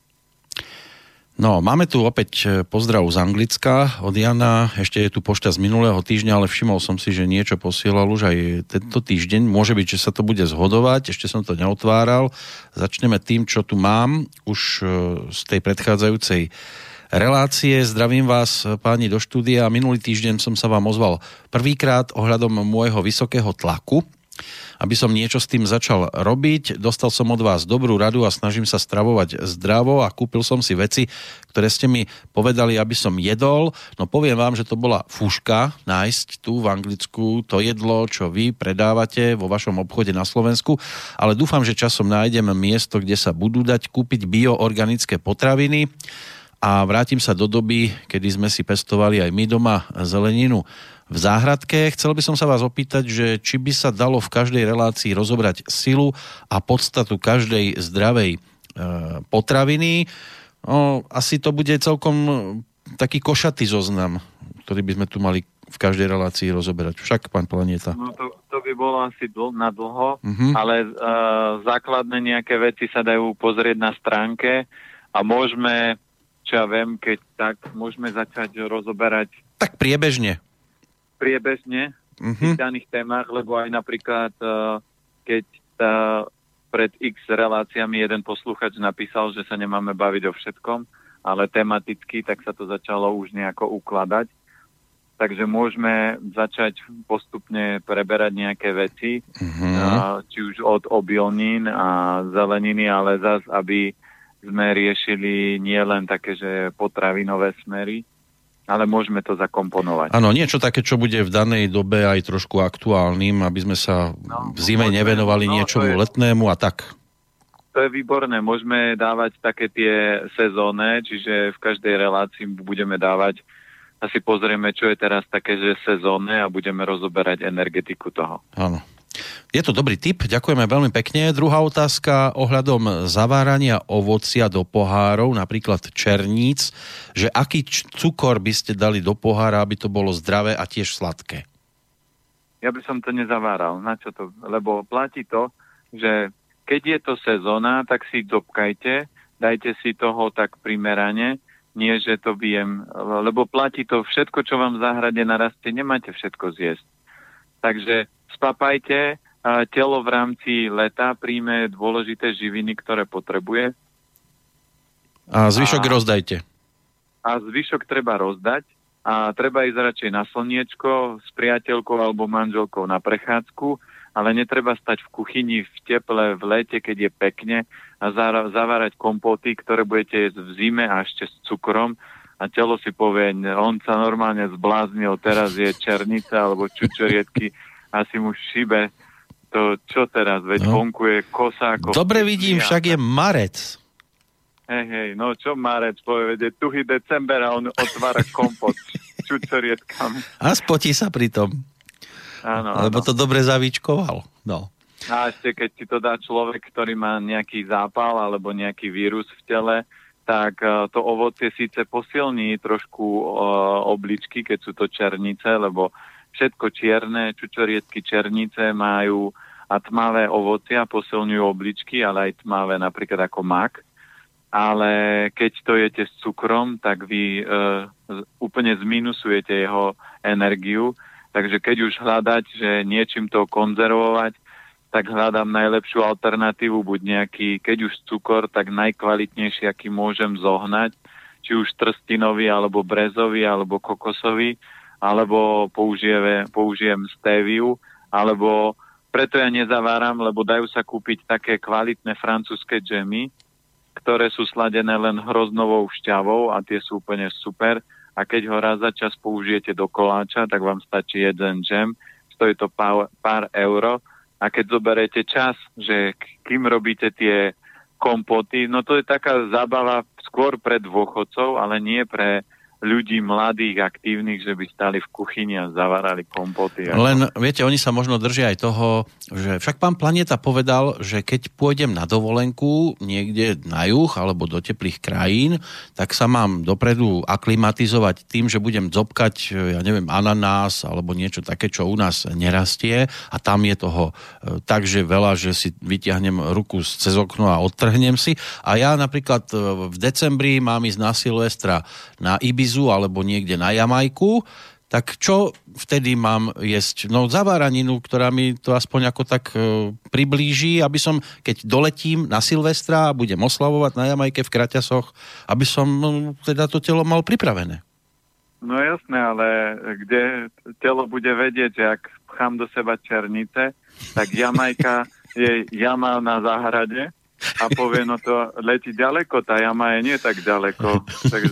No, máme tu opäť pozdrav z Anglicka od Jana. Ešte je tu pošta z minulého týždňa, ale všimol som si, že niečo posielal už aj tento týždeň. Môže byť, že sa to bude zhodovať, ešte som to neotváral. Začneme tým, čo tu mám už z tej predchádzajúcej relácie. Zdravím vás, páni, do štúdia. Minulý týždeň som sa vám ozval prvýkrát ohľadom môjho vysokého tlaku, aby som niečo s tým začal robiť. Dostal som od vás dobrú radu a snažím sa stravovať zdravo a kúpil som si veci, ktoré ste mi povedali, aby som jedol. No poviem vám, že to bola fúška nájsť tu v Anglicku to jedlo, čo vy predávate vo vašom obchode na Slovensku, ale dúfam, že časom nájdem miesto, kde sa budú dať kúpiť bioorganické potraviny a vrátim sa do doby, kedy sme si pestovali aj my doma zeleninu v záhradke. Chcel by som sa vás opýtať, že či by sa dalo v každej relácii rozobrať silu a podstatu každej zdravej potraviny. No, asi to bude celkom taký košatý zoznam, ktorý by sme tu mali v každej relácii rozoberať. Však, pán Planieta. No to by bolo asi na dlho, ale základné nejaké veci sa dajú pozrieť na stránke a môžeme, čo ja viem, keď tak, môžeme začať rozoberať tak priebežne v daných témach, lebo aj napríklad, keď pred x reláciami jeden posluchač napísal, že sa nemáme baviť o všetkom, ale tematicky, tak sa to začalo už nejako ukladať. Takže môžeme začať postupne preberať nejaké veci, či už od obilnín a zeleniny, ale zas, aby sme riešili nie len také, že potravinové smery, ale môžeme to zakomponovať. Áno, niečo také, čo bude v danej dobe aj trošku aktuálnym, aby sme sa v zime nevenovali niečomu letnému a tak. To je výborné. Môžeme dávať také tie sezónne, čiže v každej relácii budeme dávať, asi pozrieme, čo je teraz také, že sezónne a budeme rozoberať energetiku toho. Áno. Je to dobrý tip, ďakujeme veľmi pekne. Druhá otázka ohľadom zavárania ovocia do pohárov, napríklad černíc, že aký cukor by ste dali do pohára, aby to bolo zdravé a tiež sladké? Ja by som to nezaváral. Na čo to? Lebo platí to, že keď je to sezóna, tak si dopkajte, dajte si toho tak primerane, nie že to viem, lebo platí to všetko, čo vám v záhrade narastie, nemáte všetko zjesť. Takže spapajte, telo v rámci leta príjme dôležité živiny, ktoré potrebuje. A zvyšok rozdajte. A zvyšok treba rozdať a treba ísť radšej na slniečko s priateľkou alebo manželkou na prechádzku, ale netreba stať v kuchyni v teple v lete, keď je pekne a zavárať kompoty, ktoré budete jesť v zime a ešte s cukrom a telo si povie, on sa normálne zbláznil, teraz je černica alebo čučoriedky, asi mu šibe to, čo teraz, veď vonku je kosa ako... Dobre vidím, však je marec. Hej, no čo marec, povie, je tuhý december a on otvára kompot s čučoriedkami. A spotí sa pri tom. Áno. Lebo to dobre zavíčkoval. No. A ešte keď si to dá človek, ktorý má nejaký zápal alebo nejaký vírus v tele, tak to ovocie síce posilní trošku obličky, keď sú to černice, lebo všetko čierne, čučoriedky, černice majú a tmavé ovocia posilňujú obličky, ale aj tmavé, napríklad ako mak. Ale keď to jete s cukrom, tak vy úplne zminusujete jeho energiu. Takže keď už hľadať, že niečím to konzervovať, tak hľadám najlepšiu alternatívu, buď nejaký, keď už cukor, tak najkvalitnejší, aký môžem zohnať, či už trstinový, alebo brezový, alebo kokosový, alebo použijem stéviu, alebo preto ja nezaváram, lebo dajú sa kúpiť také kvalitné francúzske džemy, ktoré sú sladené len hroznovou šťavou a tie sú úplne super. A keď ho raz za čas použijete do koláča, tak vám stačí jeden džem, stojí to pár euro. A keď zoberete čas, že kým robíte tie kompoty, no to je taká zábava skôr pre dôchodcov, ale nie pre ľudí mladých, aktívnych, že by stali v kuchyni a zavárali kompoty. Len, viete, oni sa možno držia aj toho, že však pán Planeta povedal, že keď pôjdem na dovolenku niekde na juh alebo do teplých krajín, tak sa mám dopredu aklimatizovať tým, že budem dzobkať, ja neviem, ananás alebo niečo také, čo u nás nerastie a tam je toho takže veľa, že si vytiahnem ruku cez okno a odtrhnem si. A ja napríklad v decembri mám ísť na Silvestra na Ibizu alebo niekde na Jamajku, tak čo vtedy mám jesť? No zaváraninu, ktorá mi to aspoň ako tak priblíži, aby som, keď doletím na Silvestra a budem oslavovať na Jamajke v Kraťasoch, aby som teda to telo mal pripravené. No jasné, ale kde telo bude vedieť, že ak pchám do seba černice, tak Jamajka je jama na záhrade a povie, no to letí ďaleko, tá jama je nie tak ďaleko,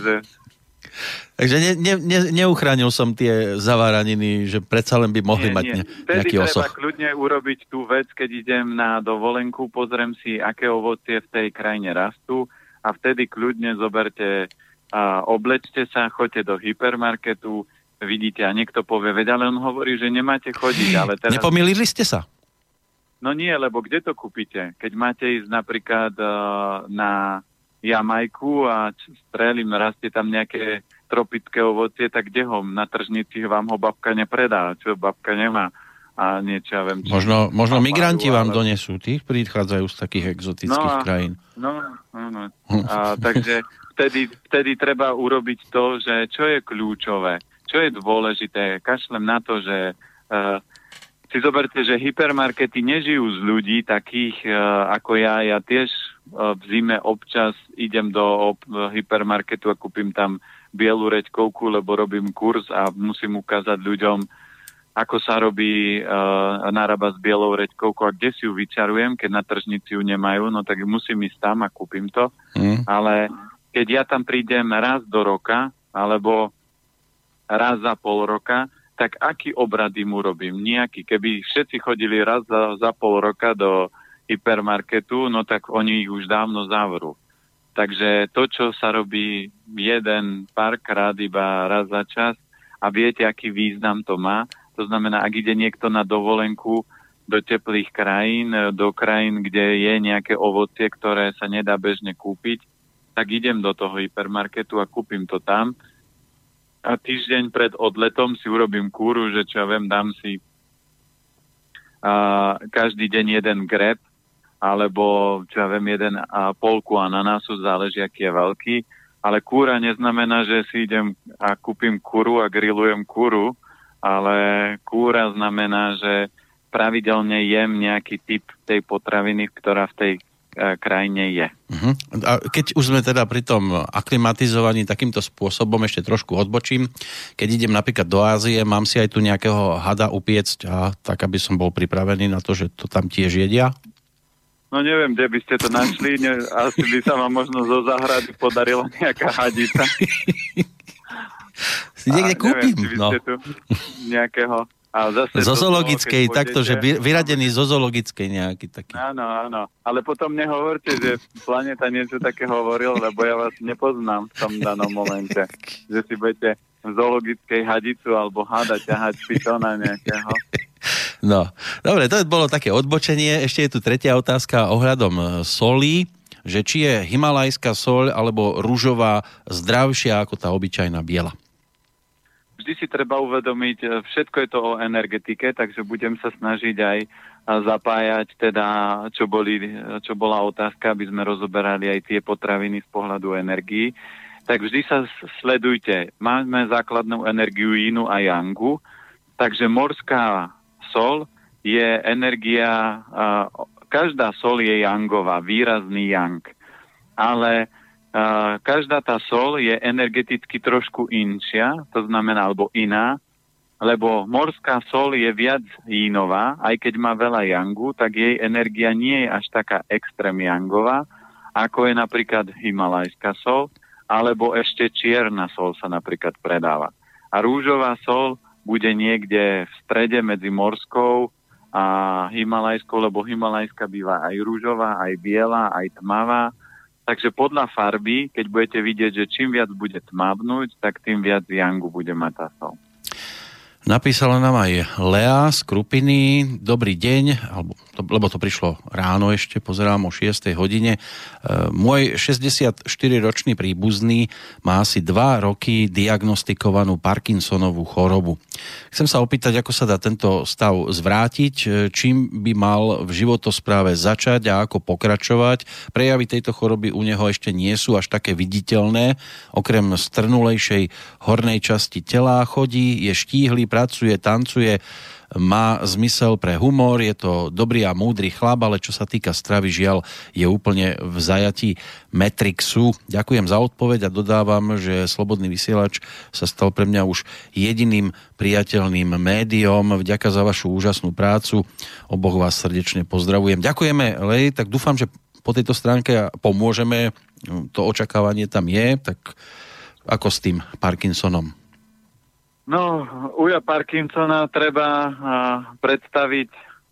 Takže neuchránil som tie zaváraniny, že predsa len by mohli mať nejaký osoch. Vtedy treba kľudne urobiť tú vec, keď idem na dovolenku, pozriem si, aké ovocie v tej krajine rastú a vtedy kľudne zoberte a oblečte sa, choďte do hypermarketu, vidíte a niekto povie, veď ale on hovorí, že nemáte chodiť, ale teraz... Nepomýlili ste sa? No nie, lebo kde to kúpite? Keď máte ísť napríklad na Jamajku a strelím, rastie tam nejaké tropické ovocie, tak kde ho? Na tržnici vám ho babka nepredá, čo babka nemá. A niečo, ja viem... Možno migranti vám donesú, tých prichádzajú z takých exotických krajín. No. Takže vtedy treba urobiť to, že čo je kľúčové, čo je dôležité. Kašlem na to, že... si zoberte, že hypermarkety nežijú z ľudí takých ako ja. Ja tiež v zime občas idem do hypermarketu a kúpim tam bielu reďkovku, lebo robím kurz a musím ukázať ľuďom, ako sa robí narába s bielou reďkovkou a kde si ju vyčarujem, keď na tržnici ju nemajú, no tak musím ísť tam a kúpim to. Ale keď ja tam prídem raz do roka, alebo raz za pol roka, tak aký obrad im urobím? Nejaký. Keby všetci chodili raz za pol roka do hypermarketu, no tak oni ich už dávno zavrú. Takže to, čo sa robí párkrát iba raz za čas a viete, aký význam to má, to znamená, ak ide niekto na dovolenku do teplých krajín, do krajín, kde je nejaké ovocie, ktoré sa nedá bežne kúpiť, tak idem do toho hypermarketu a kúpim to tam. A týždeň pred odletom si urobím kúru, že čo ja viem, dám si každý deň jeden greb, alebo čo ja viem, polku ananásu, záleží, aký je veľký. Ale kúra neznamená, že si idem a kúpim kúru a grillujem kúru, ale kúra znamená, že pravidelne jem nejaký typ tej potraviny, ktorá v tej krajine je. A keď už sme teda pri tom aklimatizovaní takýmto spôsobom, ešte trošku odbočím, keď idem napríklad do Ázie, mám si aj tu nejakého hada upiecť a tak, aby som bol pripravený na to, že to tam tiež jedia? No neviem, kde by ste to našli, asi by sa vám možno zo záhrady podarila nejaká hadica. Si niekde kúpim, no. Nejakého... Zo zoologickej, takto, že vyradený zo zoologickej nejaký taký. Áno. Ale potom nehovorte, že Planeta niečo také hovoril, lebo ja vás nepoznám v tom danom momente. Že si budete v zoologickej hadicu alebo hada ťahať pitona nejakého. No, dobre, to bolo také odbočenie. Ešte je tu tretia otázka ohľadom solí, že či je himalajská soľ alebo ružová zdravšia ako tá obyčajná biela. Vždy si treba uvedomiť, všetko je to o energetike, takže budem sa snažiť aj zapájať, teda, čo bola otázka, aby sme rozoberali aj tie potraviny z pohľadu energií. Tak vždy sa sledujte. Máme základnú energiu jínu a jangu, takže morská sol je energia, každá sol je jangová, výrazný yang, ale každá tá sol je energeticky trošku inšia, to znamená, alebo iná, lebo morská sol je viac jínová, aj keď má veľa yangu, tak jej energia nie je až taká extrém yangová, ako je napríklad himalajská sol, alebo ešte čierna sol sa napríklad predáva. A rúžová sol bude niekde v strede medzi morskou a himalajskou, lebo himalajská býva aj rúžová, aj biela, aj tmavá. Takže podľa farby, keď budete vidieť, že čím viac bude tmavnúť, tak tým viac yangu bude mať tá sol. Napísala nám aj Lea z Krupiny. Dobrý deň, lebo to prišlo ráno ešte, pozerám o 6. hodine. Môj 64-ročný príbuzný má asi 2 roky diagnostikovanú Parkinsonovú chorobu. Chcem sa opýtať, ako sa dá tento stav zvrátiť, čím by mal v životospráve začať a ako pokračovať. Prejavy tejto choroby u neho ešte nie sú až také viditeľné. Okrem strnulejšej hornej časti tela chodí, je štíhly, pracuje, tancuje, má zmysel pre humor, je to dobrý a múdry chlap, ale čo sa týka stravy, žiaľ, je úplne v zajatí Matrixu. Ďakujem za odpoveď a dodávam, že Slobodný vysielač sa stal pre mňa už jediným priateľným médiom. Vďaka za vašu úžasnú prácu. Oboch vás srdečne pozdravujem. Ďakujeme, Lej, tak dúfam, že po tejto stránke pomôžeme. To očakávanie tam je, tak ako s tým Parkinsonom? No, uja Parkinsona treba predstaviť,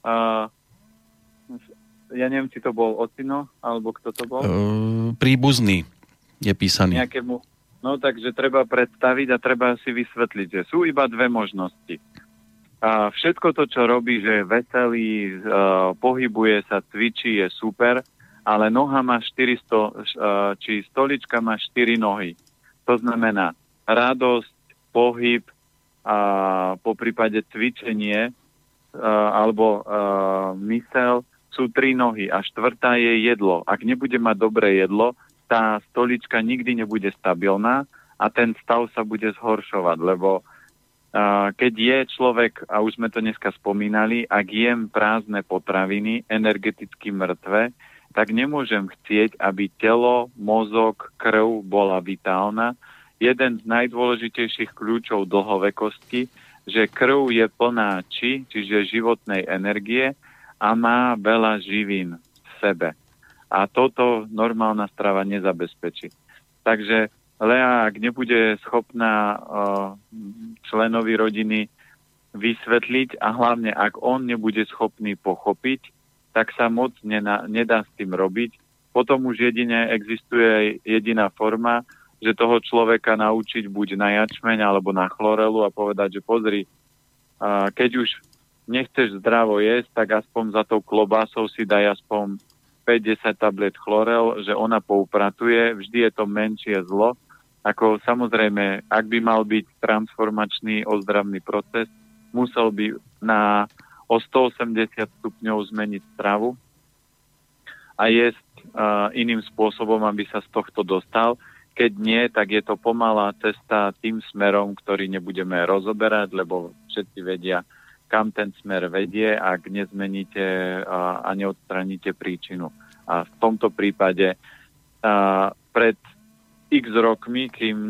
ja neviem, či to bol ocino, alebo kto to bol? Príbuzný je písaný. Nejakému, no, takže treba predstaviť a treba si vysvetliť, že sú iba 2 možnosti. Všetko to, čo robí, že je veselý, pohybuje sa, cvičí, je super, ale noha má 400, či stolička má 4 nohy. To znamená radosť, pohyb, a po prípade cvičenie alebo mysel sú 3 nohy a 4. je jedlo. Ak nebude mať dobré jedlo, tá stolička nikdy nebude stabilná a ten stav sa bude zhoršovať, lebo keď je človek, a už sme to dneska spomínali, ak jem prázdne potraviny, energeticky mŕtve, tak nemôžem chcieť, aby telo, mozog, krv bola vitálna. Jeden z najdôležitejších kľúčov dlhovekosti, že krv je plná či, čiže životnej energie a má veľa živín v sebe. A toto normálna strava nezabezpečí. Takže Lea, ak nebude schopná členovi rodiny vysvetliť a hlavne ak on nebude schopný pochopiť, tak sa moc nedá s tým robiť. Potom už jedine existuje jediná forma, že toho človeka naučiť buď na jačmeň alebo na chlorelu a povedať, že pozri, keď už nechceš zdravo jesť, tak aspoň za tou klobásou si daj aspoň 5-10 tablet chlorel, že ona poupratuje, vždy je to menšie zlo. Ako samozrejme, ak by mal byť transformačný ozdravný proces, musel by o 180 stupňov zmeniť stravu a jesť iným spôsobom, aby sa z tohto dostal. Keď nie, tak je to pomalá cesta tým smerom, ktorý nebudeme rozoberať, lebo všetci vedia, kam ten smer vedie, ak nezmeníte a neodstraníte príčinu. A v tomto prípade pred x rokmi, kým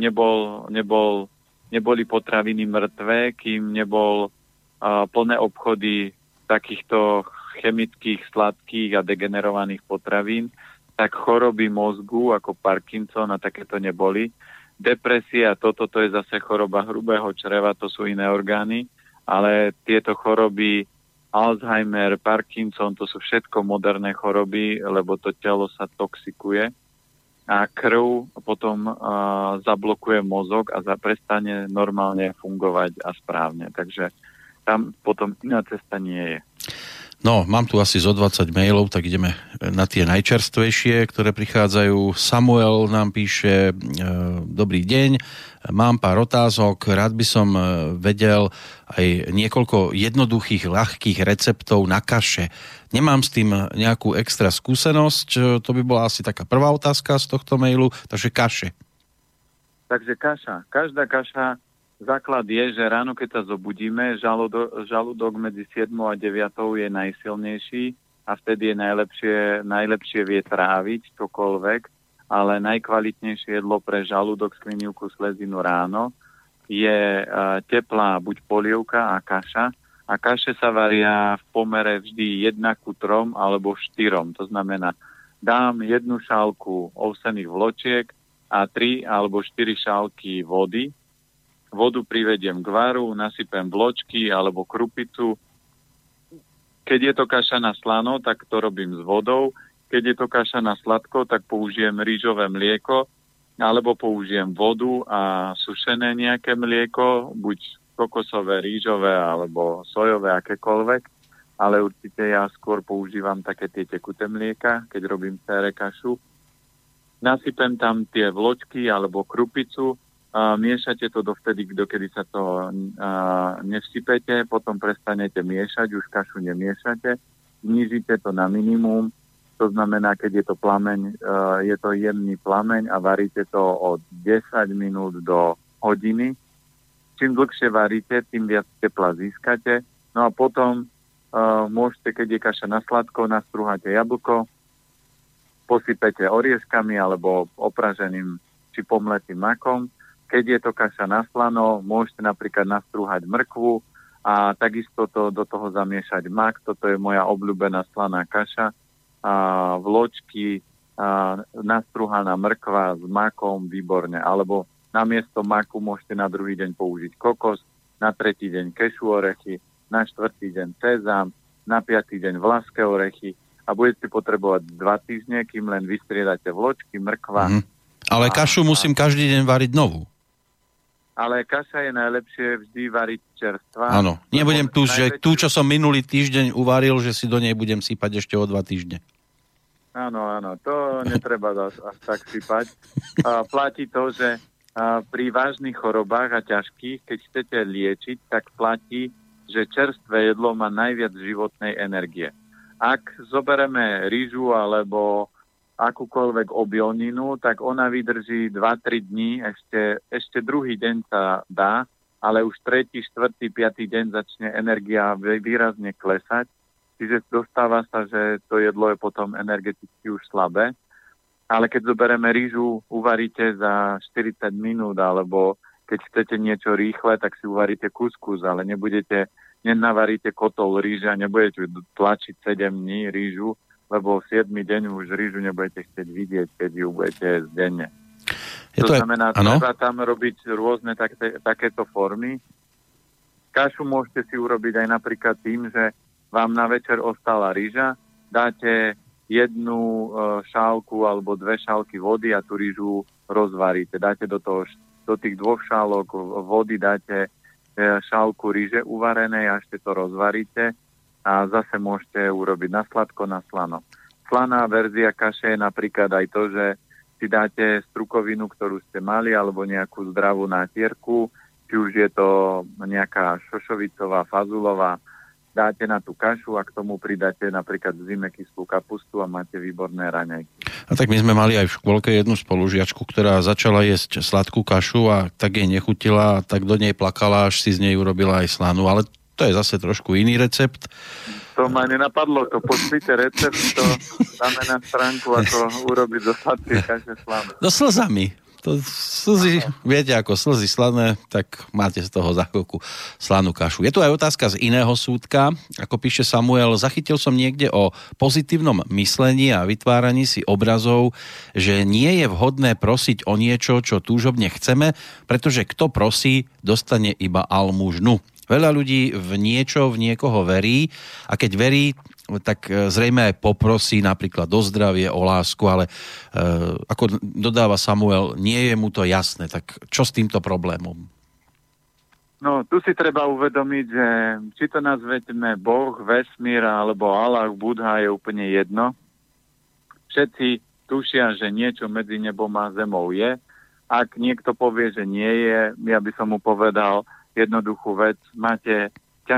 neboli potraviny mŕtve, kým nebol plné obchody takýchto chemických, sladkých a degenerovaných potravín, tak choroby mozgu ako Parkinson a takéto neboli. Depresia, to je zase choroba hrubého čreva, to sú iné orgány, ale tieto choroby Alzheimer, Parkinson, to sú všetko moderné choroby, lebo to telo sa toxikuje a krv potom zablokuje mozog a prestane normálne fungovať a správne. Takže tam potom iná cesta nie je. No, mám tu asi zo 20 mailov, tak ideme na tie najčerstvejšie, ktoré prichádzajú. Samuel nám píše: Dobrý deň, mám pár otázok, rád by som vedel aj niekoľko jednoduchých, ľahkých receptov na kaše. Nemám s tým nejakú extra skúsenosť, to by bola asi taká prvá otázka z tohto mailu, takže kaše. Takže kaša, každá kaša, základ je, že ráno, keď sa zobudíme, žalúdok medzi 7 a 9 je najsilnejší a vtedy je najlepšie vie tráviť čokoľvek, ale najkvalitnejšie jedlo pre žalúdok, sklinivku, slezinu ráno je teplá buď polievka a kaša. A kaše sa varia v pomere vždy 1:3 alebo 4. To znamená, dám 1 šálku ovsených vločiek a 3 alebo 4 šálky vody. Vodu privediem k varu, nasypem vločky alebo krupicu. Keď je to kaša na slano, tak to robím s vodou. Keď je to kaša na sladko, tak použijem rýžové mlieko, alebo použijem vodu a sušené nejaké mlieko, buď kokosové, rýžové, alebo sojové, akékoľvek. Ale určite ja skôr používam také tie tekuté mlieka, keď robím cére kašu. Nasypem tam tie vločky alebo krupicu, miešate to dovtedy, dokedy sa to nevsypete, potom prestanete miešať, už kašu nemiešate, znížite to na minimum, to znamená, keď je to plameň, je to jemný plameň a varíte to od 10 minút do hodiny. Čím dlhšie varíte, tým viac tepla získate. No a potom môžete, keď je kaša na sladko, nastrúhate jablko, posypete orieškami alebo opraženým či pomletým makom. Keď je to kaša na slano, môžete napríklad nastrúhať mrkvu a takisto to do toho zamiešať mak. Toto je moja obľúbená slaná kaša. Vločky, nastrúhaná mrkva s makom, výborne. Alebo namiesto maku môžete na druhý deň použiť kokos, na tretí deň kešu orechy, na štvrtý deň sezam, na piatý deň vlašské orechy a budete potrebovať 2 týždne, kým len vystriedate vločky, mrkva. Ale kašu musím každý deň variť novú. Ale kaša je najlepšie vždy variť čerstvá. Áno, nebudem tu, že tú, čo som minulý týždeň uvaril, že si do nej budem sypať ešte o 2 týždne. Áno, to netreba až tak sypať. Platí to, že pri vážnych chorobách a ťažkých, keď chcete liečiť, tak platí, že čerstvé jedlo má najviac životnej energie. Ak zoberieme rýžu alebo akúkoľvek obilninu, tak ona vydrží 2-3 dní, ešte druhý deň sa dá, ale už 3., 4., 5. deň začne energia výrazne klesať, čiže dostáva sa, že to jedlo je potom energeticky už slabé. Ale keď zoberieme rýžu, uvaríte za 40 minút, alebo keď chcete niečo rýchle, tak si uvaríte kuskus, ale nenavaríte kotol rýže a nebudete tlačiť 7 dní rýžu, lebo v 7. deň už rýžu nebudete chcieť vidieť, keď ju budete jesť denne. To znamená, treba tam robiť rôzne takéto formy. Kašu môžete si urobiť aj napríklad tým, že vám na večer ostala rýža, dáte 1 šálku alebo 2 šálky vody a tú rýžu rozvaríte. Dáte do tých 2 šálok vody dáte šálku rýže uvarenej a ešte to rozvaríte a zase môžete urobiť na sladko, na slano. Slaná verzia kaše je napríklad aj to, že si dáte strukovinu, ktorú ste mali, alebo nejakú zdravú nátierku, či už je to nejaká šošovicová, fazulová, dáte na tú kašu a k tomu pridáte napríklad v zime kyslú kapustu a máte výborné raňajky. A tak my sme mali aj v škôlke jednu spolužiačku, ktorá začala jesť sladkú kašu a tak jej nechutila a tak do nej plakala, až si z nej urobila aj slanú, ale to je zase trošku iný recept. To ma nenapadlo, to pošlite recept, to dáme na stránku, ako urobiť zo sladkej kaše slanú. So slzami. To slzy, viete, ako slzy slané, tak máte z toho za chvíľku slanú kašu. Je tu aj otázka z iného súdka. Ako píše Samuel, zachytil som niekde o pozitívnom myslení a vytváraní si obrazov, že nie je vhodné prosiť o niečo, čo túžobne chceme, pretože kto prosí, dostane iba almužnu. Veľa ľudí v niekoho verí a keď verí, tak zrejme aj poprosí napríklad o zdravie, o lásku, ale ako dodáva Samuel, nie je mu to jasné. Tak čo s týmto problémom? No, tu si treba uvedomiť, že či to nazveme Boh, vesmír alebo Allah, Budha je úplne jedno. Všetci tušia, že niečo medzi nebom a zemou je. Ak niekto povie, že nie je, ja by som mu povedal jednoduchú vec. Máte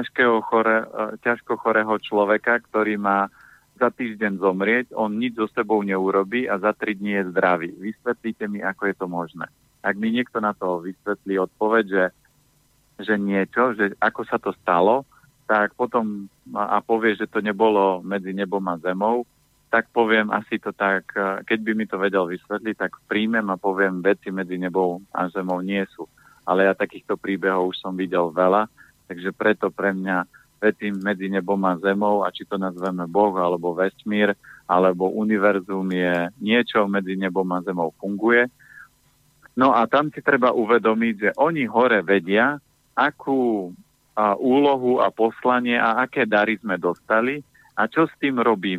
ťažko chorého človeka, ktorý má za týždeň zomrieť, on nič so sebou neurobí a za 3 dní je zdravý. Vysvetlíte mi, ako je to možné. Ak mi niekto na to vysvetlí odpoveď, že niečo, že ako sa to stalo, tak potom a povie, že to nebolo medzi nebom a zemou, tak poviem asi to tak, keď by mi to vedel vysvetliť, tak príjmem a poviem, veci medzi nebou a zemou nie sú. Ale ja takýchto príbehov už som videl veľa, takže preto pre mňa veci medzi nebom a zemou, a či to nazveme Boh, alebo vesmír, alebo univerzum je niečo medzi nebom a zemou funguje. No a tam si treba uvedomiť, že oni hore vedia, akú úlohu a poslanie a aké dary sme dostali a čo s tým robíme.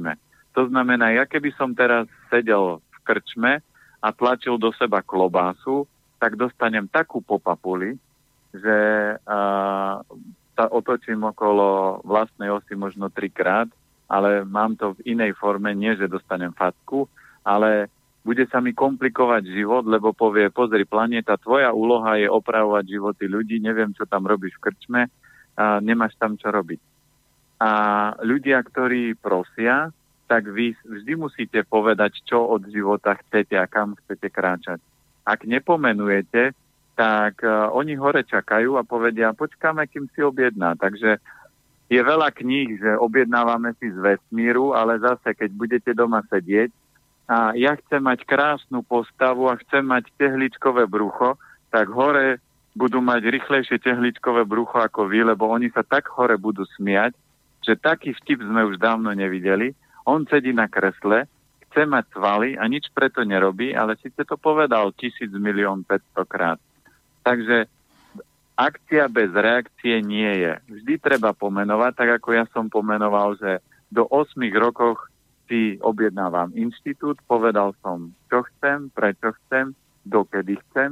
To znamená, ja keby som teraz sedel v krčme a tlačil do seba klobásu, tak dostanem takú popapuli, že sa otočím okolo vlastnej osy možno 3-krát, ale mám to v inej forme, nie že dostanem facku, ale bude sa mi komplikovať život, lebo povie, pozri, planéta, tvoja úloha je opravovať životy ľudí, neviem, čo tam robíš v krčme, a nemáš tam čo robiť. A ľudia, ktorí prosia, tak vy vždy musíte povedať, čo od života chcete a kam chcete kráčať. Ak nepomenujete, tak oni hore čakajú a povedia, počkáme, kým si objedná. Takže je veľa kníh, že objednávame si z vesmíru, ale zase, keď budete doma sedieť a ja chcem mať krásnu postavu a chcem mať tehličkové brucho, tak hore budú mať rýchlejšie tehličkové brucho ako vy, lebo oni sa tak hore budú smiať, že taký vtip sme už dávno nevideli. On sedí na kresle, chce mať svaly a nič preto nerobí, ale síce to povedal 1 000 500 krát. Takže akcia bez reakcie nie je. Vždy treba pomenovať, tak ako ja som pomenoval, že do 8 rokoch si objednávam inštitút, povedal som, čo chcem, prečo chcem, dokedy chcem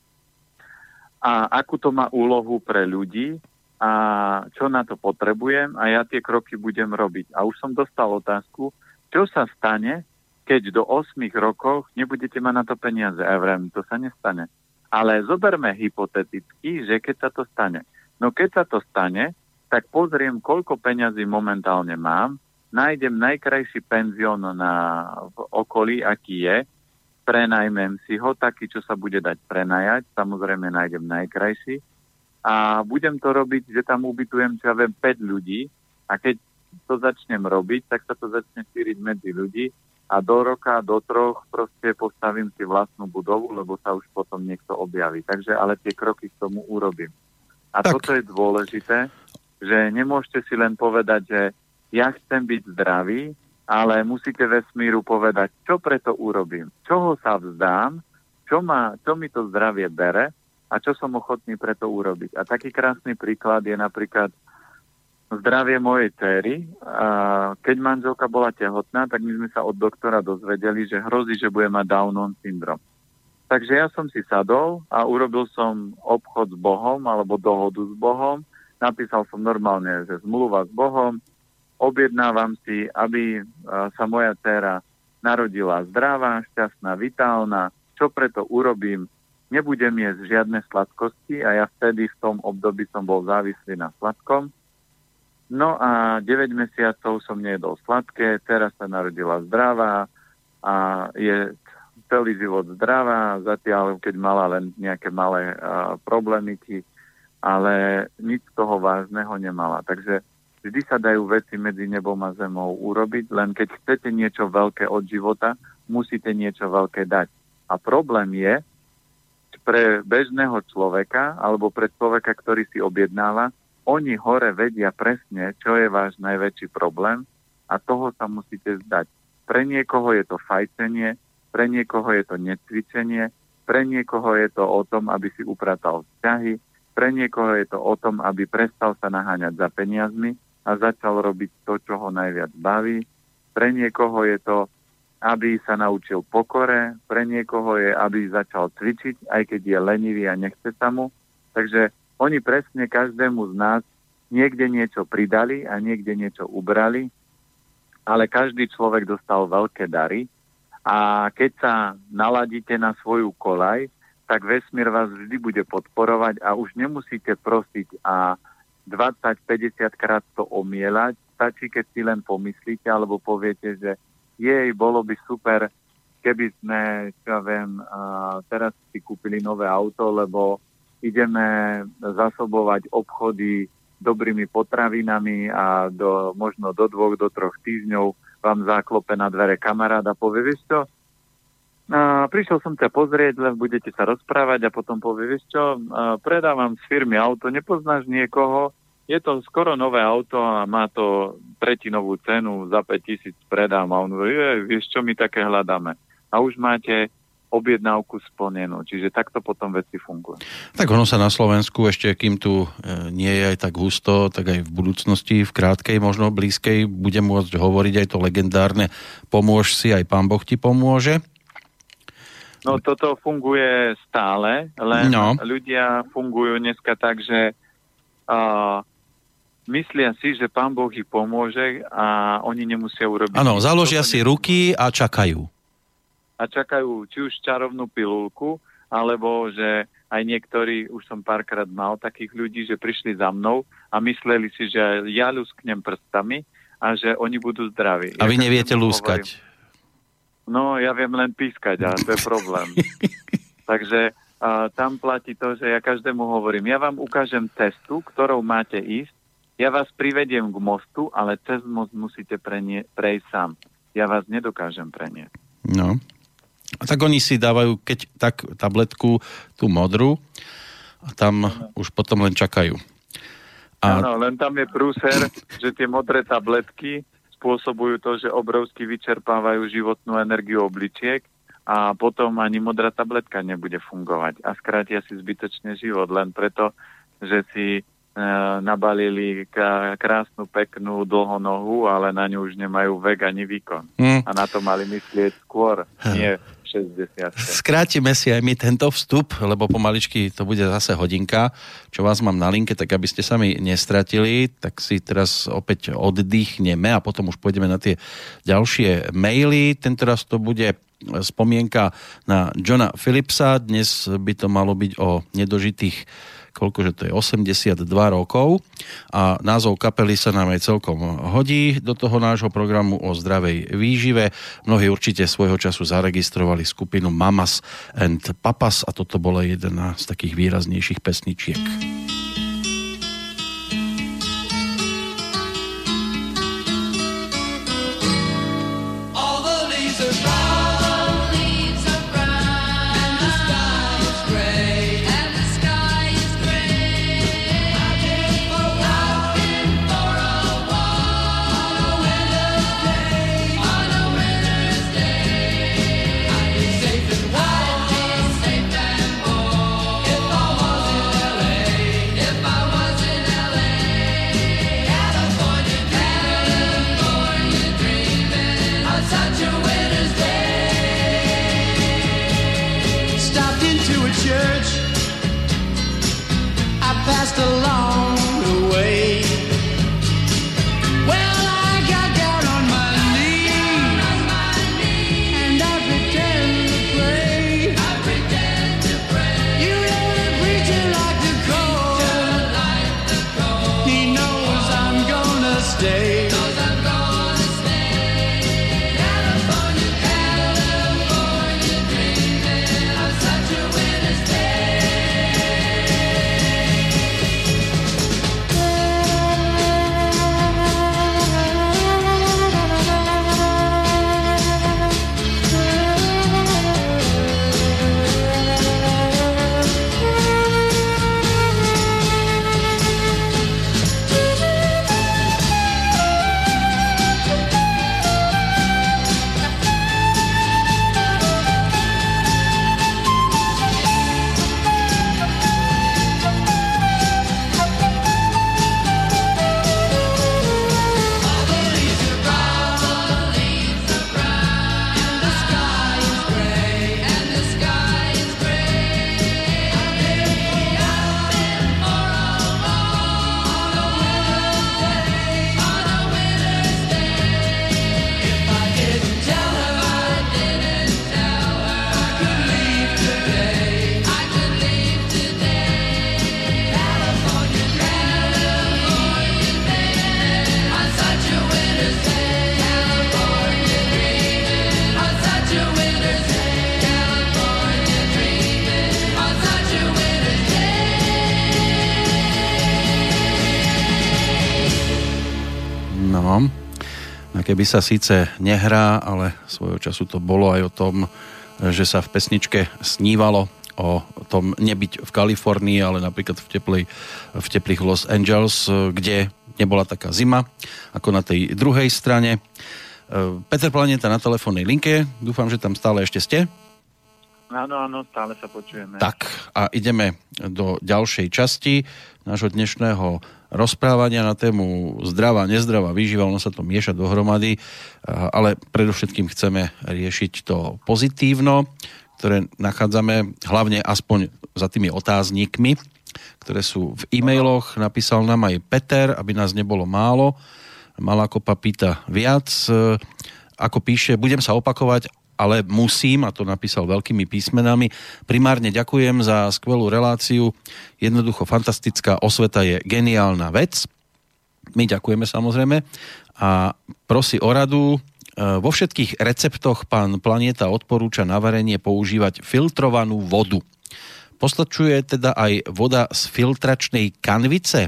a akú to má úlohu pre ľudí a čo na to potrebujem a ja tie kroky budem robiť. A už som dostal otázku, čo sa stane, keď do 8 rokov nebudete mať na to peniaze. To sa nestane. Ale zoberme hypoteticky, že keď sa to stane. No keď sa to stane, tak pozriem, koľko peňazí momentálne mám, nájdem najkrajší penzión v okolí, aký je, prenajmem si ho, taký, čo sa bude dať prenajať, samozrejme nájdem najkrajší, a budem to robiť, že tam ubytujem, čo ja viem, 5 ľudí a keď to začnem robiť, tak sa to začne šíriť medzi ľudí a do roka, do 3 proste postavím si vlastnú budovu, lebo sa už potom niekto objaví. Takže ale tie kroky k tomu urobím. A tak. Toto je dôležité, že nemôžete si len povedať, že ja chcem byť zdravý, ale musíte vesmíru povedať, čo preto urobím, čoho sa vzdám, čo mi to zdravie bere, a čo som ochotný preto urobiť. A taký krásny príklad je napríklad zdravie mojej dcery. Keď manželka bola tehotná, tak my sme sa od doktora dozvedeli, že hrozí, že bude mať Downov syndrom. Takže ja som si sadol a urobil som obchod s Bohom alebo dohodu s Bohom. Napísal som normálne, že zmluva s Bohom. Objednávam si, aby sa moja dcera narodila zdravá, šťastná, vitálna. Čo preto urobím? Nebudem jesť žiadne sladkosti a ja vtedy v tom období som bol závislý na sladkom. No a 9 mesiacov som nejedol sladké, teraz sa narodila zdravá a je celý život zdravá, zatiaľ keď mala len nejaké malé problémiky, ale nič z toho vážneho nemala. Takže vždy sa dajú veci medzi nebom a zemou urobiť, len keď chcete niečo veľké od života, musíte niečo veľké dať. A problém je, pre bežného človeka alebo pre človeka, ktorý si objednáva, oni hore vedia presne, čo je váš najväčší problém a toho sa musíte zdať. Pre niekoho je to fajčenie, pre niekoho je to necvičenie, pre niekoho je to o tom, aby si upratal vzťahy, pre niekoho je to o tom, aby prestal sa naháňať za peniazmi a začal robiť to, čo ho najviac baví. Pre niekoho je to, aby sa naučil pokore, pre niekoho je, aby začal cvičiť, aj keď je lenivý a nechce sa mu. Takže oni presne každému z nás niekde niečo pridali a niekde niečo ubrali, ale každý človek dostal veľké dary a keď sa naladíte na svoju koľaj, tak vesmír vás vždy bude podporovať a už nemusíte prosiť a 20-50 krát to omielať. Stačí, keď si len pomyslíte alebo poviete, že bolo by super, keby sme, čo ja viem, teraz si kúpili nové auto, lebo ideme zasobovať obchody dobrými potravinami a možno do 2 do 3 týždňov vám záklope na dvere kamarát a povie, vieš čo, prišiel som ťa pozrieť, len budete sa rozprávať a potom povie, vieš čo, predávam z firmy auto, nepoznáš niekoho, je to skoro nové auto a má to tretinovú cenu, za 5 000 predám. A on hovorí, vieš čo, my také hľadáme. A už máte objednávku splnenú. Čiže takto potom veci fungujú. Tak ono sa na Slovensku ešte, kým tu nie je aj tak husto, tak aj v budúcnosti, v krátkej, možno blízkej, bude môcť hovoriť aj to legendárne pomôž si, aj Pán Boh ti pomôže. No toto funguje stále, len ľudia fungujú dneska tak, že myslia si, že Pán Boh ich pomôže a oni nemusia urobiť. Áno, založia si ruky a čakajú. A čakajú či už čarovnú pilulku, alebo že aj niektorí, už som párkrát mal takých ľudí, že prišli za mnou a mysleli si, že ja ľusknem prstami a že oni budú zdraví. A vy neviete lúskať. No, ja viem len pískať a to je problém. Takže tam platí to, že ja každému hovorím, ja vám ukážem cestu, ktorou máte ísť, ja vás privediem k mostu, ale cez most musíte prejsť sám. Ja vás nedokážem preniesť. No. A tak oni si dávajú tak tabletku, tú modrú, a tam už potom len čakajú. Áno, len tam je prúser, že tie modré tabletky spôsobujú to, že obrovsky vyčerpávajú životnú energiu obličiek a potom ani modrá tabletka nebude fungovať. A skrátia si zbytočne život len preto, že si nabalili krásnu, peknú, dlhonohu, ale na ňu už nemajú vek ani výkon. A na to mali myslieť skôr, nie 60. Skrátime si aj my tento vstup, lebo pomaličky to bude zase hodinka, čo vás mám na linke, tak aby ste sa mi nestratili, tak si teraz opäť oddychneme a potom už pôjdeme na tie ďalšie maily. Tentoraz to bude spomienka na Johna Phillipsa. Dnes by to malo byť o nedožitých, koľkože to je, 82 rokov a názov kapely sa nám aj celkom hodí do toho nášho programu o zdravej výžive. Mnohí určite svojho času zaregistrovali skupinu Mamas and Papas a toto bola jedna z takých výraznejších pesničiek. Keby sa síce nehrá, ale svojho času to bolo aj o tom, že sa v pesničke snívalo o tom nebyť v Kalifornii, ale napríklad v teplých Los Angeles, kde nebola taká zima, ako na tej druhej strane. Peter Planeta na telefónnej linke, dúfam, že tam stále ešte ste. Áno, stále sa počujeme. Tak, a ideme do ďalšej časti nášho dnešného rozprávania na tému zdravá, nezdravá výživa. Ono sa to mieša dohromady, ale predovšetkým chceme riešiť to pozitívno, ktoré nachádzame hlavne aspoň za tými otáznikmi, ktoré sú v e-mailoch. Napísal nám aj Peter, aby nás nebolo málo. Malakopa pýta viac. Ako píše, budem sa opakovať, ale musím, a to napísal veľkými písmenami. Primárne ďakujem za skvelú reláciu. Jednoducho fantastická, osveta je geniálna vec. My ďakujeme samozrejme a prosí o radu. Vo všetkých receptoch pán Planieta odporúča na varenie používať filtrovanú vodu. Postačuje teda aj voda z filtračnej kanvice?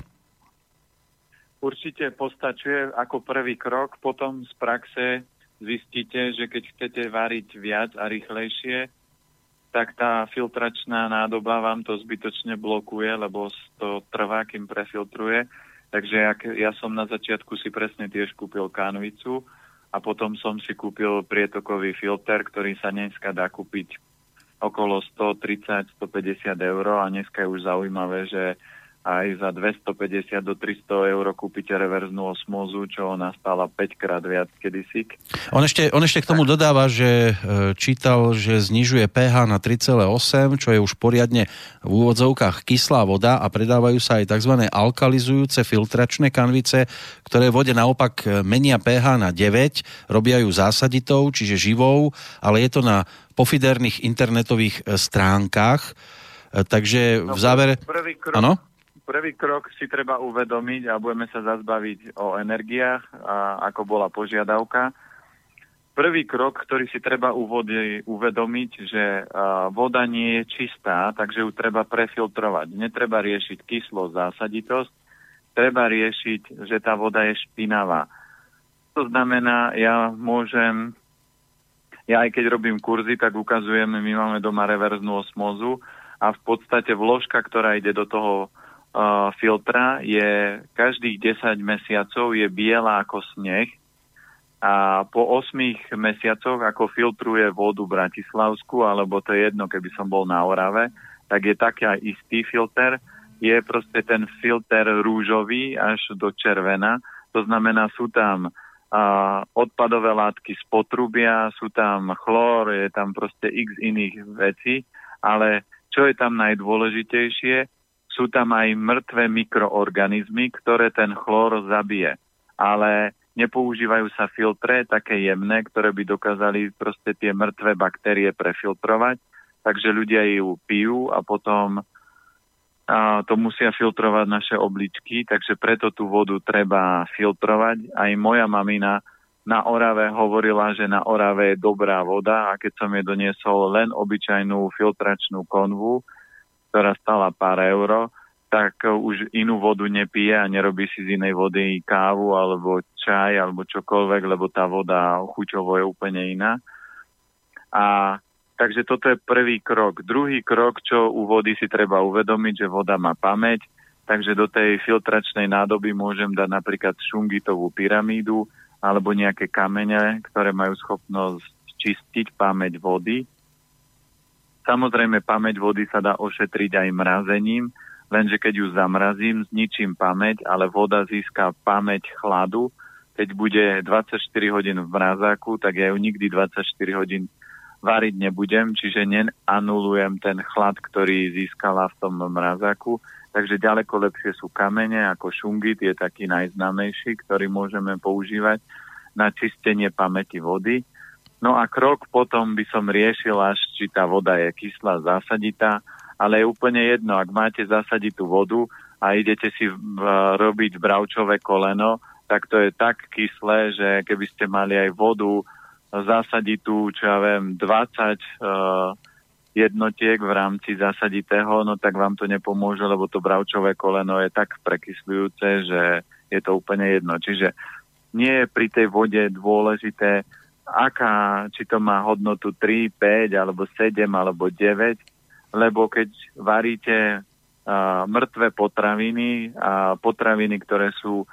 Určite postačuje ako prvý krok, potom z praxe zistíte, že keď chcete variť viac a rýchlejšie, tak tá filtračná nádoba vám to zbytočne blokuje, lebo to trvá, kým prefiltruje. Takže ja som na začiatku si presne tiež kúpil kanvicu a potom som si kúpil prietokový filter, ktorý sa dneska dá kúpiť okolo 130-150 eur a dneska je už zaujímavé, že aj za 250 do 300 eur kúpite reverznú osmózu, čo ona stála 5 krát viac kedysi. On ešte k tomu dodáva, že čítal, že znižuje pH na 3,8, čo je už poriadne v úvodzovkách kyslá voda a predávajú sa aj tzv. Alkalizujúce filtračné kanvice, ktoré v vode naopak menia pH na 9, robia ju zásaditou, čiže živou, ale je to na pofiderných internetových stránkach. Takže v závere... Áno? Prvý krok si treba uvedomiť a budeme sa zazbaviť o energiách, ako bola požiadavka. Prvý krok, ktorý si treba uvedomiť, že voda nie je čistá, takže ju treba prefiltrovať. Netreba riešiť kyslosť, zásaditosť, treba riešiť, že tá voda je špinavá. To znamená, ja aj keď robím kurzy, tak ukazujem, my máme doma reverznú osmózu a v podstate vložka, ktorá ide do toho filtra, je každých 10 mesiacov je biela ako sneh a po 8 mesiacoch, ako filtruje vodu bratislavskú, alebo to je jedno, keby som bol na Orave, tak je taký istý filter, je proste ten filter rúžový až do červena, to znamená, sú tam odpadové látky z potrubia, sú tam chlór, je tam proste x iných vecí, ale čo je tam najdôležitejšie, sú tam aj mŕtve mikroorganizmy, ktoré ten chlór zabije. Ale nepoužívajú sa filtre také jemné, ktoré by dokázali proste tie mŕtve baktérie prefiltrovať. Takže ľudia ju pijú a potom to musia filtrovať naše obličky, takže preto tú vodu treba filtrovať. Aj moja mamina na Orave hovorila, že na Orave je dobrá voda a keď som jej doniesol len obyčajnú filtračnú konvu, ktorá stala pár euro, tak už inú vodu nepije a nerobí si z inej vody kávu alebo čaj alebo čokoľvek, lebo tá voda chuťovo je úplne iná. A takže toto je prvý krok. Druhý krok, čo u vody si treba uvedomiť, že voda má pamäť, takže do tej filtračnej nádoby môžem dať napríklad šungitovú pyramídu alebo nejaké kamene, ktoré majú schopnosť čistiť pamäť vody. Samozrejme, pamäť vody sa dá ošetriť aj mrazením, lenže keď ju zamrazím, zničím pamäť, ale voda získa pamäť chladu. Keď bude 24 hodín v mrazáku, tak ja ju nikdy 24 hodín variť nebudem, čiže neanulujem ten chlad, ktorý získala v tom mrazáku. Takže ďaleko lepšie sú kamene, ako šungit je taký najznámejší, ktorý môžeme používať na čistenie pamäti vody. No a krok potom by som riešil, až či tá voda je kyslá, zásaditá, ale je úplne jedno, ak máte zásaditú vodu a idete si robiť bravčové koleno, tak to je tak kyslé, že keby ste mali aj vodu zásaditú, čo ja viem, 20 jednotiek v rámci zásaditého, no tak vám to nepomôže, lebo to bravčové koleno je tak prekysľujúce, že je to úplne jedno. Čiže nie je pri tej vode dôležité, či to má hodnotu 3, 5, alebo 7, alebo 9, lebo keď varíte mŕtve potraviny a potraviny, ktoré sú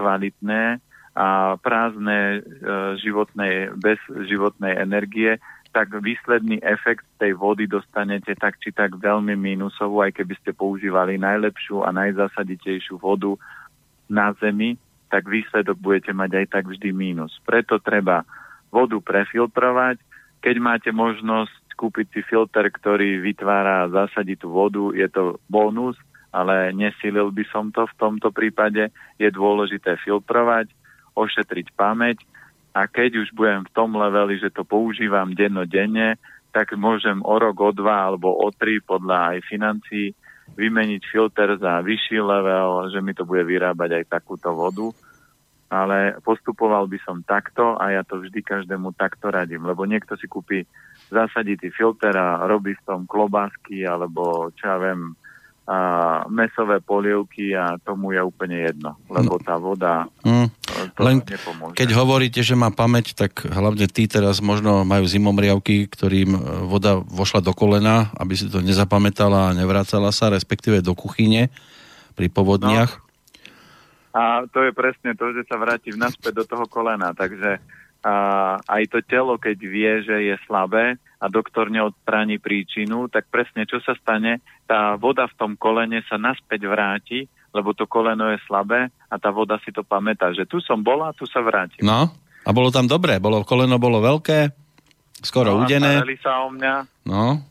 nekvalitné a prázdne bez životnej energie, tak výsledný efekt tej vody dostanete tak či tak veľmi mínusovú, aj keby ste používali najlepšiu a najzasaditejšiu vodu na Zemi, tak výsledok budete mať aj tak vždy mínus. Preto treba vodu prefiltrovať. Keď máte možnosť kúpiť si filter, ktorý vytvára zásaditú vodu, je to bonus, ale nesilil by som to v tomto prípade. Je dôležité filtrovať, ošetriť pamäť a keď už budem v tom leveli, že to používam dennodenne, tak môžem o rok, o 2 alebo o 3 podľa aj financií vymeniť filter za vyšší level, že mi to bude vyrábať aj takúto vodu. Ale postupoval by som takto a ja to vždy každému takto radím, lebo niekto si kúpi zasaditý filter a robí v tom klobásky alebo čo ja viem, mäsové polievky a tomu je úplne jedno, lebo tá voda len nepomôže. Keď hovoríte, že má pamäť, tak hlavne tí teraz možno majú zimomriavky, ktorým voda vošla do kolena, aby si to nezapamätala a nevracala sa, respektíve do kuchyne pri povodniach. No. A to je presne to, že sa vráti naspäť do toho kolena, takže aj to telo, keď vie, že je slabé a doktor neodstráni príčinu, tak presne čo sa stane, tá voda v tom kolene sa naspäť vráti, lebo to koleno je slabé a tá voda si to pamätá, že tu som bola, tu sa vrátim. No, a bolo tam dobre, koleno bolo veľké, skoro udené. A starali sa o mňa. No.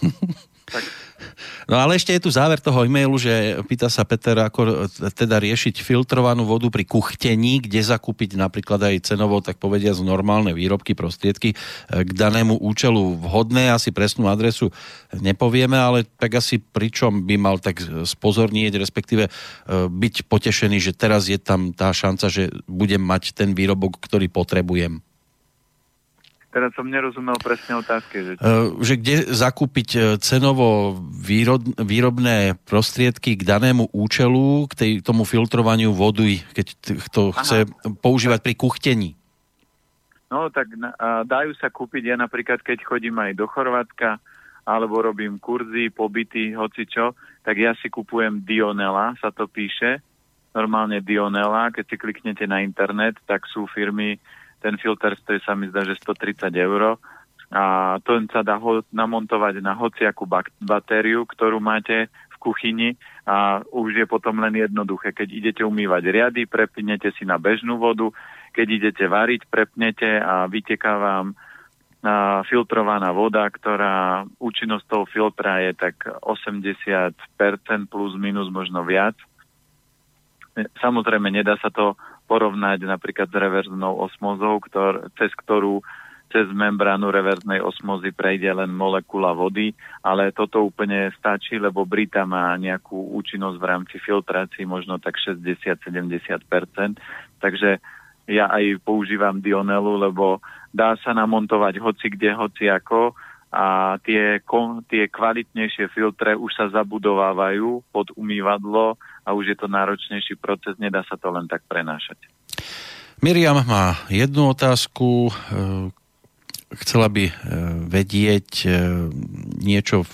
No ale ešte je tu záver toho e-mailu, že pýta sa Peter, ako teda riešiť filtrovanú vodu pri kuchtení, kde zakúpiť napríklad aj cenovo, tak povediať, normálne výrobky, prostriedky k danému účelu vhodné. Asi presnú adresu nepovieme, ale tak asi pričom by mal tak spozornieť, respektíve byť potešený, že teraz je tam tá šanca, že budem mať ten výrobok, ktorý potrebujem. Teraz som nerozumel presne otázky. Že kde zakúpiť cenovo výrobné prostriedky k danému účelu, k tomu filtrovaniu vody, keď to chce používať pri kuchtení. No tak dajú sa kúpiť, ja napríklad keď chodím aj do Chorvátska, alebo robím kurzy, pobyty, hocičo, tak ja si kupujem Dionela, sa to píše, normálne Dionela, keď si kliknete na internet, tak sú firmy. Ten filter stojí, sa mi zdá, že 130 € a to sa dá namontovať na hociakú batériu, ktorú máte v kuchyni a už je potom len jednoduché. Keď idete umývať riady, prepnete si na bežnú vodu, keď idete variť, prepnete a vyteká vám filtrovaná voda, ktorá účinnosť toho filtra je tak 80% plus minus, možno viac. Samozrejme, nedá sa to porovnať napríklad s reverznou osmózou, cez membránu reverznej osmózy prejde len molekula vody, ale toto úplne stačí, lebo Brita má nejakú účinnosť v rámci filtrácií možno tak 60-70%. Takže ja aj používam Dionelu, lebo dá sa namontovať hoci kde, hoci ako a tie kvalitnejšie filtre už sa zabudovávajú pod umývadlo a už je to náročnejší proces, nedá sa to len tak prenášať. Miriam má jednu otázku. Chcela by vedieť niečo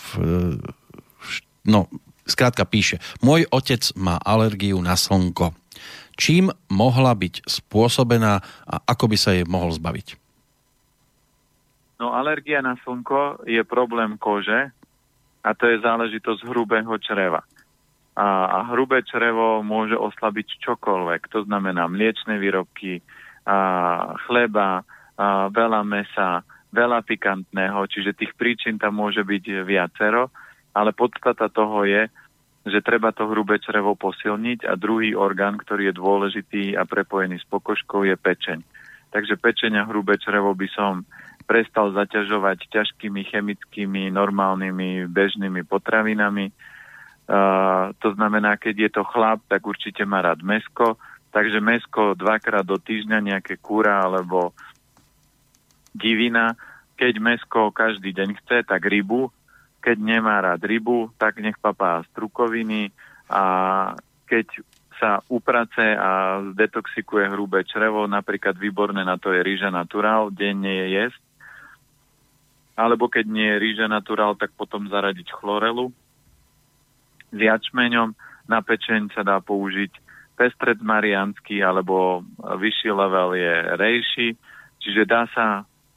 skrátka píše. Môj otec má alergiu na slnko. Čím mohla byť spôsobená a ako by sa jej mohol zbaviť? No, alergia na slnko je problém kože a to je záležitosť hrubého čreva. A hrubé črevo môže oslabiť čokoľvek. To znamená mliečne výrobky, chleba, veľa mäsa, veľa pikantného, čiže tých príčin tam môže byť viacero, ale podstata toho je, že treba to hrubé črevo posilniť a druhý orgán, ktorý je dôležitý a prepojený s pokožkou, je pečeň. Takže pečeň a hrubé črevo by som prestal zaťažovať ťažkými chemickými, normálnymi, bežnými potravinami. To znamená, keď je to chlap, tak určite má rád mäsko, takže mäsko 2-krát do týždňa, nejaké kúra alebo divina. Keď mäsko každý deň chce, tak rybu. Keď nemá rád rybu, tak nech papá strukoviny a keď sa uprace a zdetoxikuje hrubé črevo, napríklad výborné na to je rýža naturál, denne je jesť. Alebo keď nie je rýža naturál, tak potom zaradiť chlorelu s jačmeňom. Na pečeň sa dá použiť pestrec mariánsky alebo vyšší level je rejši, čiže dá sa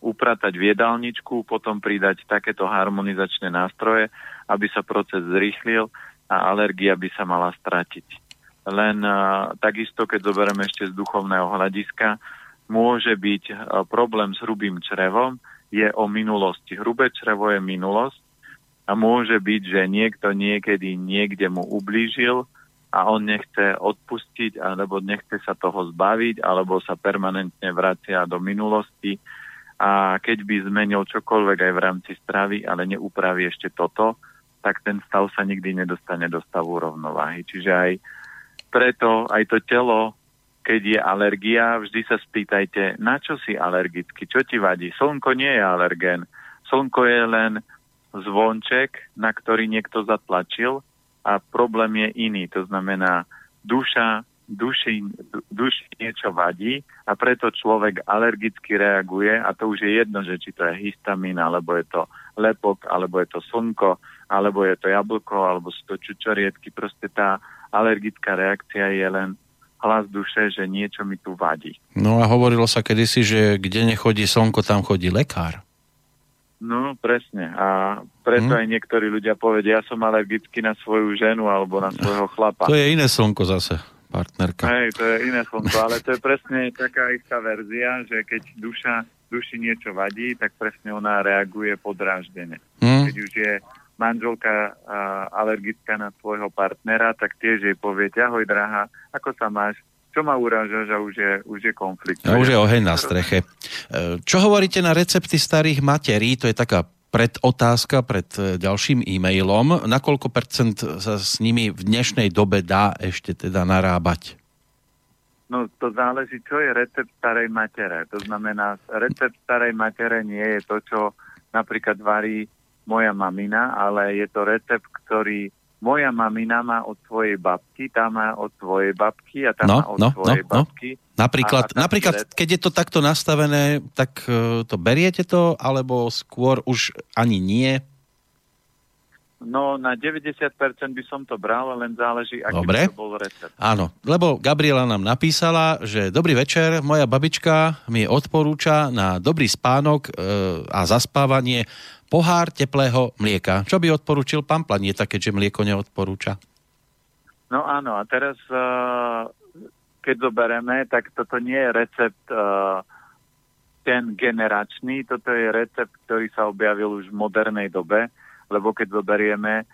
upratať v jedálničku, potom pridať takéto harmonizačné nástroje, aby sa proces zrýchlil a alergia by sa mala stratiť. Len takisto, keď zoberieme ešte z duchovného hľadiska, môže byť problém s hrubým črevom, je o minulosti. Hrubé črevo je minulosť a môže byť, že niekto niekedy niekde mu ublížil a on nechce odpustiť, alebo nechce sa toho zbaviť, alebo sa permanentne vracia do minulosti. A keď by zmenil čokoľvek aj v rámci stravy, ale neupraví ešte toto, tak ten stav sa nikdy nedostane do stavu rovnováhy. Čiže aj preto aj to telo, keď je alergia, vždy sa spýtajte, na čo si alergický, čo ti vadí. Slnko nie je alergén. Slnko je len zvonček, na ktorý niekto zatlačil a problém je iný. To znamená, duši niečo vadí a preto človek alergicky reaguje a to už je jedno, že či to je histamín, alebo je to lepok, alebo je to slnko, alebo je to jablko, alebo sú to čučoriedky. Proste tá alergická reakcia je len hlas duše, že niečo mi tu vadí. No a hovorilo sa kedysi, že kde nechodí slnko, tam chodí lekár. No, presne. A preto aj niektorí ľudia povedia, ja som alergický na svoju ženu alebo na svojho chlapa. To je iné slnko zase, partnerka. Hej, to je iné slnko, ale to je presne taká istá verzia, že keď duši niečo vadí, tak presne ona reaguje podráždene. Keď už je manželka alergická na svojho partnera, tak tiež jej poviete, ahoj drahá, ako sa máš? Čo ma uráža, že už je konflikt. A už je oheň na streche. Čo hovoríte na recepty starých materí? To je taká predotázka pred ďalším e-mailom. Na koľko percent sa s nimi v dnešnej dobe dá ešte teda narábať? No to záleží, čo je recept starej matere. To znamená, recept starej matere nie je to, čo napríklad varí moja mamina, ale je to recept, ktorý moja mamina má od svojej babky, tá má od svojej babky a tá má od svojej babky. Napríklad, keď je to takto nastavené, tak to beriete to, alebo skôr už ani nie? No, na 90% by som to bral, len záleží, aký by to bol recept. Áno, lebo Gabriela nám napísala, že dobrý večer, moja babička mi odporúča na dobrý spánok a zaspávanie pohár teplého mlieka. Čo by odporúčil pán Planieta, keďže mlieko neodporúča? No áno, a teraz keď zoberieme, tak toto nie je recept ten generačný, toto je recept, ktorý sa objavil už v modernej dobe, lebo keď zoberieme,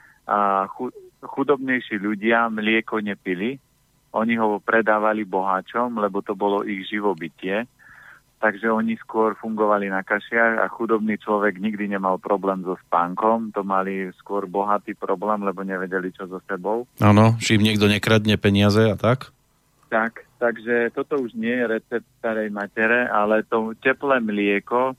chudobnejší ľudia mlieko nepili, oni ho predávali boháčom, lebo to bolo ich živobytie, takže oni skôr fungovali na kašiach a chudobný človek nikdy nemal problém so spánkom, to mali skôr bohatý problém, lebo nevedeli, čo so sebou. Áno, či im niekto nekradne peniaze a tak? Tak, takže toto už nie je recept starej matere, ale to teplé mlieko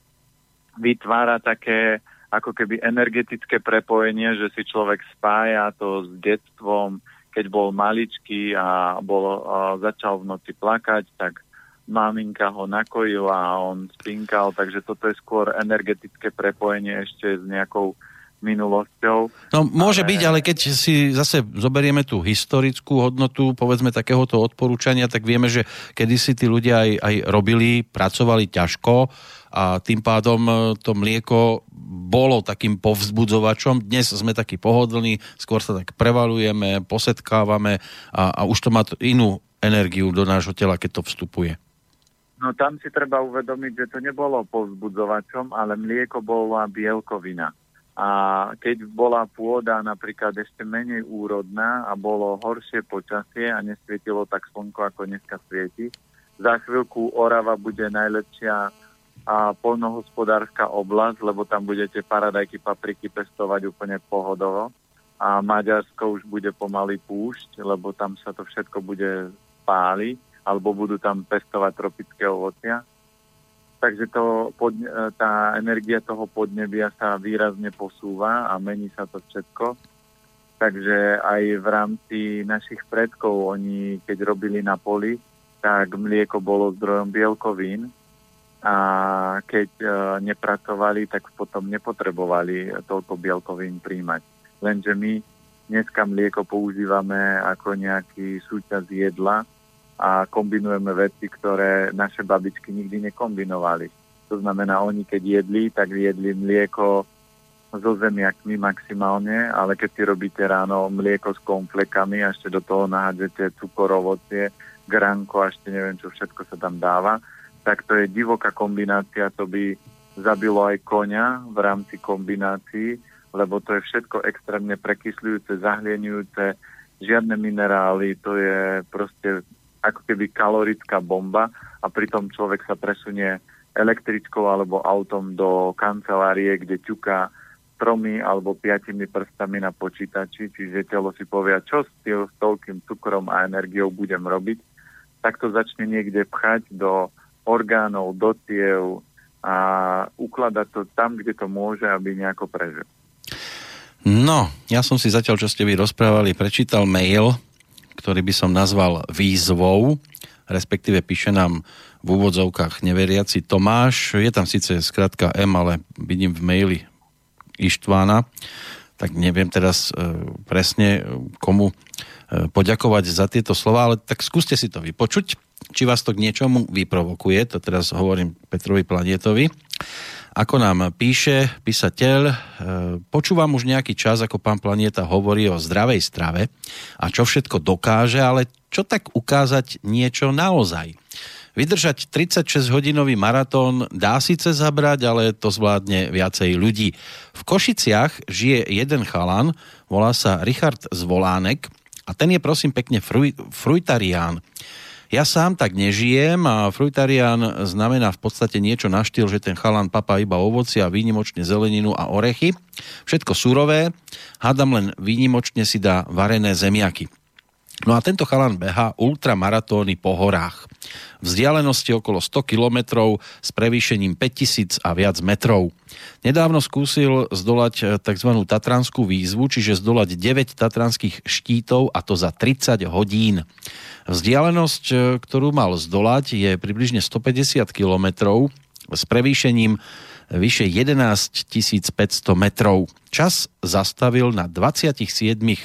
vytvára také ako keby energetické prepojenie, že si človek spája to s detstvom, keď bol maličký a začal v noci plakať, tak maminka ho nakojila a on spinkal, takže toto je skôr energetické prepojenie ešte s nejakou minulosťou. No môže byť, ale keď si zase zoberieme tú historickú hodnotu, povedzme takéhoto odporúčania, tak vieme, že kedysi tí ľudia aj robili, pracovali ťažko a tým pádom to mlieko bolo takým povzbudzovačom. Dnes sme takí pohodlní, skôr sa tak prevalujeme, posetkávame a už to má inú energiu do nášho tela, keď to vstupuje. No tam si treba uvedomiť, že to nebolo povzbudzovačom, ale mlieko bola bielkovina. A keď bola pôda napríklad ešte menej úrodná a bolo horšie počasie a nesvietilo tak slnko, ako dneska svieti, za chvíľku Orava bude najlepšia a poľnohospodárska oblasť, lebo tam budete paradajky, papriky pestovať úplne pohodovo. A Maďarsko už bude pomaly púšť, lebo tam sa to všetko bude páliť, alebo budú tam pestovať tropické ovocia. Takže tá energia toho podnebia sa výrazne posúva a mení sa to všetko. Takže aj v rámci našich predkov, oni keď robili na poli, tak mlieko bolo zdrojom bielkovín a keď nepracovali, tak potom nepotrebovali toľko bielkovín príjmať. Lenže my dneska mlieko používame ako nejaký súčasť jedla a kombinujeme veci, ktoré naše babičky nikdy nekombinovali. To znamená, oni keď jedli, tak jedli mlieko so zemiakmi maximálne, ale keď si robíte ráno mlieko s konflekami a ešte do toho nahádzete cukor, ovocie, gránko a ešte neviem, čo všetko sa tam dáva, tak to je divoká kombinácia, to by zabilo aj koňa v rámci kombinácií, lebo to je všetko extrémne prekysľujúce, zahlieňujúce, žiadne minerály, to je proste ako keby kalorická bomba a pritom človek sa presunie električkou alebo autom do kancelárie, kde ťuká 3 alebo 5 prstami na počítači, čiže telo si povie, čo s toľkým cukrom a energiou budem robiť, tak to začne niekde pchať do orgánov, do ciev a ukladať to tam, kde to môže, aby nejako prežil. No, ja som si zatiaľ, čo ste vy rozprávali, prečítal mail, ktorý by som nazval výzvou, respektíve píše nám v úvodzovkách neveriaci Tomáš. Je tam síce skratka M, ale vidím v maili Ištvána, tak neviem teraz presne komu poďakovať za tieto slova, ale tak skúste si to vypočuť, či vás to k niečomu vyprovokuje. To teraz hovorím Petrovi Planietovi. Ako nám píše písateľ, počúvam už nejaký čas, ako pán Planieta hovorí o zdravej strave a čo všetko dokáže, ale čo tak ukázať niečo naozaj? Vydržať 36-hodinový maratón dá síce zabrať, ale to zvládne viacej ľudí. V Košiciach žije jeden chalan, volá sa Richard Zvolánek a ten je prosím pekne frujtarián. Ja sám tak nežijem a frujtarián znamená v podstate niečo na štýl, že ten chalan papá iba ovocia, výnimočne zeleninu a orechy. Všetko surové, hádam len výnimočne si dá varené zemiaky. No a tento chalan behá ultramaratóny po horách. Vzdialenosti okolo 100 kilometrov s prevýšením 5000 a viac metrov. Nedávno skúsil zdolať tzv. Tatranskú výzvu, čiže zdolať 9 tatranských štítov a to za 30 hodín. Vzdialenosť, ktorú mal zdolať, je približne 150 kilometrov s prevýšením vyše 11 500 metrov. Čas zastavil na 27,5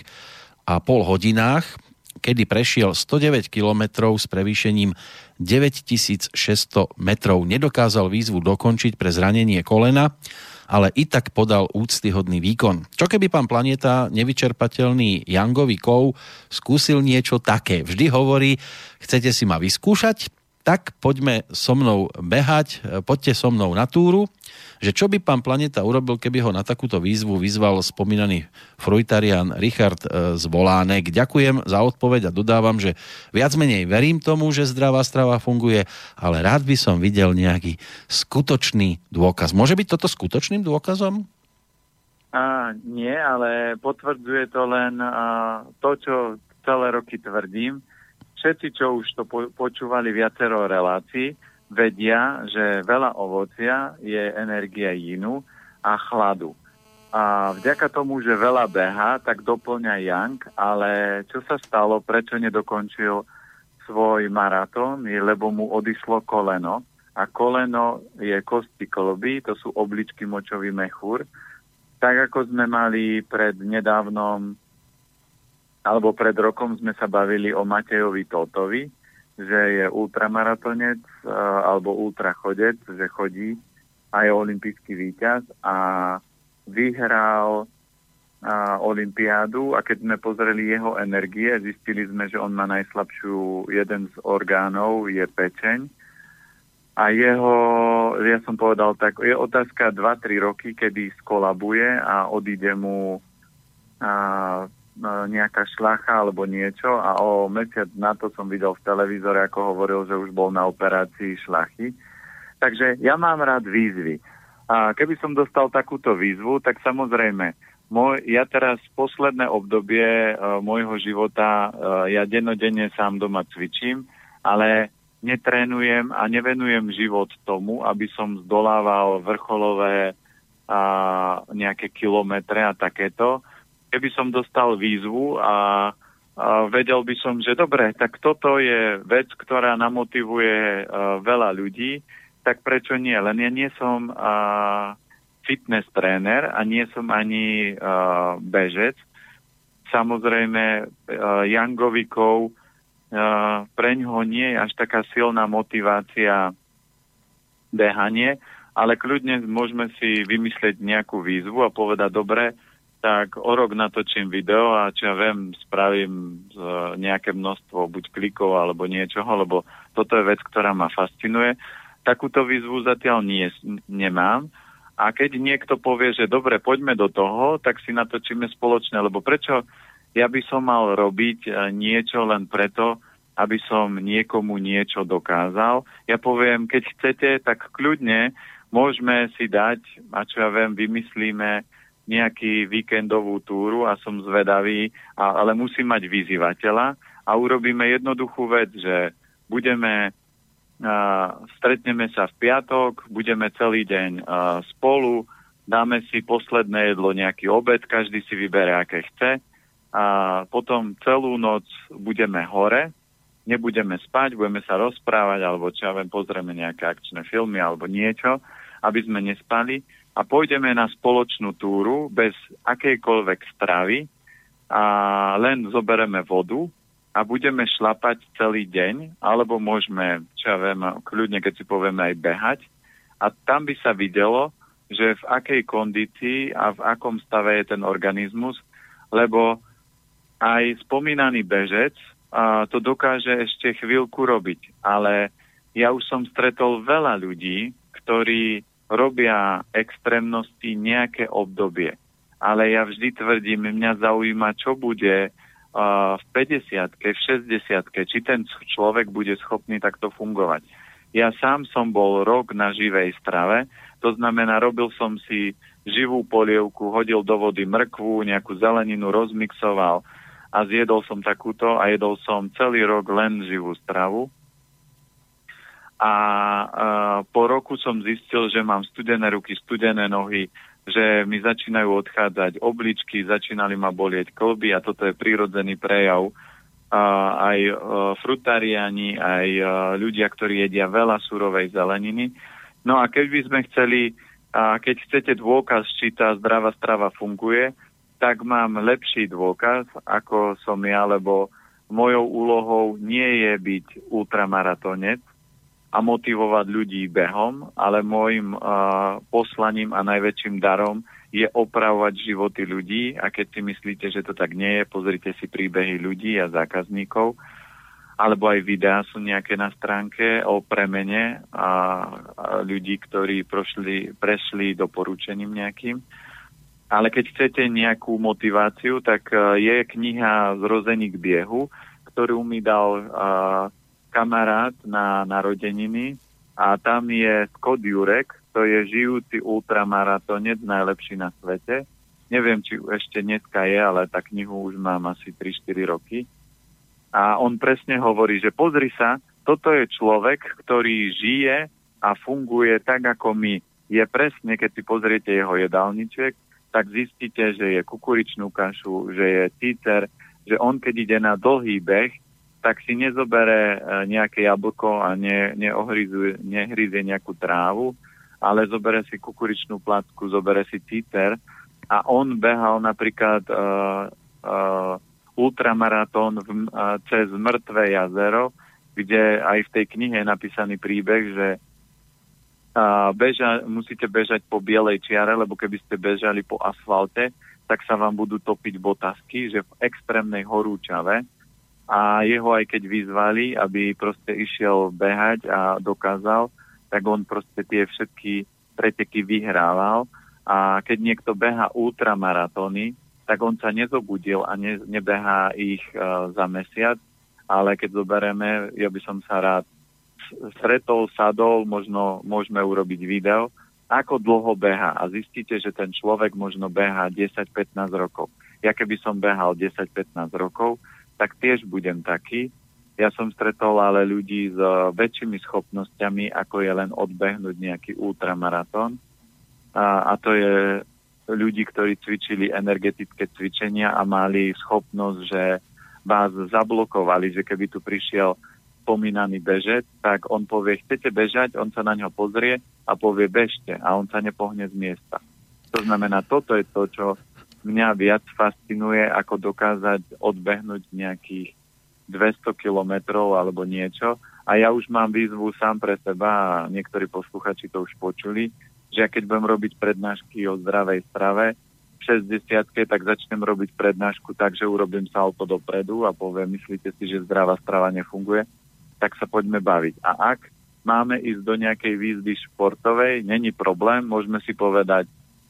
hodinách, kedy prešiel 109 kilometrov s prevýšením 9600 metrov. Nedokázal výzvu dokončiť pre zranenie kolena, ale i tak podal úctyhodný výkon. Čo keby pán Planieta, nevyčerpateľný Jangový kov, skúsil niečo také? Vždy hovorí, chcete si ma vyskúšať? Tak poďme so mnou behať, poďte so mnou na túru, že čo by pán Planieta urobil, keby ho na takúto výzvu vyzval spomínaný frujtarián Richard Zvolánek. Ďakujem za odpoveď a dodávam, že viac menej verím tomu, že zdravá strava funguje, ale rád by som videl nejaký skutočný dôkaz. Môže byť toto skutočným dôkazom? Nie, ale potvrdzuje to len to, čo celé roky tvrdím. Všetci, čo už to počúvali viacero relácií, vedia, že veľa ovocia je energia jínu a chladu. A vďaka tomu, že veľa behá, tak doplňa yang, ale čo sa stalo, prečo nedokončil svoj maratón, je, lebo mu odišlo koleno. A koleno je kosti kĺby, to sú obličky močový mechúr. Tak ako sme mali pred nedávnom alebo pred rokom sme sa bavili o Matejovi Totovi, že je ultramaratonec alebo ultrachodec, že chodí a je olympijský víťaz a vyhral olympiádu a keď sme pozreli jeho energie, zistili sme, že on má najslabšiu, jeden z orgánov je pečeň a ja som povedal tak, je otázka 2-3 roky, kedy skolabuje a odíde mu nejaká šľacha alebo niečo a o mesiac na to som videl v televízore, ako hovoril, že už bol na operácii šľachy. Takže ja mám rád výzvy. A keby som dostal takúto výzvu, tak samozrejme, ja teraz posledné obdobie môjho života, ja dennodenne sám doma cvičím, ale netrénujem a nevenujem život tomu, aby som zdolával vrcholové nejaké kilometre a takéto. Keby som dostal výzvu a vedel by som, že dobre, tak toto je vec, ktorá namotivuje veľa ľudí, tak prečo nie? Len ja nie som fitness tréner a nie som ani bežec. Samozrejme, Jangovikov preňho nie je až taká silná motivácia behanie, ale kľudne môžeme si vymyslieť nejakú výzvu a povedať, dobre, tak o rok natočím video a čo ja viem, spravím nejaké množstvo buď klikov alebo niečoho, lebo toto je vec, ktorá ma fascinuje. Takúto výzvu zatiaľ nemám. A keď niekto povie, že dobre, poďme do toho, tak si natočíme spoločne, lebo prečo ja by som mal robiť niečo len preto, aby som niekomu niečo dokázal. Ja poviem, keď chcete, tak kľudne môžeme si dať, a čo ja viem, vymyslíme nejaký víkendovú túru a som zvedavý, ale musím mať vyzývateľa a urobíme jednoduchú vec, že stretneme sa v piatok, budeme celý deň spolu, dáme si posledné jedlo, nejaký obed, každý si vybere, aké chce a potom celú noc budeme hore, nebudeme spať, budeme sa rozprávať alebo čo ja viem, pozrieme nejaké akčné filmy alebo niečo, aby sme nespali a pôjdeme na spoločnú túru bez akejkoľvek stravy a len zoberieme vodu a budeme šlapať celý deň, alebo môžeme, čo ja viem, kľudne, keď si povieme, aj behať. A tam by sa videlo, že v akej kondícii a v akom stave je ten organizmus, lebo aj spomínaný bežec to dokáže ešte chvíľku robiť. Ale ja už som stretol veľa ľudí, ktorí robia extrémnosti nejaké obdobie. Ale ja vždy tvrdím, mňa zaujíma, čo bude v 50-ke, v 60-ke, či ten človek bude schopný takto fungovať. Ja sám som bol rok na živej strave, to znamená, robil som si živú polievku, hodil do vody mrkvu, nejakú zeleninu, rozmixoval a zjedol som takúto a jedol som celý rok len živú stravu. A po roku som zistil, že mám studené ruky, studené nohy, že mi začínajú odchádzať obličky, začínali ma bolieť kĺby a toto je prirodzený prejav. Aj frutariáni, aj ľudia, ktorí jedia veľa surovej zeleniny. No a keď by sme chceli, keď chcete dôkaz, či tá zdravá strava funguje, tak mám lepší dôkaz, ako som ja, lebo mojou úlohou nie je byť ultramaratónec a motivovať ľudí behom, ale môjim poslaním a najväčším darom je opravovať životy ľudí a keď si myslíte, že to tak nie je, pozrite si príbehy ľudí a zákazníkov, alebo aj videá sú nejaké na stránke o premene a ľudí, ktorí prešli doporučením nejakým. Ale keď chcete nejakú motiváciu, tak je kniha Zrození k biehu, ktorú mi dal kamarát na narodeniny a tam je Scott Jurek, to je žijúci ultramaratónec, najlepší na svete. Neviem, či ešte dneska je, ale tá knihu už mám asi 3-4 roky. A on presne hovorí, že pozri sa, toto je človek, ktorý žije a funguje tak, ako my. Je presne, keď si pozriete jeho jedálniček, tak zistíte, že je kukuričnú kašu, že je cícer, že on, keď ide na dlhý beh, tak si nezobere nejaké jablko a nehryzie nejakú trávu, ale zobere si kukuričnú placku, zobere si cícer a on behal napríklad ultramaratón cez Mŕtve jazero, kde aj v tej knihe je napísaný príbeh, že musíte bežať po bielej čiare, lebo keby ste bežali po asfalte, tak sa vám budú topiť botasky, že v extrémnej horúčave. A jeho aj keď vyzvali, aby proste išiel behať a dokázal, tak on proste tie všetky preteky vyhrával. A keď niekto behá ultramaratóny, tak on sa nezobudil a nebehá ich za mesiac, ale keď zoberieme, ja by som sa rád stretol, sadol, možno môžeme urobiť video, ako dlho beha a zistíte, že ten človek možno beha 10-15 rokov. Ja keby som behal 10-15 rokov, tak tiež budem taký. Ja som stretol ale ľudí s väčšími schopnosťami, ako je len odbehnúť nejaký ultramaratón. A to je ľudí, ktorí cvičili energetické cvičenia a mali schopnosť, že vás zablokovali, že keby tu prišiel spomínaný bežec, tak on povie, chcete bežať, on sa na ňo pozrie a povie, bežte a on sa nepohne z miesta. To znamená, toto je to, čo mňa viac fascinuje, ako dokázať odbehnúť nejakých 200 kilometrov alebo niečo. A ja už mám výzvu sám pre seba a niektorí posluchači to už počuli, že ja keď budem robiť prednášky o zdravej strave v 60-ke, tak začnem robiť prednášku tak, že urobím salto dopredu a poviem, myslíte si, že zdravá strava nefunguje, tak sa poďme baviť. A ak máme ísť do nejakej výzvy športovej, není problém, môžeme si povedať,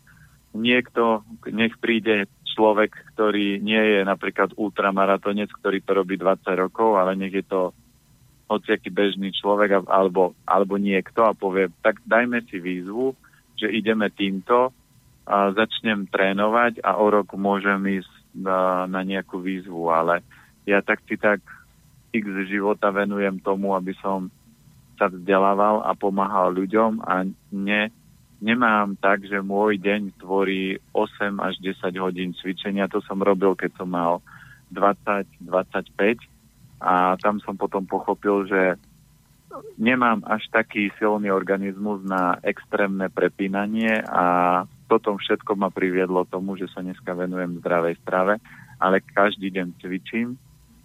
nech príde človek, ktorý nie je napríklad ultramaratonec, ktorý to robí 20 rokov, ale nech je to hociaký bežný človek alebo niekto a povie, tak dajme si výzvu, že ideme týmto a začnem trénovať a o rok môžem ísť na nejakú výzvu, ale ja tak x života venujem tomu, aby som sa vzdelával a pomáhal ľuďom a nemám tak, že môj deň tvorí 8 až 10 hodín cvičenia. To som robil, keď som mal 20-25 a tam som potom pochopil, že nemám až taký silný organizmus na extrémne prepínanie a toto všetko ma priviedlo tomu, že sa dneska venujem zdravej strave, ale každý deň cvičím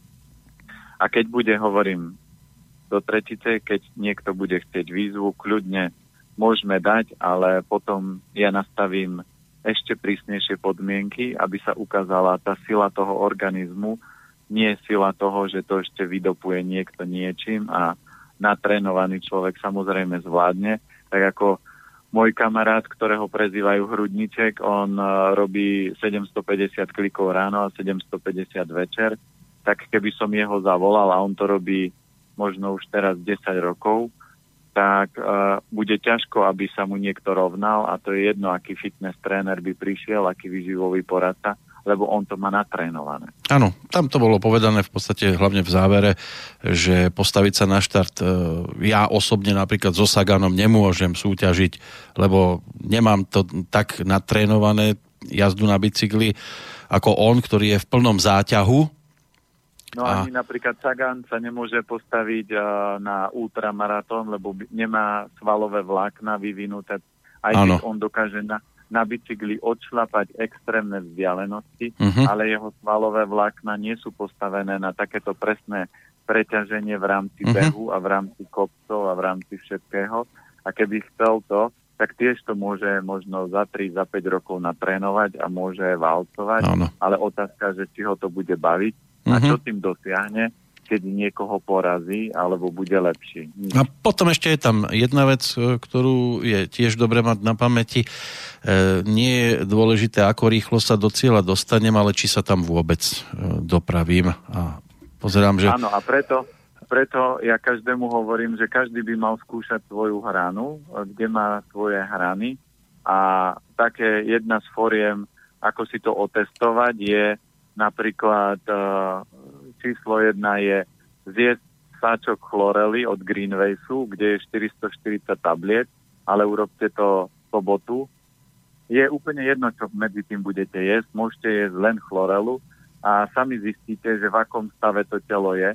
a keď hovorím, do tretice, keď niekto bude chcieť výzvu, kľudne môžeme dať, ale potom ja nastavím ešte prísnejšie podmienky, aby sa ukázala tá sila toho organizmu, nie sila toho, že to ešte vydopuje niekto niečím a natrénovaný človek samozrejme zvládne. Tak ako môj kamarát, ktorého prezývajú Hrudníček, on robí 750 klikov ráno a 750 večer, tak keby som jeho zavolal a on to robí možno už teraz 10 rokov, tak bude ťažko, aby sa mu niekto rovnal a to je jedno, aký fitness tréner by prišiel, aký výživový poradca, lebo on to má natrénované. Áno, tam to bolo povedané v podstate hlavne v závere, že postaviť sa na štart, ja osobne napríklad so Saganom nemôžem súťažiť, lebo nemám to tak natrénované jazdu na bicykli ako on, ktorý je v plnom záťahu. No ani napríklad Sagan sa nemôže postaviť na ultramaratón, lebo nemá svalové vlákna vyvinuté. Aj keď on dokáže na bicykli odšlapať extrémne vzdialenosti, ale jeho svalové vlákna nie sú postavené na takéto presné preťaženie v rámci behu a v rámci kopcov a v rámci všetkého. A keby chcel to, tak tiež to môže možno za 3-5 rokov natrénovať a môže valcovať, ale otázka, že či ho to bude baviť, a čo tým dosiahne, keď niekoho porazí, alebo bude lepší. A potom ešte je tam jedna vec, ktorú je tiež dobre mať na pamäti. Nie je dôležité, ako rýchlo sa do cieľa dostanem, ale či sa tam vôbec dopravím. A pozerám, že... Áno, a preto ja každému hovorím, že každý by mal skúšať svoju hranu, kde má svoje hrany a také jedna z foriem, ako si to otestovať, je napríklad číslo 1 je zjesť sáčok chlorely od Greenwaysu, kde je 440 tabliet, ale urobte to v sobotu. Je úplne jedno, čo medzi tým budete jesť. Môžete jesť len chlorelu a sami zistíte, že v akom stave to telo je.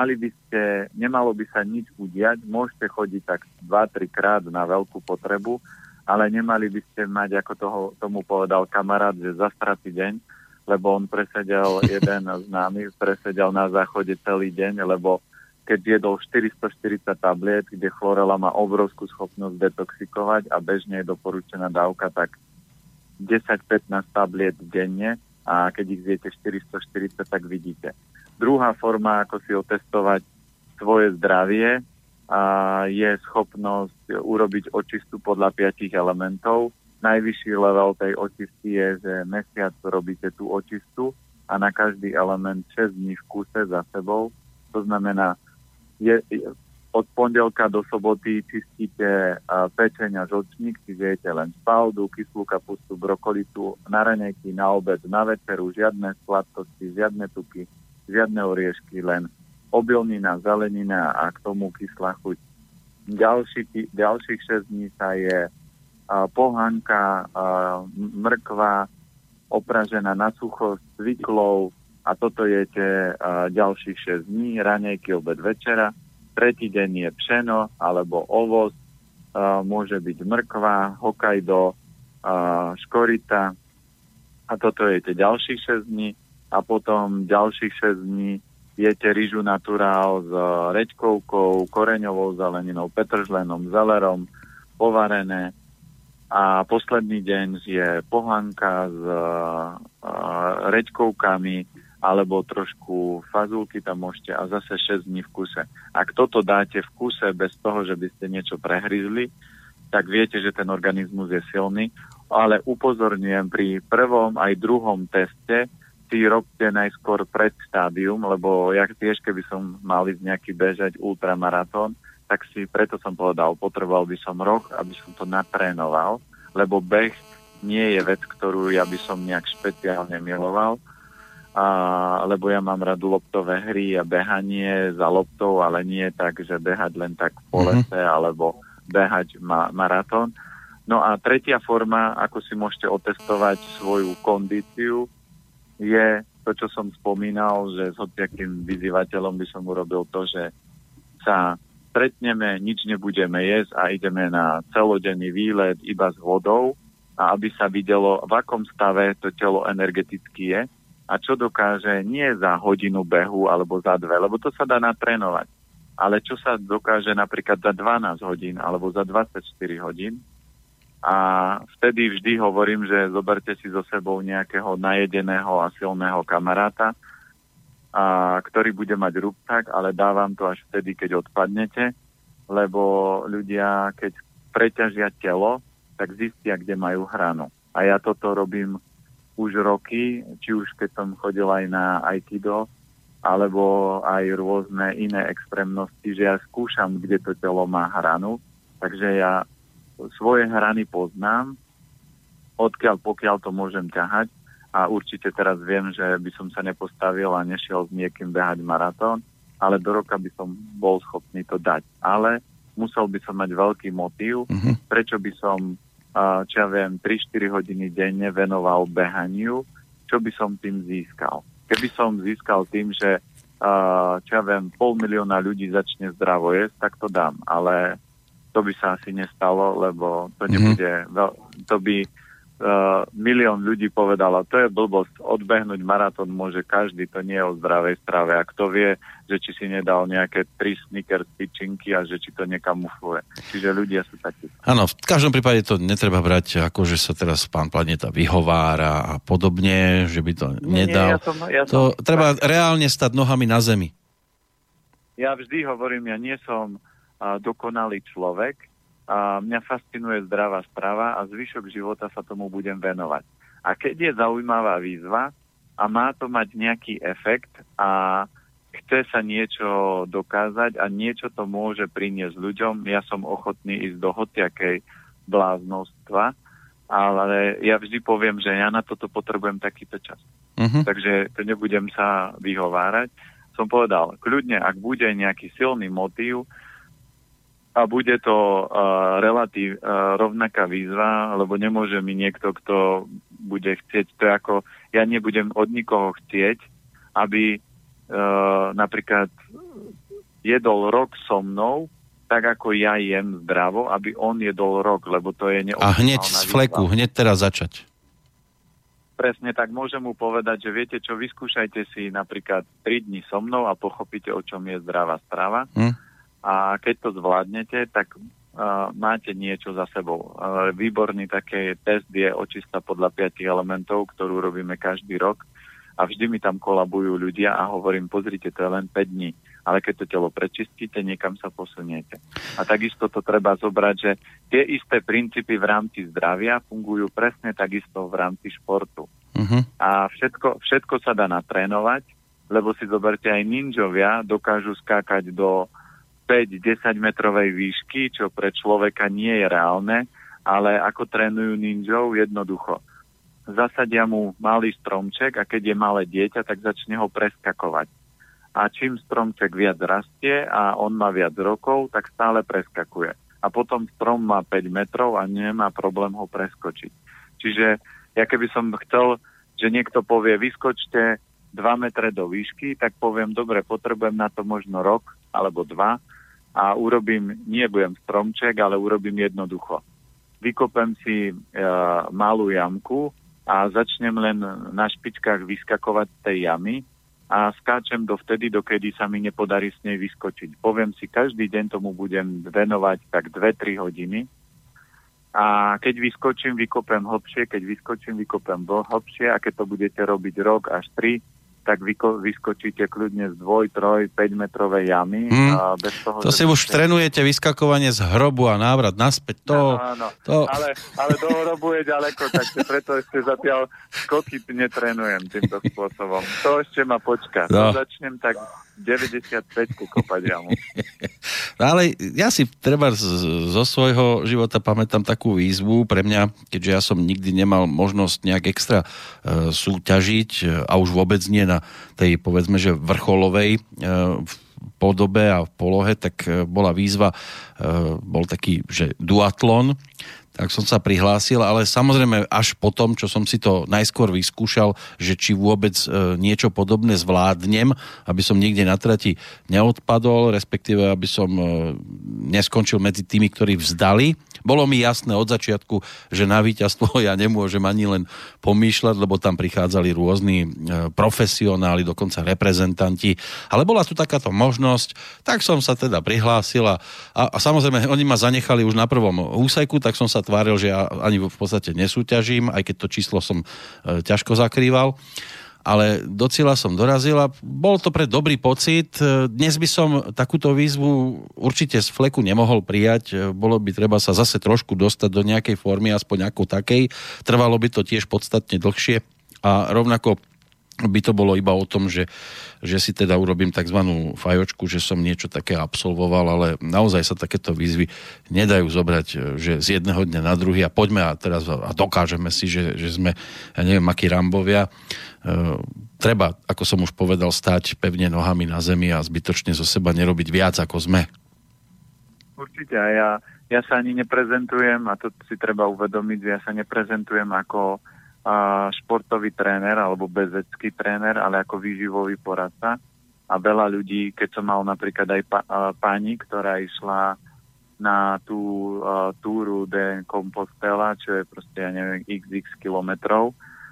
Nemalo by sa nič udiať, môžete chodiť tak 2-3 krát na veľkú potrebu, ale nemali by ste mať, ako tomu povedal kamarát, že zastratý deň, lebo on jeden z nami presedel na záchode celý deň, lebo keď jedol 440 tabliet, kde chlorela má obrovskú schopnosť detoxikovať a bežne je doporučená dávka, tak 10-15 tabliet denne a keď ich zjete 440, tak vidíte. Druhá forma, ako si otestovať svoje zdravie, je schopnosť urobiť očistu podľa 5 elementov. Najvyšší level tej očisty je, že mesiac robíte tú očistu a na každý element 6 dní v kuse za sebou. To znamená, od pondelka do soboty čistíte pečeň a žlčník, čiže jete len špaldu, kyslú kapustu, brokolicu, na raňajky, na obed, na večeru, žiadne sladkosti, žiadne tuky, žiadne oriešky, len obilnina, zelenina a k tomu kyslá chuť. Ďalších 6 dní sa je pohanka, mrkva, opražená na sucho s cviklou a toto jete ďalších 6 dní, raňajky, obed, večera. Tretí deň je pšeno alebo ovoz, môže byť mrkva, Hokkaido, škorita a toto jete ďalších 6 dní a potom ďalších 6 dní jete rýžu naturál s reďkovkou, koreňovou zeleninou, petržlenom, zelerom, povarené. a posledný deň je pohánka s reďkovkami alebo trošku fazulky tam môžete a zase 6 dní v kuse. Ak toto dáte v kuse bez toho, že by ste niečo prehryzli, tak viete, že ten organizmus je silný, ale upozorňujem pri prvom aj druhom teste si robte najskôr predstádium, lebo ja tiež, keby som mal ísť nejaký bežať ultramaratón, tak si preto som povedal, potreboval by som rok, aby som to natrénoval, lebo beh nie je vec, ktorú ja by som nejak špeciálne miloval, lebo ja mám rád loptové hry a behanie za loptou, ale nie tak, že behať len tak po lese, alebo behať maratón. No a tretia forma, ako si môžete otestovať svoju kondíciu, je to, čo som spomínal, že s hociakým vyzývateľom by som urobil to, že sa stretneme, nič nebudeme jesť a ideme na celodenný výlet iba s vodou a aby sa videlo, v akom stave to telo energeticky je a čo dokáže nie za hodinu behu alebo za 2, lebo to sa dá natrénovať, ale čo sa dokáže napríklad za 12 hodín alebo za 24 hodín. A vtedy vždy hovorím, že zoberte si so sebou nejakého najedeného a silného kamaráta, ktorý bude mať rúbsak, ale dávam to až vtedy, keď odpadnete, lebo ľudia, keď preťažia telo, tak zistia, kde majú hranu. A ja toto robím už roky, či už keď som chodil aj na Aikido, alebo aj rôzne iné extrémnosti, že ja skúšam, kde to telo má hranu, takže ja svoje hrany poznám, odkiaľ pokiaľ to môžem ťahať a určite teraz viem, že by som sa nepostavil a nešiel s niekým behať maratón, ale do roka by som bol schopný to dať. Ale musel by som mať veľký motív, prečo by som, čo ja viem, 3-4 hodiny denne venoval behaniu, čo by som tým získal. Keby som získal tým, že čo ja viem, 500 000 ľudí začne zdravo jesť, tak to dám, ale to by sa asi nestalo, lebo to nebude, to by 1 milión ľudí povedalo, to je blbosť, odbehnúť maratón môže každý, to nie je o zdravej strave. A kto vie, že či si nedal nejaké 3 Snickers tyčinky a že či to nekamufluje. Čiže ľudia sú takí. Áno, v každom prípade to netreba brať, ako že sa teraz pán Planeta vyhovára a podobne, že by to nedal. Treba reálne stať nohami na zemi. Ja vždy hovorím, ja nie som dokonalý človek a mňa fascinuje zdravá strava a zvyšok života sa tomu budem venovať. A keď je zaujímavá výzva a má to mať nejaký efekt a chce sa niečo dokázať a niečo to môže priniesť ľuďom, ja som ochotný ísť do hociakej bláznostva, ale ja vždy poviem, že ja na toto potrebujem takýto čas. Takže to nebudem sa vyhovárať. Som povedal, kľudne, ak bude nejaký silný motív, a bude to rovnaká výzva, lebo nemôže mi niekto, kto bude chcieť, to je ako, ja nebudem od nikoho chcieť, aby napríklad jedol rok so mnou, tak ako ja jem zdravo, aby on jedol rok, lebo to je neoptimálna výzva. A hneď z fleku, hneď teraz začať. Presne tak, môžem mu povedať, že viete čo, vyskúšajte si napríklad 3 dni so mnou a pochopíte, o čom je zdravá strava. A keď to zvládnete, tak máte niečo za sebou. Výborný taký test je očista podľa 5 elementov, ktorú robíme každý rok. A vždy mi tam kolabujú ľudia a hovorím, pozrite, to je len 5 dní. Ale keď to telo prečistíte, niekam sa posuniete. A takisto to treba zobrať, že tie isté princípy v rámci zdravia fungujú presne takisto v rámci športu. A všetko sa dá natrénovať, lebo si zoberte, aj ninjovia dokážu skákať do 5-10 metrovej výšky, čo pre človeka nie je reálne, ale ako trénujú ninjov, jednoducho. Zasadia mu malý stromček a keď je malé dieťa, tak začne ho preskakovať. A čím stromček viac rastie a on má viac rokov, tak stále preskakuje. A potom strom má 5 metrov a nemá problém ho preskočiť. Čiže ja keby som chcel, že niekto povie, vyskočte 2 metre do výšky, tak poviem, dobre, potrebujem na to možno rok alebo 2, a urobím, nie budem stromček, ale urobím jednoducho. Vykopem si malú jamku a začnem len na špičkách vyskakovať z tej jamy a skáčem dovtedy, dokedy sa mi nepodarí s nej vyskočiť. Poviem si, každý deň tomu budem venovať tak 2-3 hodiny A keď vyskočím, vykopem hlbšie, keď vyskočím, vykopem hlbšie a keď to budete robiť rok až 3, tak vyskočíte kľudne z 2, 3, 5 metrovej jamy. A bez toho, to si už trénujete vyskakovanie z hrobu a návrat naspäť. Áno. Ale do hrobu je ďaleko, takže preto ešte zatiaľ skoky netrénujem týmto spôsobom. To ešte ma počká. No. Začnem tak 95 kopať jamu. No ale ja si treba zo svojho života pamätám takú výzvu pre mňa, keďže ja som nikdy nemal možnosť nejak extra súťažiť a už vôbec nie na tej, povedzme, že vrcholovej podobe a v polohe, tak bola výzva, bol taký, že duatlon, tak som sa prihlásil, ale samozrejme až potom, čo som si to najskôr vyskúšal, že či vôbec niečo podobné zvládnem, aby som nikde na trati neodpadol, respektíve aby som neskončil medzi tými, ktorí vzdali. Bolo mi jasné od začiatku, že na víťazstvo ja nemôžem ani len pomýšľať, lebo tam prichádzali rôzni profesionáli, dokonca reprezentanti, ale bola tu takáto možnosť, tak som sa teda prihlásil a samozrejme oni ma zanechali už na prvom úseku, tak som sa tváril, že ja ani v podstate nesúťažím, aj keď to číslo som ťažko zakrýval. Ale do cieľa som dorazil a bol to pre dobrý pocit. Dnes by som takúto výzvu určite z fleku nemohol prijať. Bolo by treba sa zase trošku dostať do nejakej formy, aspoň ako takej. Trvalo by to tiež podstatne dlhšie a rovnako by to bolo iba o tom, že si teda urobím takzvanú fajočku, že som niečo také absolvoval, ale naozaj sa takéto výzvy nedajú zobrať, že z jedného dňa na druhý a poďme a teraz a dokážeme si, že sme, ja neviem, akí Rambovia. Treba, ako som už povedal, stáť pevne nohami na zemi a zbytočne zo seba nerobiť viac, ako sme. Určite, a ja sa ani neprezentujem, a to si treba uvedomiť, že ja sa neprezentujem ako športový tréner alebo bezecký tréner, ale ako výživový poradca. A veľa ľudí, keď som mal napríklad aj pani, ktorá išla na tú túru de Compostela, čo je proste, ja neviem, xx kilometrov,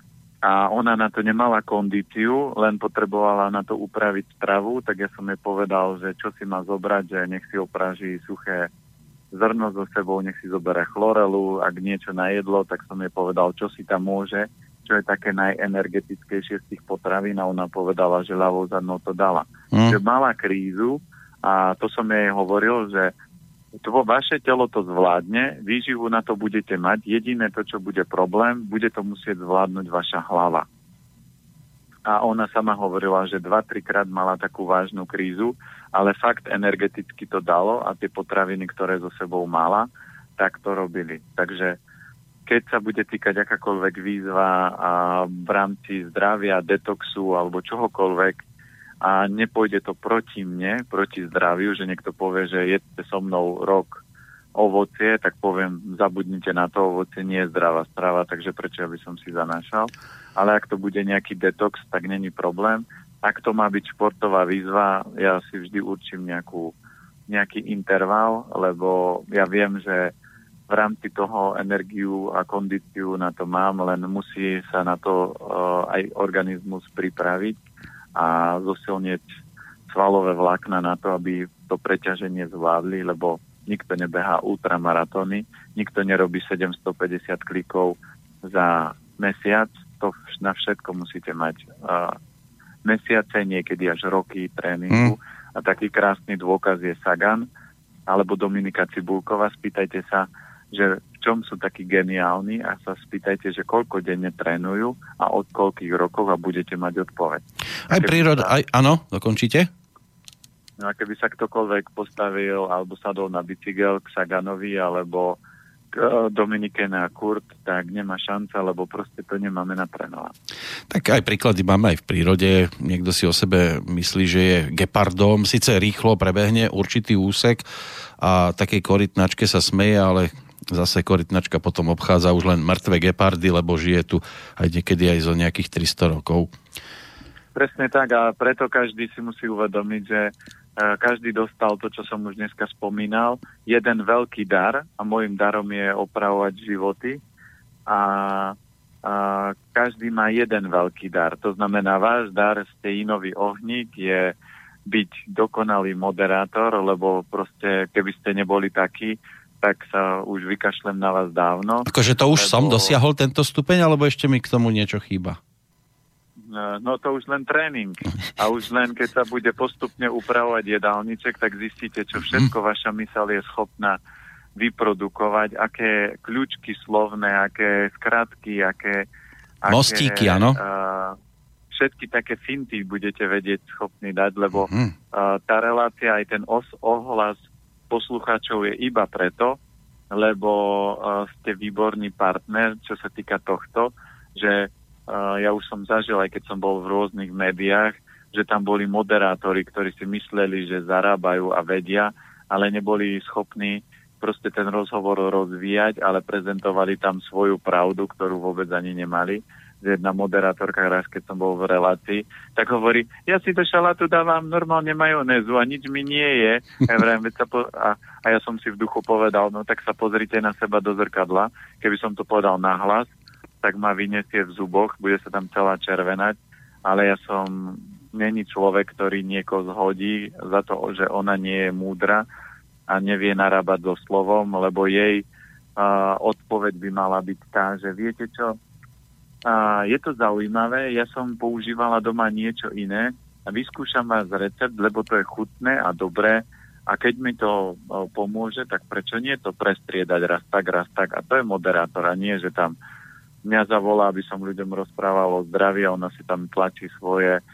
a ona na to nemala kondíciu, len potrebovala na to upraviť stravu, tak ja som jej povedal, že čo si má zobrať, že nech si opráži suché zrno so sebou, nech si zoberie chlorelu, ak niečo najedlo, tak som jej povedal, čo si tam môže, čo je také najenergetickejšie z tých potravín a ona povedala, že ľavou zadnou to dala. Že mala krízu a to som jej hovoril, že vaše telo to zvládne, výživu na to budete mať, jediné to, čo bude problém, bude to musieť zvládnuť vaša hlava. A ona sama hovorila, že 2-3 krát mala takú vážnu krízu, ale fakt energeticky to dalo a tie potraviny, ktoré so sebou mala, tak to robili. Takže keď sa bude týkať akákoľvek výzva v rámci zdravia, detoxu alebo čohokoľvek a nepôjde to proti mne, proti zdraviu, že niekto povie, že jedzte so mnou rok ovocie, tak poviem, zabudnite na to, ovocie nie je zdravá strava, takže prečo by som si zanášal. Ale ak to bude nejaký detox, tak není problém. Ak to má byť športová výzva, ja si vždy určím nejaký interval, lebo ja viem, že v rámci toho energiu a kondíciu na to mám, len musí sa na to aj organizmus pripraviť a zosilnieť svalové vlákna na to, aby to preťaženie zvládli, lebo nikto nebehá ultramaratóny, nikto nerobí 750 klikov za mesiac, to na všetko musíte mať mesiace, niekedy až roky tréningu. A taký krásny dôkaz je Sagan alebo Dominika Cibulková. Spýtajte sa, že v čom sú takí geniálni a sa spýtajte, že koľko denne trénujú a od koľkých rokov a budete mať odpoveď. Aj príroda, áno, dokončíte? No a keby sa ktokoľvek postavil alebo sadol na bicykel k Saganovi alebo k Dominike na Kurt, tak nemá šanca, lebo proste to nemáme natrénovať. Tak aj príklady máme aj v prírode. Niekto si o sebe myslí, že je gepardom, síce rýchlo prebehne určitý úsek a takej korytnačke sa smeje, ale zase korytnačka potom obchádza už len mŕtve gepardy, lebo žije tu aj niekedy aj zo nejakých 300 rokov. Presne tak a preto každý si musí uvedomiť, že každý dostal to, čo som už dneska spomínal, jeden veľký dar a môjim darom je opravovať životy a každý má jeden veľký dar. To znamená, váš dar, ste inový ohník, je byť dokonalý moderátor, lebo proste, keby ste neboli takí, tak sa už vykašlem na vás dávno. Akože to už som dosiahol tento stupeň, alebo ešte mi k tomu niečo chýba? No to už len tréning. A už len keď sa bude postupne upravovať jedálniček, tak zistíte, čo všetko vaša myseľ je schopná vyprodukovať, aké kľúčky slovné, aké skratky, aké mostíky, áno. Všetky také finty budete vedieť schopní dať, lebo tá relácia, aj ten ohlas poslucháčov je iba preto, lebo ste výborný partner, čo sa týka tohto, že ja už som zažil, aj keď som bol v rôznych médiách, že tam boli moderátori, ktorí si mysleli, že zarábajú a vedia, ale neboli schopní proste ten rozhovor rozvíjať, ale prezentovali tam svoju pravdu, ktorú vôbec ani nemali. Jedna moderátorka raz, keď som bol v relácii, tak hovorí, ja si do šalátu dávam normálne majonézu a nič mi nie je. A ja som si v duchu povedal, no tak sa pozrite na seba do zrkadla. Keby som to povedal nahlas, tak ma vyniesie v zuboch, bude sa tam celá červenať, ale ja som není človek, ktorý niekoho zhodí za to, že ona nie je múdra a nevie narábať so slovom, lebo jej odpoveď by mala byť tá, že viete čo, je to zaujímavé, ja som používala doma niečo iné a vyskúšam vás recept, lebo to je chutné a dobré a keď mi to pomôže, tak prečo nie to prestriedať raz tak a to je moderátor a nie, že tam mňa zavolá, aby som ľuďom rozprával o zdraví a ona si tam tlačí svoje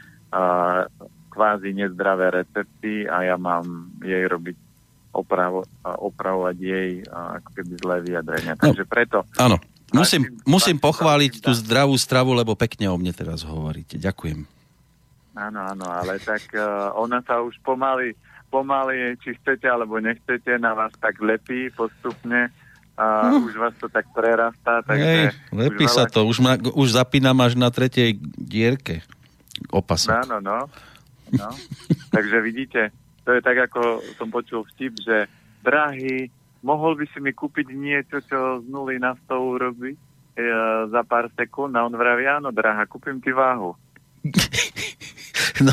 kvázi nezdravé recepty a ja mám jej robiť opravovať jej ako keby zlé vyjadrenia. Takže preto... Áno, musím pochváliť tú zdravú stravu, lebo pekne o mne teraz hovoríte. Ďakujem. Áno, ale tak ona sa už pomaly, či chcete alebo nechcete, na vás tak lepí postupne. Už vás to tak prerastá. Takže lepí sa to. Už zapínam až na 3. dierke opasok. No. Takže vidíte, to je tak, ako som počul vtip, že drahý, mohol by si mi kúpiť niečo, čo z 0 na 100 urobí za pár sekúnd? A on vraví, áno, drahá, kúpim ti váhu. No.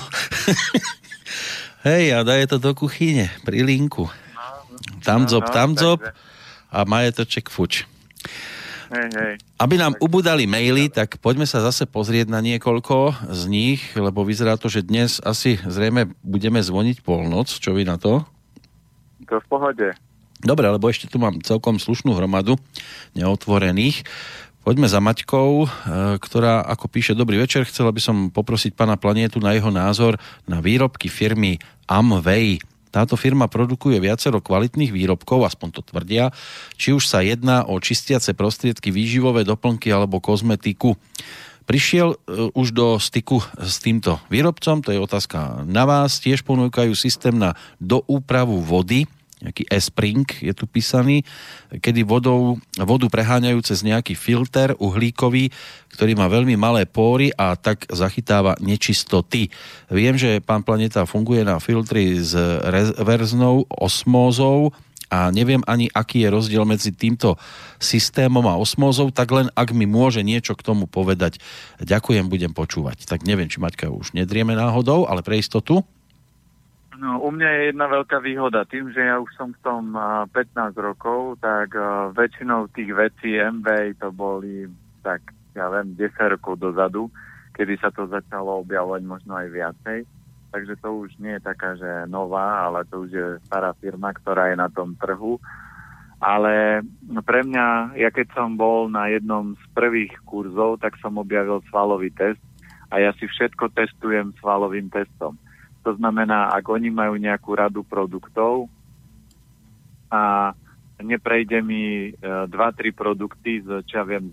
Hej, a daje to do kuchyne, pri linku. Tam dzop. A majetoček fuč. Hej. Aby nám ubudali maily, tak poďme sa zase pozrieť na niekoľko z nich, lebo vyzerá to, že dnes asi zrejme budeme zvoniť polnoc. Čo vy na to? To v pohode. Dobre, lebo ešte tu mám celkom slušnú hromadu neotvorených. Poďme za Maťkou, ktorá, ako píše, dobrý večer, chcela by som poprosiť pána Planétu na jeho názor na výrobky firmy Amway. Táto firma produkuje viacero kvalitných výrobkov, aspoň to tvrdia, či už sa jedná o čistiace prostriedky, výživové doplnky alebo kozmetiku. Prišiel už do styku s týmto výrobcom, to je otázka na vás, tiež ponúkajú systém na doúpravu vody, nejaký e-spring je tu písaný, kedy vodu preháňajú cez nejaký filter uhlíkový, ktorý má veľmi malé póry a tak zachytáva nečistoty. Viem, že pán Planeta funguje na filtri s reverznou osmózou a neviem ani, aký je rozdiel medzi týmto systémom a osmózou, tak len ak mi môže niečo k tomu povedať. Ďakujem, budem počúvať. Tak neviem, či Maťka už nedrieme náhodou, ale pre istotu. No, u mňa je jedna veľká výhoda. Tým, že ja už som v tom 15 rokov, tak väčšinou tých vecí Amway to boli tak, ja viem, 10 rokov dozadu, kedy sa to začalo objavovať možno aj viacej. Takže to už nie je taká, že nová, ale to už je stará firma, ktorá je na tom trhu. Ale pre mňa, ja keď som bol na jednom z prvých kurzov, tak som objavil svalový test a ja si všetko testujem svalovým testom. To znamená, ak oni majú nejakú radu produktov a neprejde mi 2-3 produkty z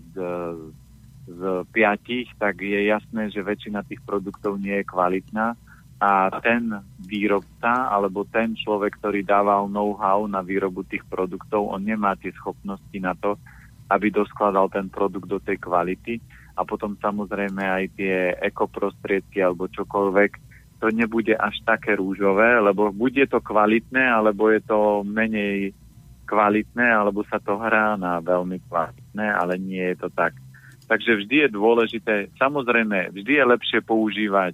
5, tak je jasné, že väčšina tých produktov nie je kvalitná a ten výrobca alebo ten človek, ktorý dával know-how na výrobu tých produktov, on nemá tie schopnosti na to, aby doskladal ten produkt do tej kvality a potom samozrejme aj tie ekoprostriedky alebo čokoľvek, to nebude až také rúžové, lebo buď je to kvalitné, alebo je to menej kvalitné, alebo sa to hrá na veľmi kvalitné, ale nie je to tak. Takže vždy je dôležité, samozrejme, vždy je lepšie používať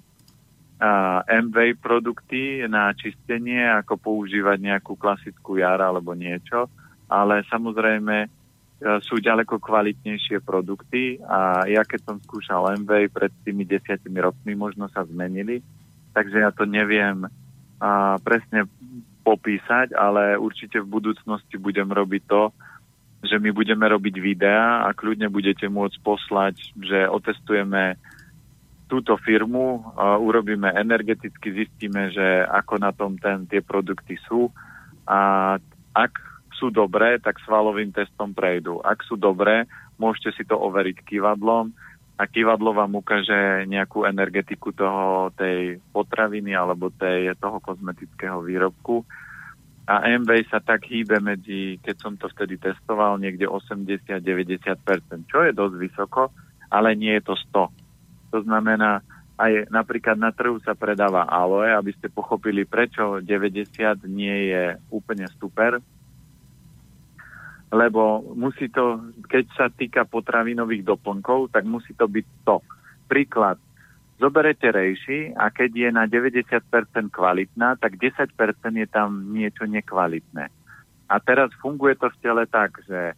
Amway produkty na čistenie, ako používať nejakú klasickú jar alebo niečo, ale samozrejme sú ďaleko kvalitnejšie produkty a ja keď som skúšal MV pred tými 10 rokmi, možno sa zmenili, takže ja to neviem presne popísať, ale určite v budúcnosti budem robiť to, že my budeme robiť videá a kľudne budete môcť poslať, že otestujeme túto firmu, urobíme energeticky, zistíme, že ako na tom tie produkty sú a ak sú dobré, tak svalovým testom prejdú. Ak sú dobré, môžete si to overiť kývadlom a kývadlo vám ukáže nejakú energetiku tej potraviny alebo toho kozmetického výrobku. A MV sa tak hýbe keď som to vtedy testoval, niekde 80-90%, čo je dosť vysoko, ale nie je to 100. To znamená, aj napríklad na trhu sa predáva aloe, aby ste pochopili, prečo 90 nie je úplne super, lebo musí to, keď sa týka potravinových doplnkov, tak musí to byť 100. Príklad, zoberete rejši a keď je na 90% kvalitná, tak 10% je tam niečo nekvalitné. A teraz funguje to v tele tak, že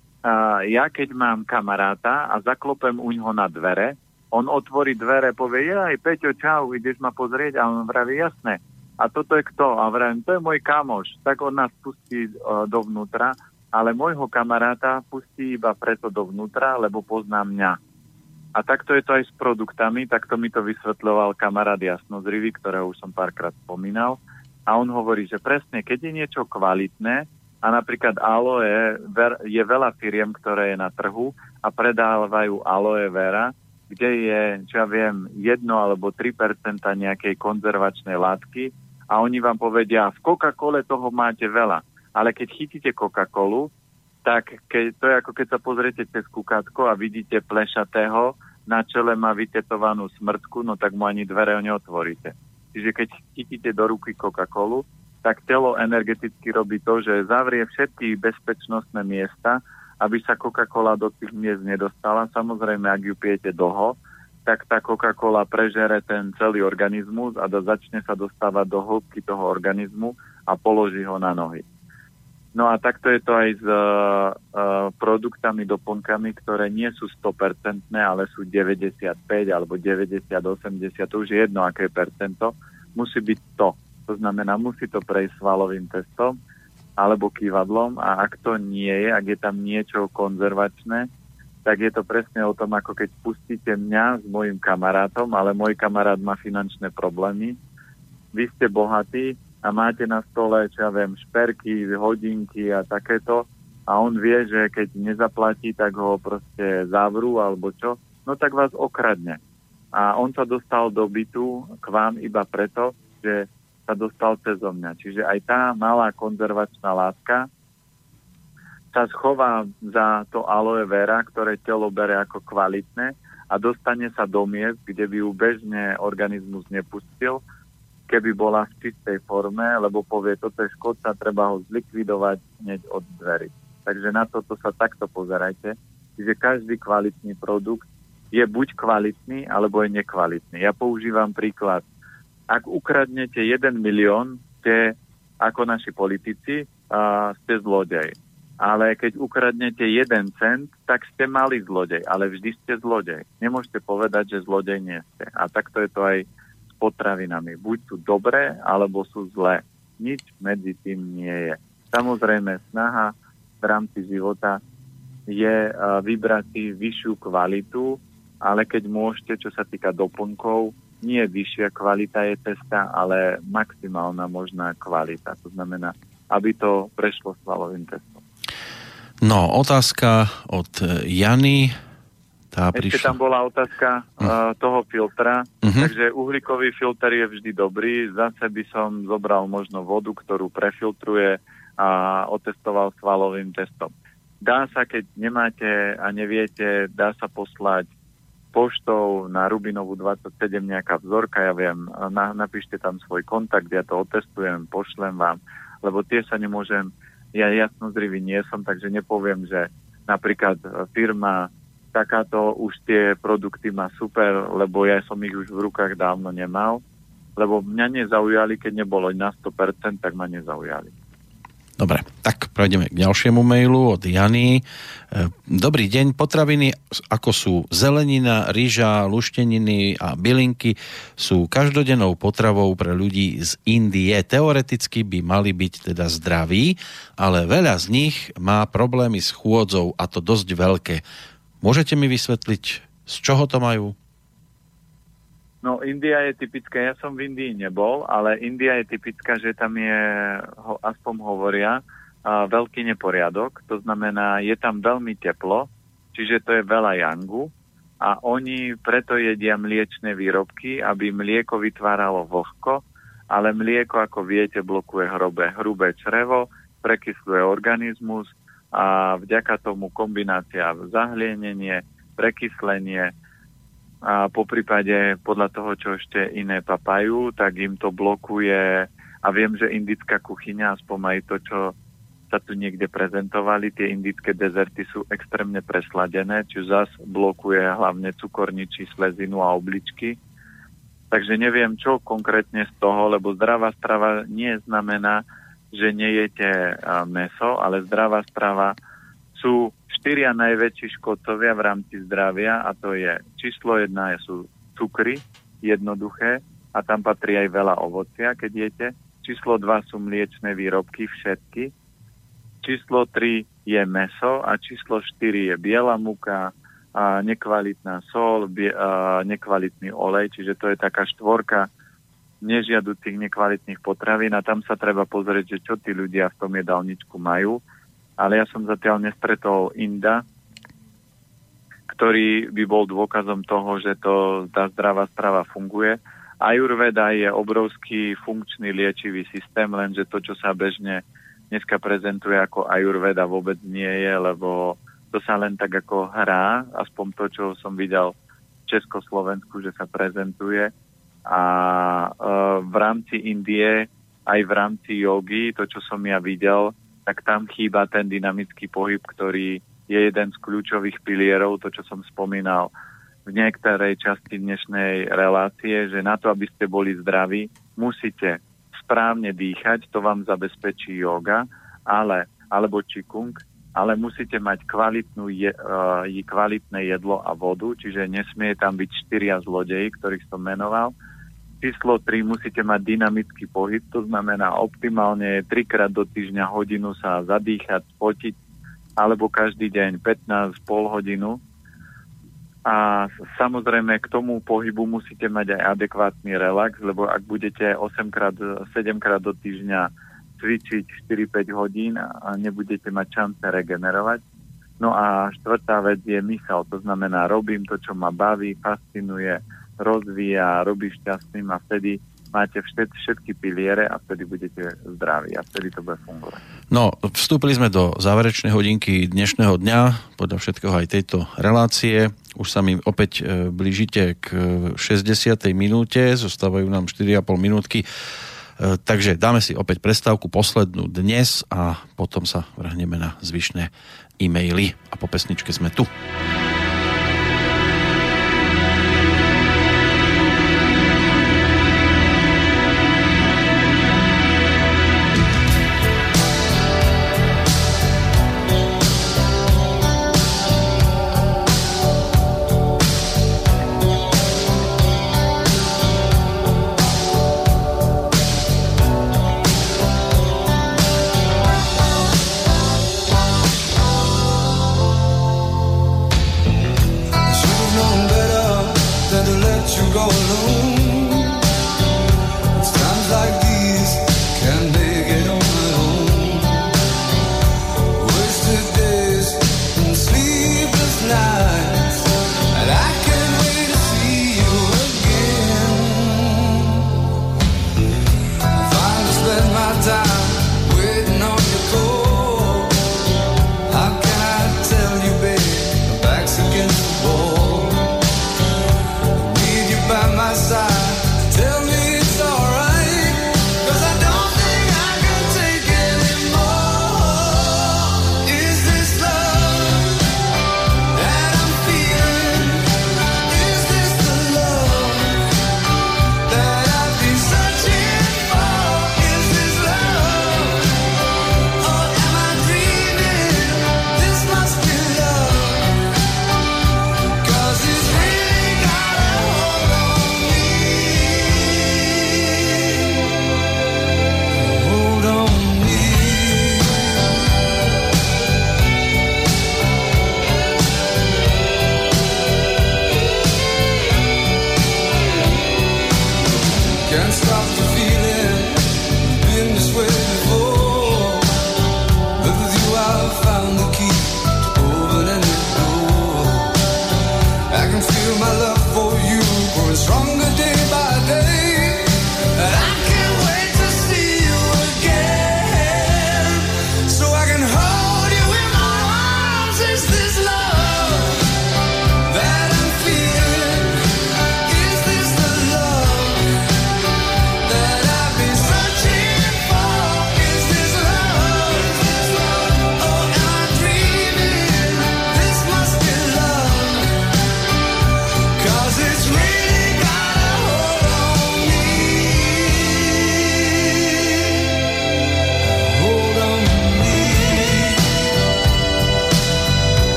ja keď mám kamaráta a zaklopem uňho na dvere, on otvorí dvere, povie, aj Peťo, čau, ideš ma pozrieť? A on vraví, jasné. A toto je kto? A vravím, to je môj kamoš. Tak on nás pustí dovnútra, ale môjho kamaráta pustí iba preto dovnútra, lebo pozná mňa. A takto je to aj s produktami, takto mi to vysvetľoval kamarát Jasnozrivý, ktorého už som párkrát spomínal. A on hovorí, že presne, keď je niečo kvalitné, a napríklad aloe je veľa firiem, ktoré je na trhu a predávajú aloe vera, kde je, čo ja viem, 1 alebo 3% nejakej konzervačnej látky a oni vám povedia, v Coca-Cole toho máte veľa. Ale keď chytíte Coca-Colu, tak to je ako keď sa pozriete cez kukátko a vidíte plešatého, na čele má vytetovanú smrtku, no tak mu ani dvere neotvoríte. Čiže keď chytíte do ruky Coca-Colu, tak telo energeticky robí to, že zavrie všetky bezpečnostné miesta, aby sa Coca-Cola do tých miest nedostala. Samozrejme, ak ju pijete dlho, tak tá Coca-Cola prežere ten celý organizmus a začne sa dostávať do hĺbky toho organizmu a položí ho na nohy. No a takto je to aj s produktami, doplnkami, ktoré nie sú 100%, ale sú 95 alebo 90, 80, to už je jedno, aké percento, musí byť to. To znamená, musí to prejsť svalovým testom alebo kývadlom a ak to nie je, ak je tam niečo konzervačné, tak je to presne o tom, ako keď pustíte mňa s mojim kamarátom, ale môj kamarát má finančné problémy, vy ste bohatí a máte na stole, čo ja viem, šperky, hodinky a takéto a on vie, že keď nezaplatí, tak ho proste zavrú alebo čo, no tak vás okradne. A on sa dostal do bytu k vám iba preto, že sa dostal cezo mňa. Čiže aj tá malá konzervačná látka sa schová za to aloe vera, ktoré telo bere ako kvalitné a dostane sa do miest, kde by ju bežne organizmus nepustil, keby bola v čistej forme, lebo povie, toto je škodca, treba ho zlikvidovať hneď od dverí. Takže na toto sa takto pozerajte. Čiže každý kvalitný produkt je buď kvalitný, alebo je nekvalitný. Ja používam príklad. Ak ukradnete 1 milión, ste ako naši politici, ste zlodej. Ale keď ukradnete 1 cent, tak ste malý zlodej, ale vždy ste zlodej. Nemôžete povedať, že zlodej nie ste. A takto je to aj s potravinami. Buď sú dobré, alebo sú zlé. Nič medzi tým nie je. Samozrejme, snaha v rámci života je vybrať si vyššiu kvalitu, ale keď môžete, čo sa týka doplnkov, nie vyššia kvalita je testa, ale maximálna možná kvalita. To znamená, aby to prešlo svalovým testom. No, otázka od Jany. Ešte tam bola otázka toho filtra. Takže uhlíkový filter je vždy dobrý. Zase by som zobral možno vodu, ktorú prefiltruje a otestoval svalovým testom. Dá sa, keď nemáte a neviete, dá sa poslať poštou na Rubinovú 27 nejaká vzorka, ja viem, napíšte tam svoj kontakt, ja to otestujem, pošlem vám, lebo tie sa nemôžem, ja jasnozrivý nie som, takže nepoviem, že napríklad firma takáto už tie produkty má super, lebo ja som ich už v rukách dávno nemal, lebo mňa nezaujali, keď nebolo na 100%, tak ma nezaujali. Dobre, tak Prejdeme k ďalšiemu mailu od Jany. Dobrý deň, potraviny ako sú zelenina, ryža, lušteniny a bylinky sú každodennou potravou pre ľudí z Indie. Teoreticky by mali byť teda zdraví, ale veľa z nich má problémy s chôdzou a to dosť veľké. Môžete mi vysvetliť, z čoho to majú? No, India je typická, ja som v Indii nebol, ale India je typická, že tam je, aspoň hovoria, veľký neporiadok, to znamená, je tam veľmi teplo, čiže to je veľa jangu a oni preto jedia mliečne výrobky, aby mlieko vytváralo vlhko, ale mlieko, ako viete, blokuje hrubé črevo, prekysluje organizmus a vďaka tomu kombinácia zahlienenie, prekyslenie a poprípade podľa toho, čo ešte iné papajú, tak im to blokuje a viem, že indická kuchyňa, aspoň aj to, čo sa tu niekde prezentovali, tie indické dezerty sú extrémne presladené, čiže zas blokuje hlavne cukorničí, slezinu a obličky. Takže neviem, čo konkrétne z toho, lebo zdravá strava nie znamená, že nejete mäso, ale zdravá strava sú 4 najväčší škodcovia v rámci zdravia a to je číslo 1 sú cukry, jednoduché a tam patrí aj veľa ovocia, keď jete. Číslo 2 sú mliečne výrobky, všetky. Číslo 3 je mäso a číslo 4 je biela múka, a nekvalitná sol, nekvalitný olej, čiže to je taká štvorka nežiaducich nekvalitných potravín a tam sa treba pozrieť, že čo tí ľudia v tom jedálničku majú. Ale ja som zatiaľ nestretol Inda, ktorý by bol dôkazom toho, že tá zdravá strava funguje. Ayurveda je obrovský funkčný liečivý systém, lenže to, čo sa bežne dneska prezentuje ako Ayurveda, vôbec nie je, lebo to sa len tak ako hrá, aspoň to, čo som videl v Československu, že sa prezentuje. A v rámci Indie, aj v rámci jogy, to, čo som ja videl, tak tam chýba ten dynamický pohyb, ktorý je jeden z kľúčových pilierov, to, čo som spomínal v niektorej časti dnešnej relácie, že na to, aby ste boli zdraví, musíte správne dýchať, to vám zabezpečí yoga, alebo qigong, ale musíte mať kvalitné jedlo a vodu, čiže nesmie tam byť 4 zlodeji, ktorých som menoval. Číslo 3, musíte mať dynamický pohyb, to znamená optimálne 3-krát do týždňa hodinu sa zadýchať, spotiť, alebo každý deň 15, pol hodinu. A samozrejme k tomu pohybu musíte mať aj adekvátny relax, lebo ak budete 7-krát do týždňa cvičiť 4-5 hodín a nebudete mať šance regenerovať. No a 4. vec je mysel, to znamená robím to, čo ma baví, fascinuje, rozvíja, robí šťastným a vtedy máte všetky piliere a vtedy budete zdraví a vtedy to bude fungovať. No, vstúpili sme do záverečnej hodinky dnešného dňa, podľa všetkého aj tejto relácie. Už sa mi opäť blížite k 60. minúte, zostávajú nám 4,5 minútky, takže dáme si opäť prestávku poslednú dnes a potom sa vrhneme na zvyšné e-maily a po pesničke sme tu.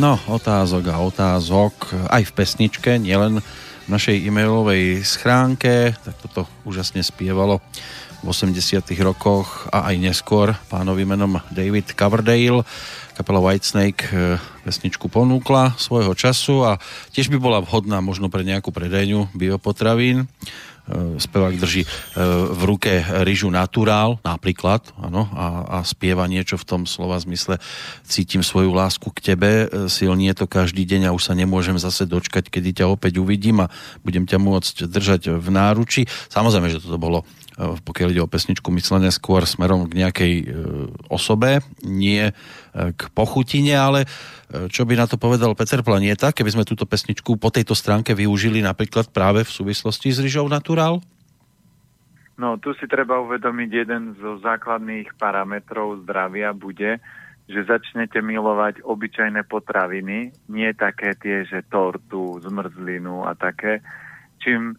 No, otázok a otázok aj v pesničke, nielen v našej e-mailovej schránke. Tak toto úžasne spievalo v 80 rokoch a aj neskôr pánovi menom David Coverdale. Kapela Whitesnake pesničku ponúkla svojho času a tiež by bola vhodná možno pre nejakú predajňu biopotravín. Spevák drží v ruke ryžu Natural napríklad, áno, a spieva niečo v tom slova zmysle: cítim svoju lásku k tebe, silnie to každý deň a už sa nemôžem zase dočkať, kedy ťa opäť uvidím a budem ťa môcť držať v náruči. Samozrejme, že toto bolo, pokiaľ ide o pesničku, myslené skôr smerom k nejakej osobe, nie k pochutine, ale čo by na to povedal Peter Planieta, keby sme túto pesničku po tejto stránke využili napríklad práve v súvislosti s ryžou Natural? No, tu si treba uvedomiť, jeden zo základných parametrov zdravia bude, že začnete milovať obyčajné potraviny, nie také tie, že tortu, zmrzlinu a také. Čím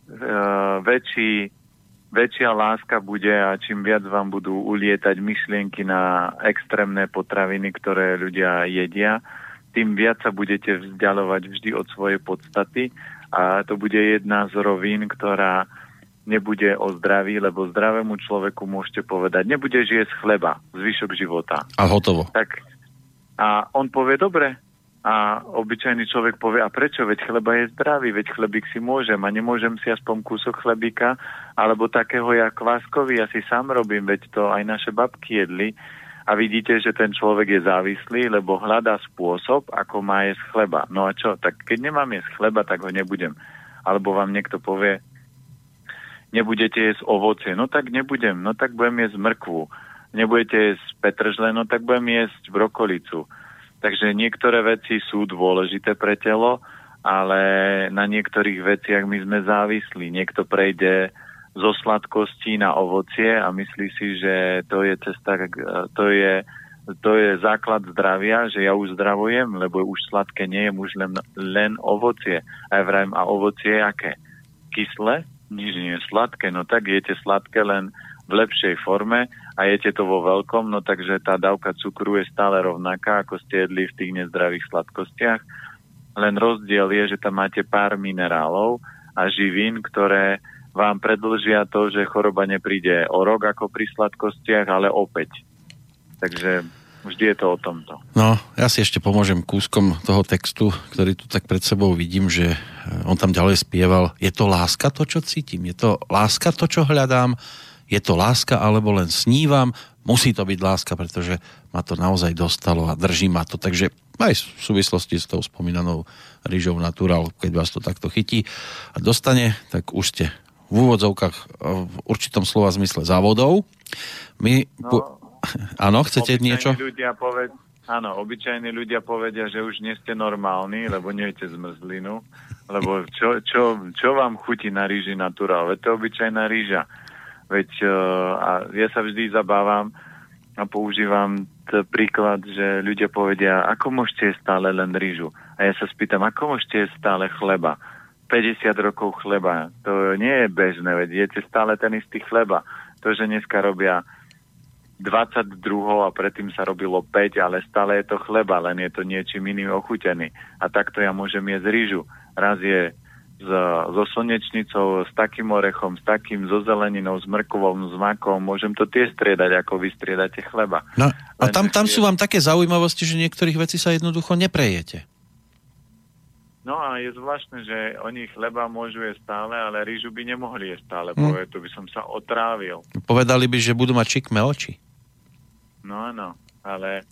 väčšia láska bude a čím viac vám budú ulietať myšlienky na extrémne potraviny, ktoré ľudia jedia, tým viac sa budete vzdialovať vždy od svojej podstaty a to bude jedna z rovín, ktorá nebude o zdraví, lebo zdravému človeku môžete povedať, nebudeš jesť chleba zvyšok života. A hotovo. Tak, a on povie, dobre. A obyčajný človek povie, a prečo? Veď chleba je zdravý, veď chlebík si môžem a nemôžem si aspoň kúsok chlebíka, alebo takého ja kváskový, ja si sám robím, veď to aj naše babky jedli. A vidíte, že ten človek je závislý, lebo hľadá spôsob, ako má jesť chleba. No a čo? Tak keď nemám jesť chleba, tak ho nebudem. Alebo vám niekto povie, nebudete jesť ovocie, no tak nebudem, no tak budem jesť mrkvu. Nebudete jesť petržle, no tak budem jesť brokolicu. Takže niektoré veci sú dôležité pre telo, ale na niektorých veciach my sme závislí. Niekto prejde zo sladkostí na ovocie a myslí si, že to je cesta, to je základ zdravia, že ja už zdravujem, lebo už sladké nie je, už len ovocie. A ja vravím, a ovocie aké? Kyslé? Nič nie je sladké. No tak jete sladké len v lepšej forme a jete to vo veľkom, no takže tá dávka cukru je stále rovnaká, ako ste jedli v tých nezdravých sladkostiach. Len rozdiel je, že tam máte pár minerálov a živín, ktoré vám predĺžia to, že choroba nepríde o rok ako pri sladkostiach, ale opäť. Takže vždy je to o tomto. No, ja si ešte pomôžem kúskom toho textu, ktorý tu tak pred sebou vidím, že on tam ďalej spieval: je to láska to, čo cítim? Je to láska to, čo hľadám? Je to láska, alebo len snívam? Musí to byť láska, pretože ma to naozaj dostalo a drží ma to. Takže aj v súvislosti s tou spomínanou ryžou Natural, keď vás to takto chytí a dostane, tak už ste v úvodzovkách v určitom slova zmysle závodov. Áno, chcete niečo? Obyčajní ľudia povedia, že už nie ste normálni, lebo nejete zmrzlinu, lebo čo vám chutí na ryži Natural? Veď to je obyčajná ryža. Veď a ja sa vždy zabávam a používam príklad, že ľudia povedia, ako môžete jesť stále len rýžu? A ja sa spýtam, ako môžete jesť stále chleba? 50 rokov chleba. To nie je bežné, veď jete stále ten istý chleba. To, že dneska robia 22 a predtým sa robilo 5, ale stále je to chleba, len je to niečím iným ochutený. A takto ja môžem jesť rýžu. Raz je so slnečnicou, s takým orechom, s takým, so zeleninou, s mrkvou, s makom. Môžem to tiež striedať, ako vy striedate chleba. No, a tam sú vám také zaujímavosti, že niektorých vecí sa jednoducho neprejete. No a je zvláštne, že oni chleba môžu jesť stále, ale rýžu by nemohli jesť stále. To by som sa otrávil. Povedali by, že budú mať šikmé oči. No áno, ale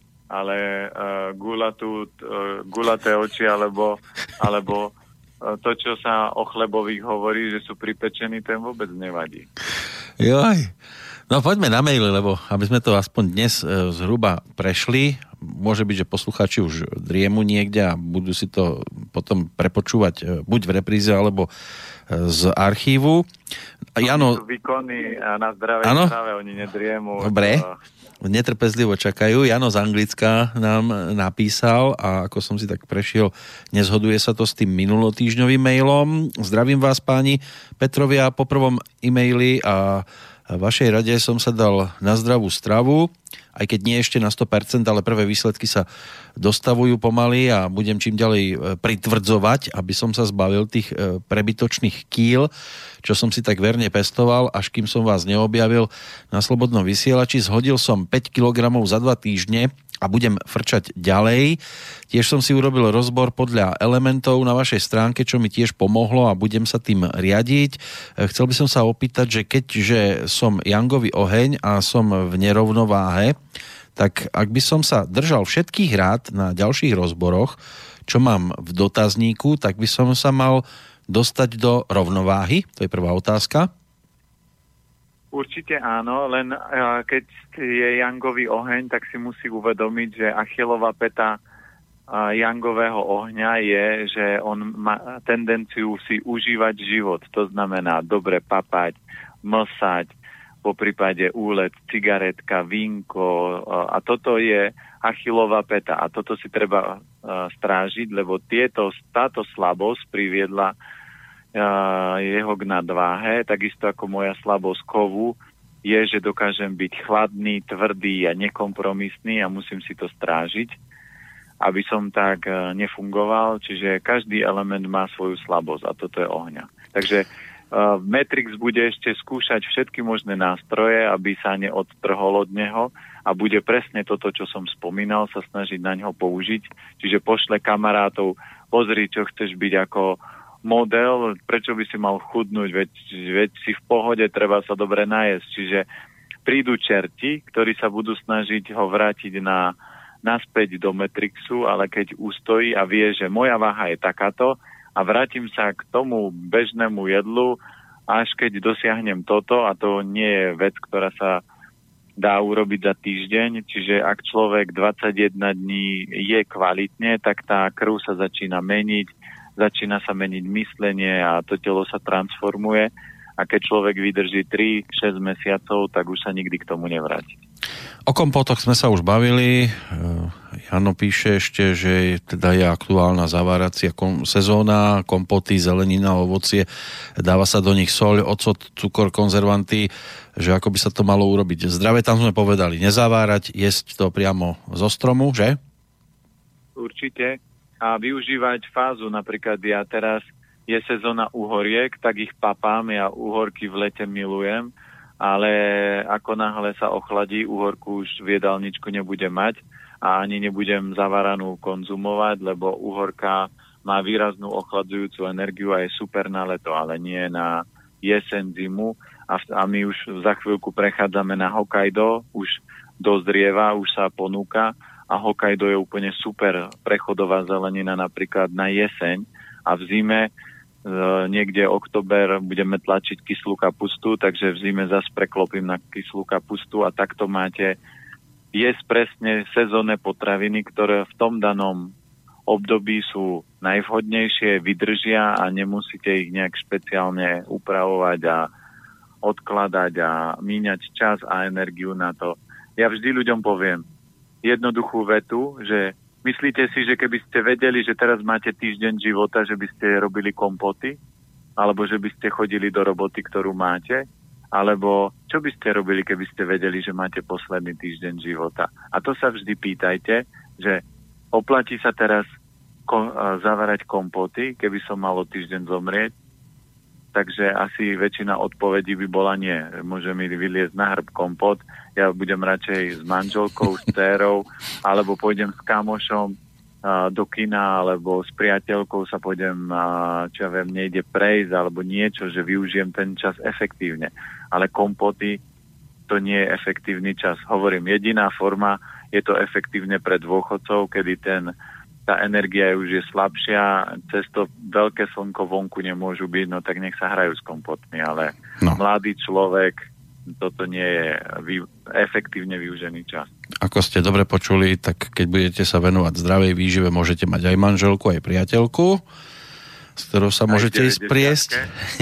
gulaté oči alebo to, čo sa o chlebových hovorí, že sú pripečení, ten vôbec nevadí. Joj. No poďme na maily, lebo aby sme to aspoň dnes zhruba prešli. Môže byť, že poslucháči už driemu niekde a budú si to potom prepočúvať buď v repríze, alebo z archívu. Jano, sú výkony a na zdravé, oni nedriemu. Dobre. Netrpezlivo čakajú. Jano z Anglicka nám napísal a ako som si tak prešiel, nezhoduje sa to s tým minulotýždňovým mailom. Zdravím vás, páni Petrovia, po prvom e-maili a vašej rade som sa dal na zdravú stravu, aj keď nie ešte na 100%, ale prvé výsledky sa dostavujú pomaly a budem čím ďalej pritvrdzovať, aby som sa zbavil tých prebytočných kýl, čo som si tak verne pestoval, až kým som vás neobjavil na Slobodnom vysielači. Zhodil som 5 kg za 2 týždne a budem frčať ďalej. Tiež som si urobil rozbor podľa elementov na vašej stránke, čo mi tiež pomohlo a budem sa tým riadiť. Chcel by som sa opýtať, že keďže som Jangový oheň a som v nerovnováhe, tak ak by som sa držal všetkých rád na ďalších rozboroch, čo mám v dotazníku, tak by som sa mal dostať do rovnováhy? To je prvá otázka. Určite áno, len keď je Jangový oheň, tak si musí uvedomiť, že Achillová päta Jangového ohňa je, že on má tendenciu si užívať život. To znamená dobre papať, mlsať, poprípade úlet, cigaretka, vínko a toto je Achillová päta a toto si treba strážiť, lebo táto slabosť priviedla jeho k nadváhe, takisto ako moja slabosť kovu je, že dokážem byť chladný, tvrdý a nekompromisný a musím si to strážiť, aby som tak nefungoval, čiže každý element má svoju slabosť a toto je ohňa. Takže Matrix bude ešte skúšať všetky možné nástroje, aby sa neodtrhol od neho a bude presne toto, čo som spomínal, sa snažiť na ňo použiť, čiže pošle kamarátov, pozri, čo chceš byť ako model, prečo by si mal chudnúť, veď si v pohode, treba sa dobre najesť. Čiže prídu čerti, ktorí sa budú snažiť ho vrátiť naspäť do Matrixu, ale keď ustojí a vie, že moja váha je takáto a vrátim sa k tomu bežnému jedlu, až keď dosiahnem toto, a to nie je vec, ktorá sa dá urobiť za týždeň, čiže ak človek 21 dní je kvalitne, tak tá krv sa začína meniť, začína sa meniť myslenie a to telo sa transformuje a keď človek vydrží 3-6 mesiacov, tak už sa nikdy k tomu nevráti. O kompotoch sme sa už bavili. Jano píše ešte, že teda je aktuálna zaváracia sezóna, kompoty, zelenina, ovocie, dáva sa do nich soľ, ocot, cukor, konzervanty, že ako by sa to malo urobiť zdravé. Tam sme povedali nezavárať, jesť to priamo zo stromu, že? Určite. A využívať fázu, napríklad ja teraz je sezóna uhoriek, tak ich papám, ja uhorky v lete milujem, ale ako náhle sa ochladí, uhorku už v jedálničku nebudem mať a ani nebudem zavaranú konzumovať, lebo uhorka má výraznú ochladzujúcu energiu a je super na leto, ale nie na jeseň, zimu a my už za chvíľku prechádzame na Hokkaido, už dozrieva, už sa ponúka a Hokkaido je úplne super prechodová zelenina napríklad na jeseň a v zime niekde október budeme tlačiť kyslú kapustu, takže v zime zase preklopím na kyslú kapustu a takto máte jesť presne sezónne potraviny, ktoré v tom danom období sú najvhodnejšie, vydržia a nemusíte ich nejak špeciálne upravovať a odkladať a míňať čas a energiu na to. Ja vždy ľuďom poviem jednoduchú vetu, že myslíte si, že keby ste vedeli, že teraz máte týždeň života, že by ste robili kompoty? Alebo že by ste chodili do roboty, ktorú máte? Alebo čo by ste robili, keby ste vedeli, že máte posledný týždeň života? A to sa vždy pýtajte, že oplatí sa teraz zavárať kompoty, keby som mal o týždeň zomrieť? Takže asi väčšina odpovedí by bola nie. Môže mi vyliezť na hrb kompot, ja budem radšej s manželkou, s dcérou, alebo pôjdem s kamošom do kina, alebo s priateľkou sa pôjdem, čo ja viem, nejde prejsť, alebo niečo, že využijem ten čas efektívne. Ale kompoty, to nie je efektívny čas. Hovorím, jediná forma, je to efektívne pre dôchodcov, kedy tá energia už je slabšia, cez to veľké slnko vonku nemôžu byť, no tak nech sa hrajú s kompotmi, ale mladý človek, toto nie je efektívne využený čas. Ako ste dobre počuli, tak keď budete sa venovať zdravej výžive, môžete mať aj manželku, aj priateľku, s ktorou sa môžete ísť priesť.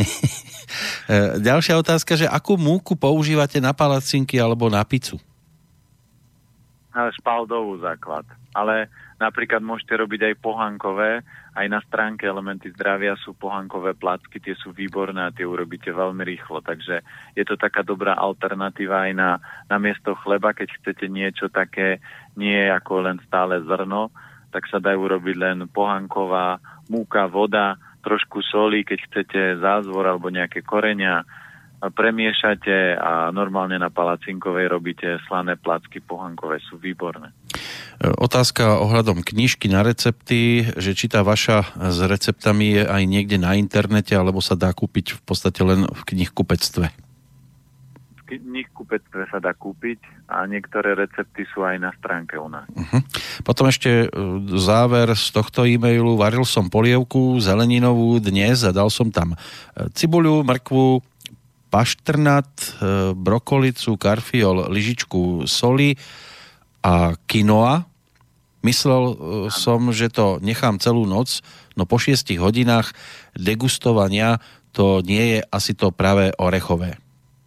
Ďalšia otázka, že akú múku používate na palacinky alebo na pizzu? Špaldovú základ. Ale Napríklad môžete robiť aj pohánkové, aj na stránke Elementy zdravia sú pohánkové placky, tie sú výborné a tie urobíte veľmi rýchlo, takže je to taká dobrá alternatíva aj na miesto chleba, keď chcete niečo také, nie ako len stále zrno, tak sa dajú robiť len pohánková múka, voda, trošku soli, keď chcete zázvor alebo nejaké korenia, premiešate a normálne na palacinkovej robíte slané placky pohánkové, sú výborné. Otázka ohľadom knižky na recepty, že či tá vaša s receptami je aj niekde na internete, alebo sa dá kúpiť v podstate len v knihkupectve? V knihkupectve sa dá kúpiť a niektoré recepty sú aj na stránke u nás. Potom ešte záver z tohto e-mailu. Varil som polievku zeleninovú dnes a dal som tam cibuľu, mrkvu, paštrnat, brokolicu, karfiol, lyžičku soli a quinoa. Myslel som, že to nechám celú noc, no po 6 hodinách degustovania to nie je asi to práve orechové.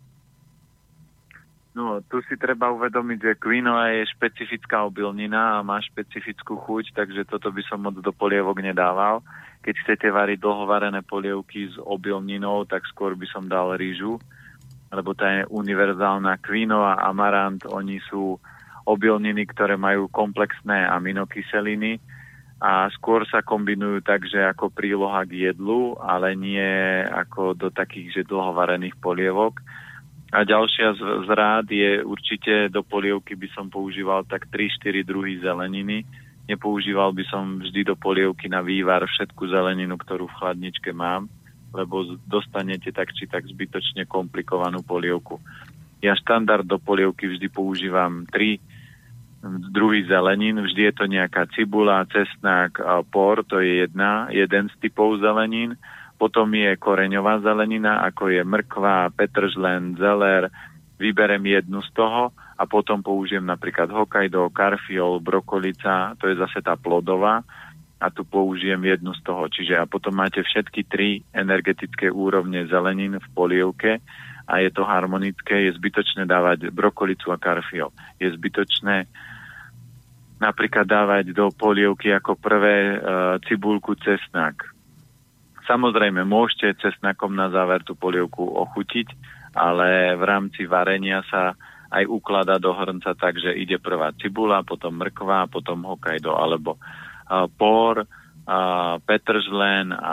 No, tu si treba uvedomiť, že quinoa je špecifická obilnina a má špecifickú chuť, takže toto by som moc do polievok nedával. Keď chcete variť dlhovarené polievky s obilninou, tak skôr by som dal rýžu, lebo tá je univerzálna. Quinoa, amarant, oni sú obilniny, ktoré majú komplexné aminokyseliny a skôr sa kombinujú tak, že ako príloha k jedlu, ale nie ako do takých, že dlhovarených polievok. A ďalšia z rád je určite do polievky by som používal tak 3-4 druhy zeleniny. Nepoužíval by som vždy do polievky na vývar všetku zeleninu, ktorú v chladničke mám, lebo dostanete tak či tak zbytočne komplikovanú polievku. Ja štandard do polievky vždy používam 3 druhy zelenín, vždy je to nejaká cibula, cesnak, por, to je jeden z typov zelenín. Potom je koreňová zelenina, ako je mrkva, petržlen, zeler, vyberem jednu z toho a potom použijem napríklad Hokkaido, karfiol, brokolica, to je zase tá plodová a tu použijem jednu z toho. Čiže a potom máte všetky 3 energetické úrovne zelenín v polievke a je to harmonické, je zbytočné dávať brokolicu a karfiol. Je zbytočné napríklad dávať do polievky ako prvé cibulku, cesnak. Samozrejme, môžete cesnakom na záver tú polievku ochutiť, ale v rámci varenia sa aj ukladá do hrnca tak, že ide prvá cibula, potom mrkva, potom Hokkaido alebo por, petržlen a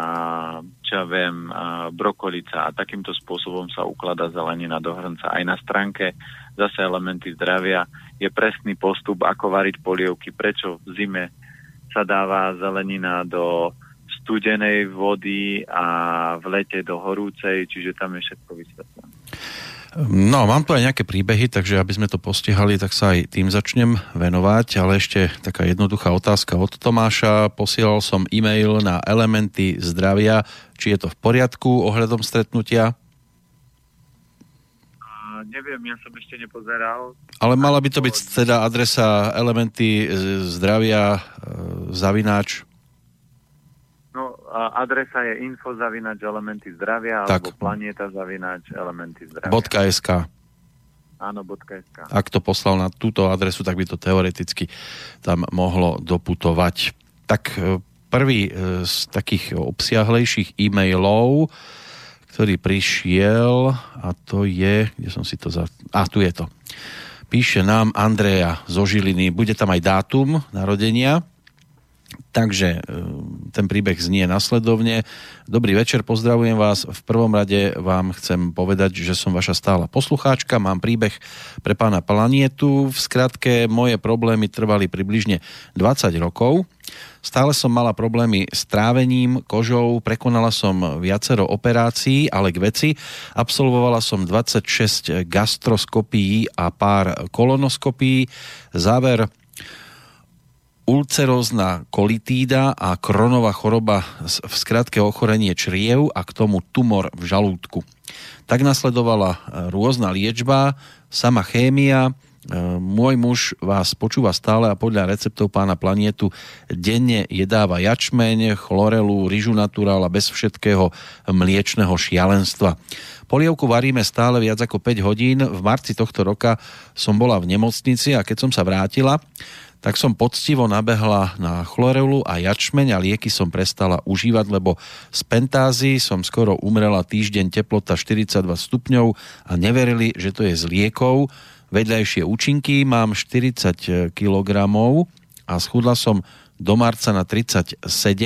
brokolica. A takýmto spôsobom sa ukladá zelenina do hrnca. Aj na stránke zase Elementy zdravia je presný postup, ako variť polievky. Prečo v zime sa dáva zelenina do studenej vody a v lete do horúcej, čiže tam je všetko vysvetlené. No, mám tu aj nejaké príbehy, takže aby sme to postihali, tak sa aj tým začnem venovať, ale ešte taká jednoduchá otázka od Tomáša. Posielal som e-mail na Elementy zdravia, či je to v poriadku ohľadom stretnutia? Neviem, ja som ešte nepozeral. Ale mala by to byť teda adresa Elementy zdravia zavináč. No, adresa je info@elementy zdravia alebo planeta@elementy zdravia. .sk. Áno, .sk. Ak to poslal na túto adresu, tak by to teoreticky tam mohlo doputovať. Tak prvý z takých obsiahlejších e-mailov, ktorý prišiel, a to je, kde som si to tu je to. Píše nám Andrea zo Žiliny, bude tam aj dátum narodenia. Takže ten príbeh znie nasledovne. Dobrý večer, pozdravujem vás. V prvom rade vám chcem povedať, že som vaša stála poslucháčka. Mám príbeh pre pána Planietu. V skratke, moje problémy trvali približne 20 rokov. Stále som mala problémy s trávením, kožou, prekonala som viacero operácií, ale k veci. Absolvovala som 26 gastroskopií a pár kolonoskopií. Záver: ulcerózna kolitída a Crohnova choroba, v skratke ochorenie čriev a k tomu tumor v žalúdku. Tak nasledovala rôzna liečba, sama chémia. Môj muž vás počúva stále a podľa receptov pána Planietu denne jedáva jačmeň, chlorelu, ryžu naturál a bez všetkého mliečného šialenstva. Polievku varíme stále viac ako 5 hodín. V marci tohto roka som bola v nemocnici a keď som sa vrátila, tak som poctivo nabehla na chlorelu a jačmeň a lieky som prestala užívať, lebo z pentázy som skoro umrela, týždeň teplota 42 stupňov a neverili, že to je z liekov. Vedľajšie účinky, mám 40 kg a schudla som do marca na 37.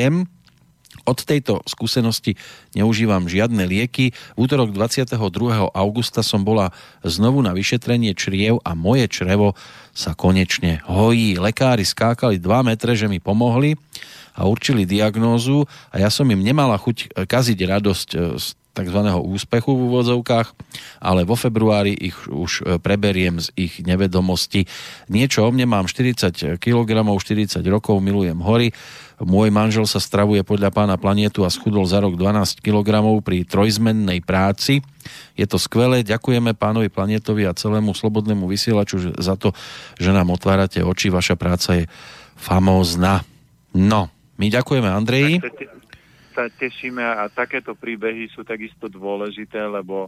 Od tejto skúsenosti neužívam žiadne lieky. V útorok 22. augusta som bola znovu na vyšetrenie čriev a moje črevo sa konečne hojí. Lekári skákali 2 metre, že mi pomohli a určili diagnózu a ja som im nemala chuť kaziť radosť z takzvaného úspechu v úvodzovkách, ale vo februári ich už preberiem z ich nevedomosti. Niečo o mne, mám 40 kg, 40 rokov, milujem hory. Môj manžel sa stravuje podľa Pána planétu a schudol za rok 12 kg pri trojzmennej práci. Je to skvelé, ďakujeme Pánovi planétovi a celému slobodnému vysielaču za to, že nám otvárate oči, vaša práca je famózna. No, my ďakujeme Andreji. Sa tešíme a takéto príbehy sú takisto dôležité, lebo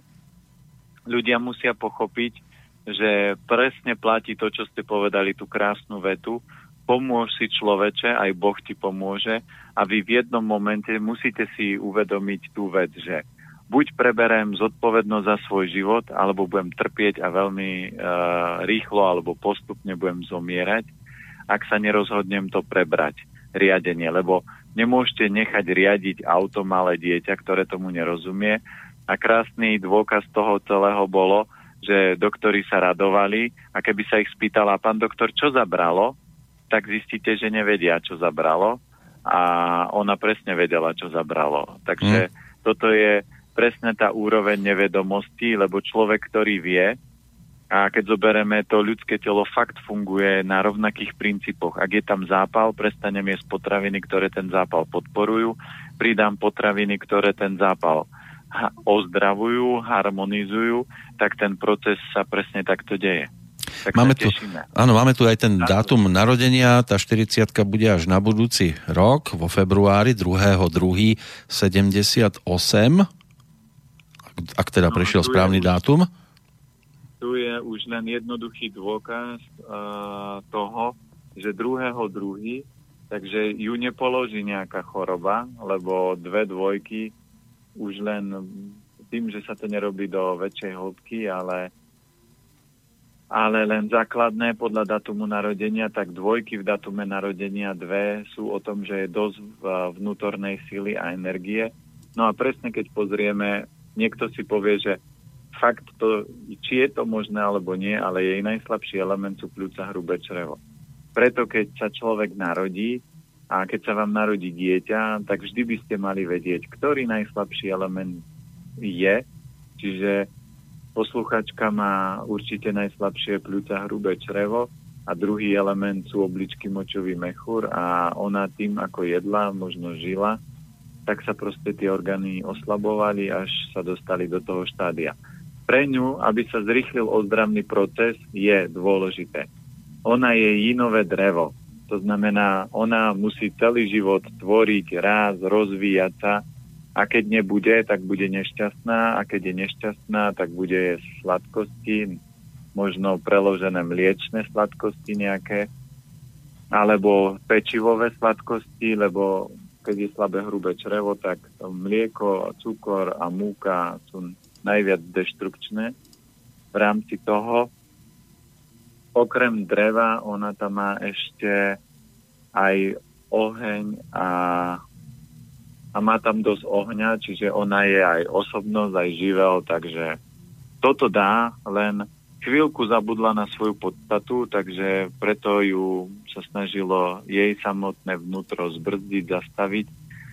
ľudia musia pochopiť, že presne platí to, čo ste povedali, tú krásnu vetu. Pomôž si človeče, aj Boh ti pomôže a vy v jednom momente musíte si uvedomiť tú vec, že buď preberiem zodpovednosť za svoj život, alebo budem trpieť a veľmi rýchlo alebo postupne budem zomierať, ak sa nerozhodnem to prebrať, riadenie, lebo nemôžete nechať riadiť auto malé dieťa, ktoré tomu nerozumie. A krásny dôkaz toho celého bolo, že doktori sa radovali a keby sa ich spýtala, pán doktor, čo zabralo, tak zistíte, že nevedia, čo zabralo a ona presne vedela, čo zabralo. Takže toto je presne tá úroveň nevedomosti, lebo človek, ktorý vie, a keď zoberieme, to ľudské telo fakt funguje na rovnakých princípoch. Ak je tam zápal, prestanem jesť potraviny, ktoré ten zápal podporujú, pridám potraviny, ktoré ten zápal ozdravujú, harmonizujú, tak ten proces sa presne takto deje. Tak máme tu aj ten dátum narodenia, tá 40-ka bude až na budúci rok, vo februári, 2.2.78, ak teda prešiel správny dátum. Tu je už len jednoduchý dôkaz toho, že 2.2., takže ju nepoloží nejaká choroba, lebo 2 dvojky už len tým, že sa to nerobí do väčšej hĺbky, ale len základné podľa datumu narodenia, tak dvojky v datume narodenia 2 sú o tom, že je dosť vnútornej sily a energie. No a presne keď pozrieme, niekto si povie, že fakt to, či je to možné alebo nie, ale jej najslabší element sú pľúca, hrubé črevo. Preto keď sa človek narodí a keď sa vám narodí dieťa, tak vždy by ste mali vedieť, ktorý najslabší element je. Čiže posluchačka má určite najslabšie pľúca, hrubé črevo a druhý element sú obličky, močový mechúr a ona tým, ako jedla, možno žila, tak sa proste tie orgány oslabovali, až sa dostali do toho štádia. Pre ňu, aby sa zrýchlil ozdravný proces, je dôležité. Ona je jinové drevo. To znamená, ona musí celý život tvoriť, rásť, rozvíjať sa a keď nebude, tak bude nešťastná a keď je nešťastná, tak bude jesť sladkosti, možno preložené mliečne sladkosti nejaké, alebo pečivové sladkosti, lebo keď je slabé hrubé črevo, tak mlieko, cukor a múka sú najviac deštrukčné. V rámci toho, okrem dreva, ona tam má ešte aj oheň a má tam dosť ohňa, čiže ona je aj osobnosť, aj živel, takže toto dá, len chvíľku zabudla na svoju podstatu, takže preto ju sa snažilo jej samotné vnútro zbrzdiť, zastaviť.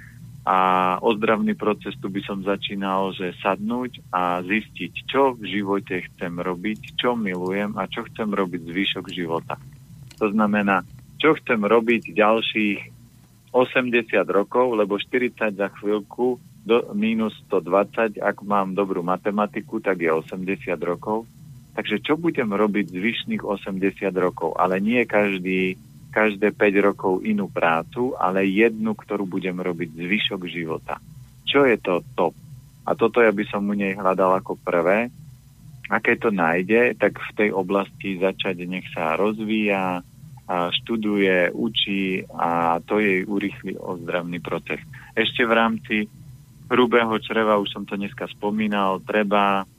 A ozdravný proces tu by som začínal, že sadnúť a zistiť, čo v živote chcem robiť, čo milujem a čo chcem robiť zvyšok života. To znamená, čo chcem robiť ďalších 80 rokov, lebo 40 za chvíľku minus 120, ak mám dobrú matematiku, tak je 80 rokov. Takže čo budem robiť zvyšných 80 rokov? Ale nie každé 5 rokov inú prácu, ale jednu, ktorú budem robiť zvyšok života. Čo je to top? A toto ja by som u nej hľadal ako prvé. A keď to nájde, tak v tej oblasti začať, nech sa rozvíja študuje, učí a to jej urýchli ozdravný proces. Ešte v rámci hrubého čreva, už som to dneska spomínal, treba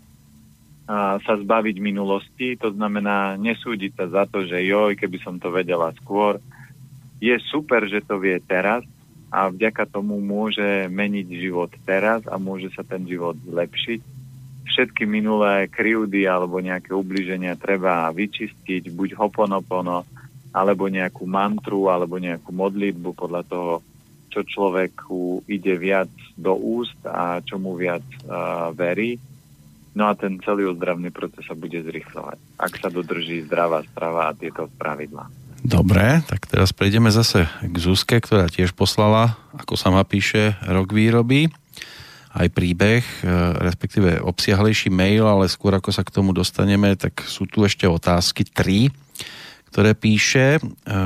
sa zbaviť minulosti, to znamená nesúdiť sa za to, že joj, keby som to vedela skôr. Je super, že to vie teraz a vďaka tomu môže meniť život teraz a môže sa ten život zlepšiť. Všetky minulé krivdy alebo nejaké ubliženia treba vyčistiť, buď hoponopono, alebo nejakú mantru, alebo nejakú modlitbu podľa toho, čo človeku ide viac do úst a čomu viac verí. No a ten celý ozdravný proces sa bude zrýchlovať, ak sa dodrží zdravá strava a tieto pravidlá. Dobre, tak teraz prejdeme zase k Zuzke, ktorá tiež poslala, ako sama píše, rok výroby. Aj príbeh, respektíve obsiahlejší mail, ale skôr ako sa k tomu dostaneme, tak sú tu ešte otázky 3, ktoré píše.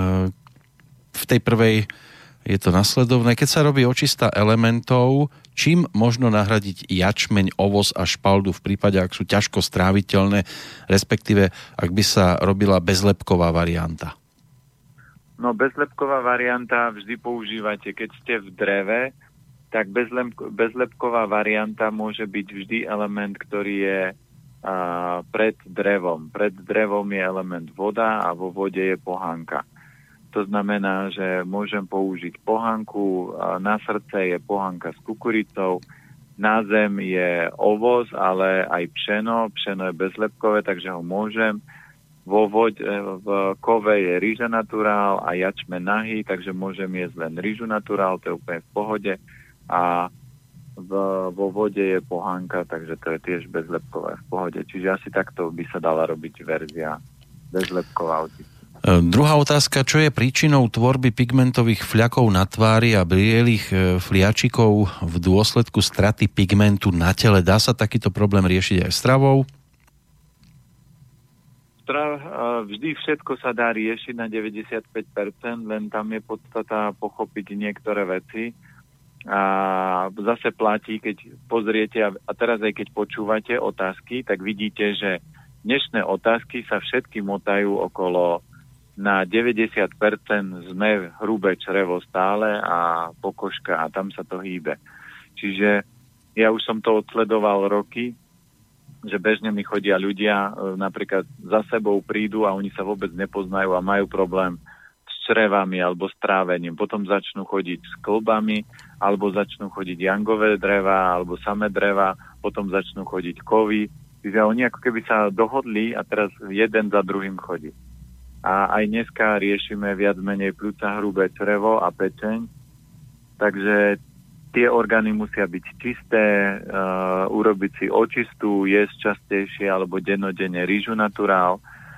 V tej prvej je to nasledovné. Keď sa robí očista elementov, čím možno nahradiť jačmeň, ovoz a špaldu v prípade, ak sú ťažko stráviteľné, respektíve ak by sa robila bezlepková varianta? No bezlepková varianta vždy používate, keď ste v dreve, tak bezlepková varianta môže byť vždy element, ktorý je pred drevom. Pred drevom je element voda a vo vode je pohánka. To znamená, že môžem použiť pohánku, na srdce je pohánka s kukuricou, na zem je ovoz, ale aj pšeno. Pšeno je bezlepkové, takže ho môžem. Vo vode, v kove je rýža naturál a jačme nahý, takže môžem jesť len rýžu naturál, to je úplne v pohode. A vo vode je pohánka, takže to je tiež bezlepkové v pohode. Čiže asi takto by sa dala robiť verzia bezlepková očista. Druhá otázka, čo je príčinou tvorby pigmentových fľakov na tvári a bielých fliačikov v dôsledku straty pigmentu na tele? Dá sa takýto problém riešiť aj stravou? Vždy všetko sa dá riešiť na 95%, len tam je podstata pochopiť niektoré veci. A zase platí, keď pozriete a teraz aj keď počúvate otázky, tak vidíte, že dnešné otázky sa všetky motajú okolo na 90% sme hrubé črevo stále a pokožka a tam sa to hýbe. Čiže ja už som to odsledoval roky, že bežne mi chodia ľudia, napríklad za sebou prídu a oni sa vôbec nepoznajú a majú problém s črevami alebo s trávením. Potom začnú chodiť s klbami, alebo začnú chodiť jangové dreva, alebo samé dreva, potom začnú chodiť kovy. Čiže oni ako keby sa dohodli a teraz jeden za druhým chodí. A aj dneska riešime viac menej pľúca, hrubé črevo a pečeň. Takže tie orgány musia byť čisté, urobiť si očistu, jesť častejšie alebo dennodenne rýžu naturál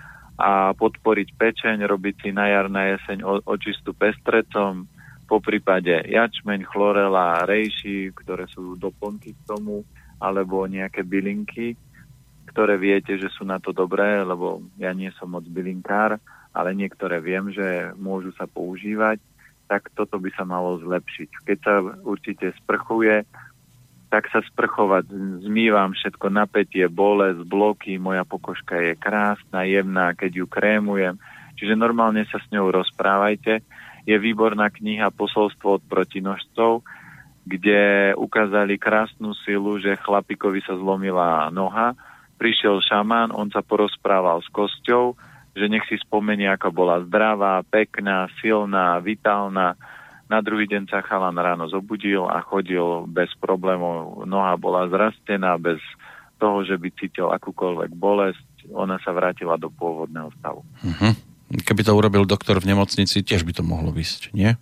a podporiť pečeň, robiť si na jar, na jeseň očistu pestrecom, po prípade jačmeň, chlorela, rejši, ktoré sú doplnky k tomu, alebo nejaké bylinky, ktoré viete, že sú na to dobré, lebo ja nie som moc bylinkár, ale niektoré viem, že môžu sa používať, tak toto by sa malo zlepšiť. Keď sa určite sprchuje, tak sa sprchovať, zmývam všetko napätie, bolesť, bloky, moja pokožka je krásna, jemná, keď ju krémujem. Čiže normálne sa s ňou rozprávajte. Je výborná kniha Posolstvo od protinožcov, kde ukázali krásnu silu, že chlapíkovi sa zlomila noha. Prišiel šamán, on sa porozprával s kosťou, že nech si spomenie, ako bola zdravá, pekná, silná, vitálna. Na druhý deň sa chalan ráno zobudil a chodil bez problémov. Noha bola zrastená, bez toho, že by cítil akúkoľvek bolesť. Ona sa vrátila do pôvodného stavu. Keby to urobil doktor v nemocnici, tiež by to mohlo ísť, nie?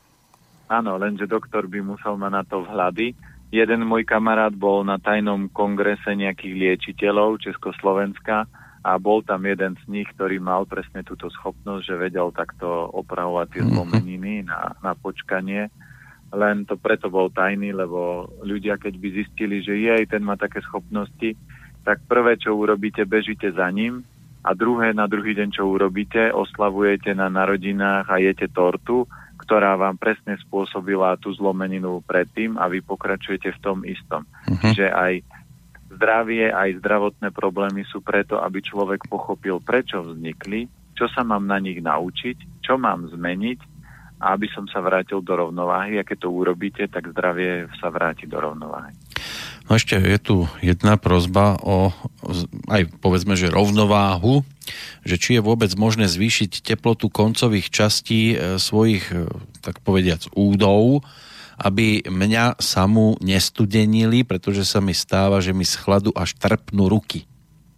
Áno, lenže doktor by musel mať na to vhľady. Jeden môj kamarát bol na tajnom kongrese nejakých liečiteľov Československa a bol tam jeden z nich, ktorý mal presne túto schopnosť, že vedel takto opravovať tie zlomeniny na počkanie. Len to preto bol tajný, lebo ľudia, keď by zistili, že ten má také schopnosti, tak prvé, čo urobíte, bežíte za ním a druhé, na druhý deň, čo urobíte, oslavujete na narodinách a jete tortu, ktorá vám presne spôsobila tú zlomeninu predtým a vy pokračujete v tom istom. Čiže aj zdravie, aj zdravotné problémy sú preto, aby človek pochopil, prečo vznikli čo sa mám na nich naučiť, čo mám zmeniť, a aby som sa vrátil do rovnováhy. A keď to urobíte, tak zdravie sa vráti do rovnováhy. No ešte je tu jedna prosba o aj povedzme, že rovnováhu, že či je vôbec možné zvýšiť teplotu koncových častí svojich, tak povediac, údov, aby mňa samú nestudenili, pretože sa mi stáva, že mi z chladu až trpnú ruky.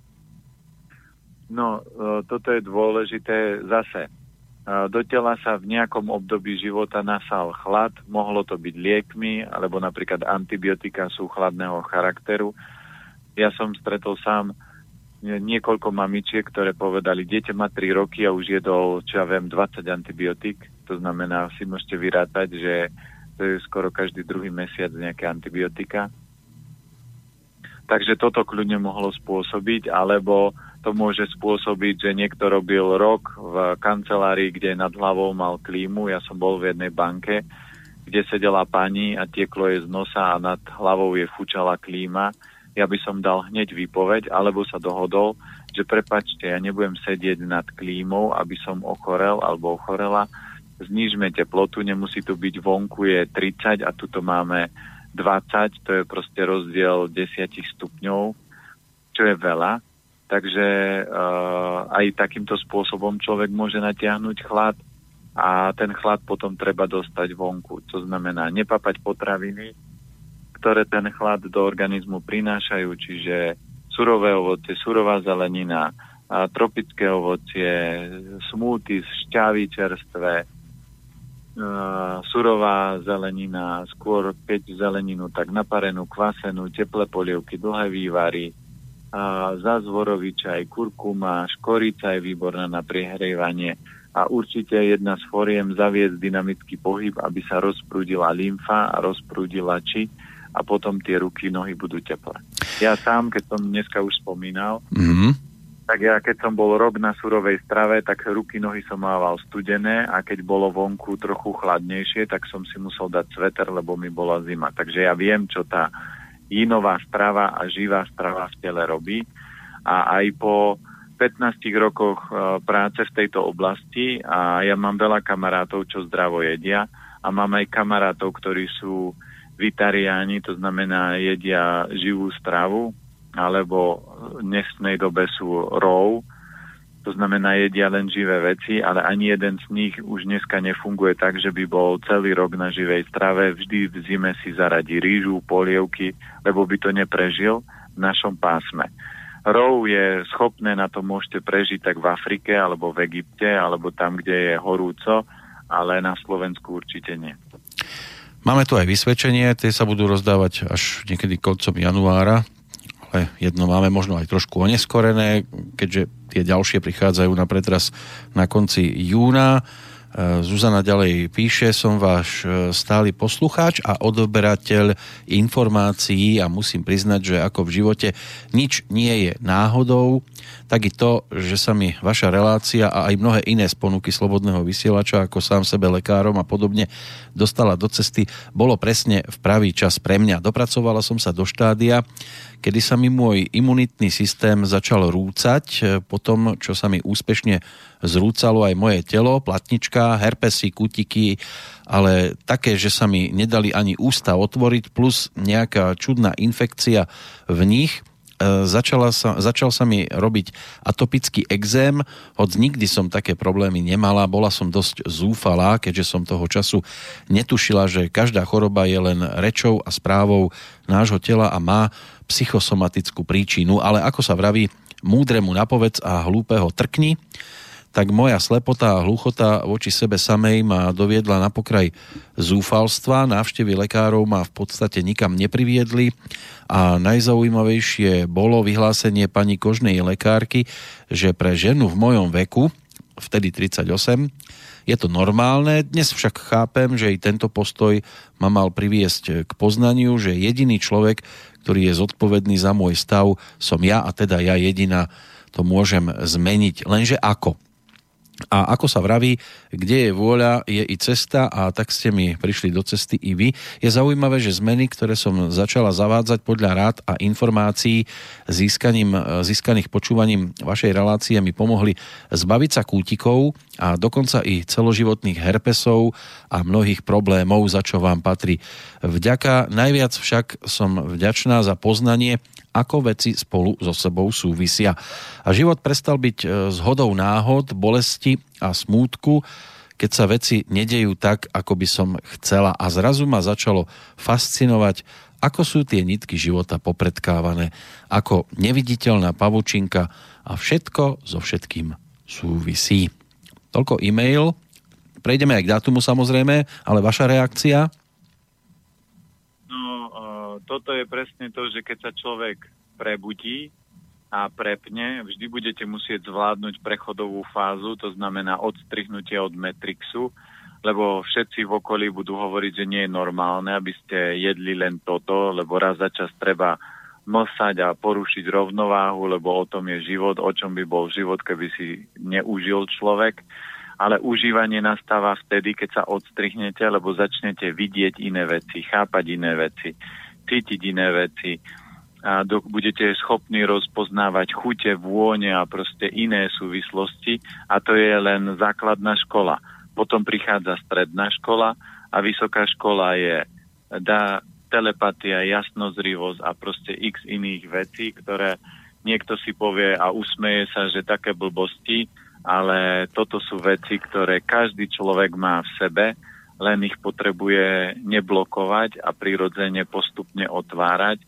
No, toto je dôležité zase. Do tela sa v nejakom období života nasal chlad, mohlo to byť liekmi, alebo napríklad antibiotika sú chladného charakteru. Ja som stretol sám niekoľko mamičiek, ktoré povedali, dieťa má 3 roky a už jedol, čo ja viem, 20 antibiotík. To znamená, si môžete vyrátať, že to je skoro každý druhý mesiac nejaké antibiotika. Takže toto kľudne mohlo spôsobiť, alebo to môže spôsobiť, že niekto robil rok v kancelárii, kde nad hlavou mal klímu. Ja som bol v jednej banke, kde sedela pani a tieklo jej z nosa a nad hlavou jej fučala klíma. Ja by som dal hneď výpoveď, alebo sa dohodol, že prepáčte, ja nebudem sedieť nad klímou, aby som ochorel alebo ochorela. Znížme teplotu, nemusí tu byť vonku je 30 a tuto máme 20, to je proste rozdiel 10 stupňov, čo je veľa. Takže aj takýmto spôsobom človek môže natiahnuť chlad a ten chlad potom treba dostať vonku. To znamená nepapať potraviny, ktoré ten chlad do organizmu prinášajú, čiže surové ovocie, surová zelenina, tropické ovocie, smoothies, šťavy čerstvé, surová zelenina, skôr keď zeleninu, tak naparenú, kvasenú, teplé polievky, dlhé vývary, zázvorový čaj, kurkuma, škorica je výborná na prihrievanie a určite jedna z foriem zaviesť dynamický pohyb, aby sa rozprúdila lymfa a rozprúdila či a potom tie ruky, nohy budú teplé. Ja sám, keď som dneska už spomínal, tak ja keď som bol rok na surovej strave, tak ruky, nohy som mával studené a keď bolo vonku trochu chladnejšie, tak som si musel dať sveter, lebo mi bola zima. Takže ja viem, čo tá jínová strava a živá strava v tele robí. A aj po 15 rokoch práce v tejto oblasti a ja mám veľa kamarátov, čo zdravo jedia a mám aj kamarátov, ktorí sú vitariáni, to znamená jedia živú stravu, alebo v dnešnej dobe sú raw, to znamená jedia len živé veci, ale ani jeden z nich už dneska nefunguje tak, že by bol celý rok na živej strave, vždy v zime si zaradí rýžu, polievky, lebo by to neprežil v našom pásme. Raw je schopné, na to môžete prežiť tak v Afrike, alebo v Egypte, alebo tam, kde je horúco, ale na Slovensku určite nie. Máme tu aj vysvedčenie, tie sa budú rozdávať až niekedy koncom januára, ale jedno máme možno aj trošku oneskorené, keďže tie ďalšie prichádzajú na pretras na konci júna. Zuzana ďalej píše, som váš stály poslucháč a odoberateľ informácií a musím priznať, že ako v živote nič nie je náhodou, tak i to, že sa mi vaša relácia a aj mnohé iné z ponuky Slobodného vysielača, ako sám sebe lekárom a podobne, dostala do cesty, bolo presne v pravý čas pre mňa. Dopracovala som sa do štádia, kedy sa mi môj imunitný systém začal rúcať, po tom, čo sa mi úspešne zrúcalo aj moje telo, platnička, herpesy, kútiky, ale také, že sa mi nedali ani ústa otvoriť, plus nejaká čudná infekcia v nich. Začal sa mi robiť atopický exém, hoď nikdy som také problémy nemala, bola som dosť zúfalá, keďže som toho času netušila, že každá choroba je len rečou a správou nášho tela a má psychosomatickú príčinu, ale ako sa vraví, múdremu napovedz a hlúpeho trkni, tak moja slepota a hluchota voči sebe samej ma doviedla na pokraj zúfalstva. Návštevy lekárov ma v podstate nikam nepriviedli a najzaujímavejšie bolo vyhlásenie pani kožnej lekárky, že pre ženu v mojom veku, vtedy 38, je to normálne. Dnes však chápem, že i tento postoj ma mal priviesť k poznaniu, že jediný človek, ktorý je zodpovedný za môj stav, som ja a teda ja jediná to môžem zmeniť. Lenže ako? A ako sa vraví, kde je vôľa, je i cesta, a tak ste mi prišli do cesty i vy. Je zaujímavé, že zmeny, ktoré som začala zavádzať podľa rád a informácií získaných počúvaním vašej relácie, mi pomohli zbaviť sa kútikov a dokonca i celoživotných herpesov a mnohých problémov, za čo vám patrí vďaka. Najviac však som vďačná za poznanie, ako veci spolu so sebou súvisia. A život prestal byť zhodou náhod, bolesti a smútku, keď sa veci nedejú tak, ako by som chcela. A zrazu ma začalo fascinovať, ako sú tie nitky života popredkávané, ako neviditeľná pavučinka, a všetko so všetkým súvisí. Toľko e-mail. Prejdeme aj k dátumu samozrejme, ale vaša reakcia? Toto je presne to, že keď sa človek prebudí a prepne, vždy budete musieť zvládnuť prechodovú fázu, to znamená odstrihnutie od Matrixu, lebo všetci v okolí budú hovoriť, že nie je normálne, aby ste jedli len toto, lebo raz za čas treba mlsať a porušiť rovnováhu, lebo o tom je život, o čom by bol život, keby si neužil človek. Ale užívanie nastáva vtedy, keď sa odstrihnete, lebo začnete vidieť iné veci, chápať iné veci, cítiť iné veci a budete schopní rozpoznávať chute, vône a proste iné súvislosti, a to je len základná škola. Potom prichádza stredná škola a vysoká škola je telepatia, jasnozrivosť a proste x iných vecí, ktoré niekto si povie a usmeje sa, že také blbosti, ale toto sú veci, ktoré každý človek má v sebe, len ich potrebuje neblokovať a prirodzene postupne otvárať.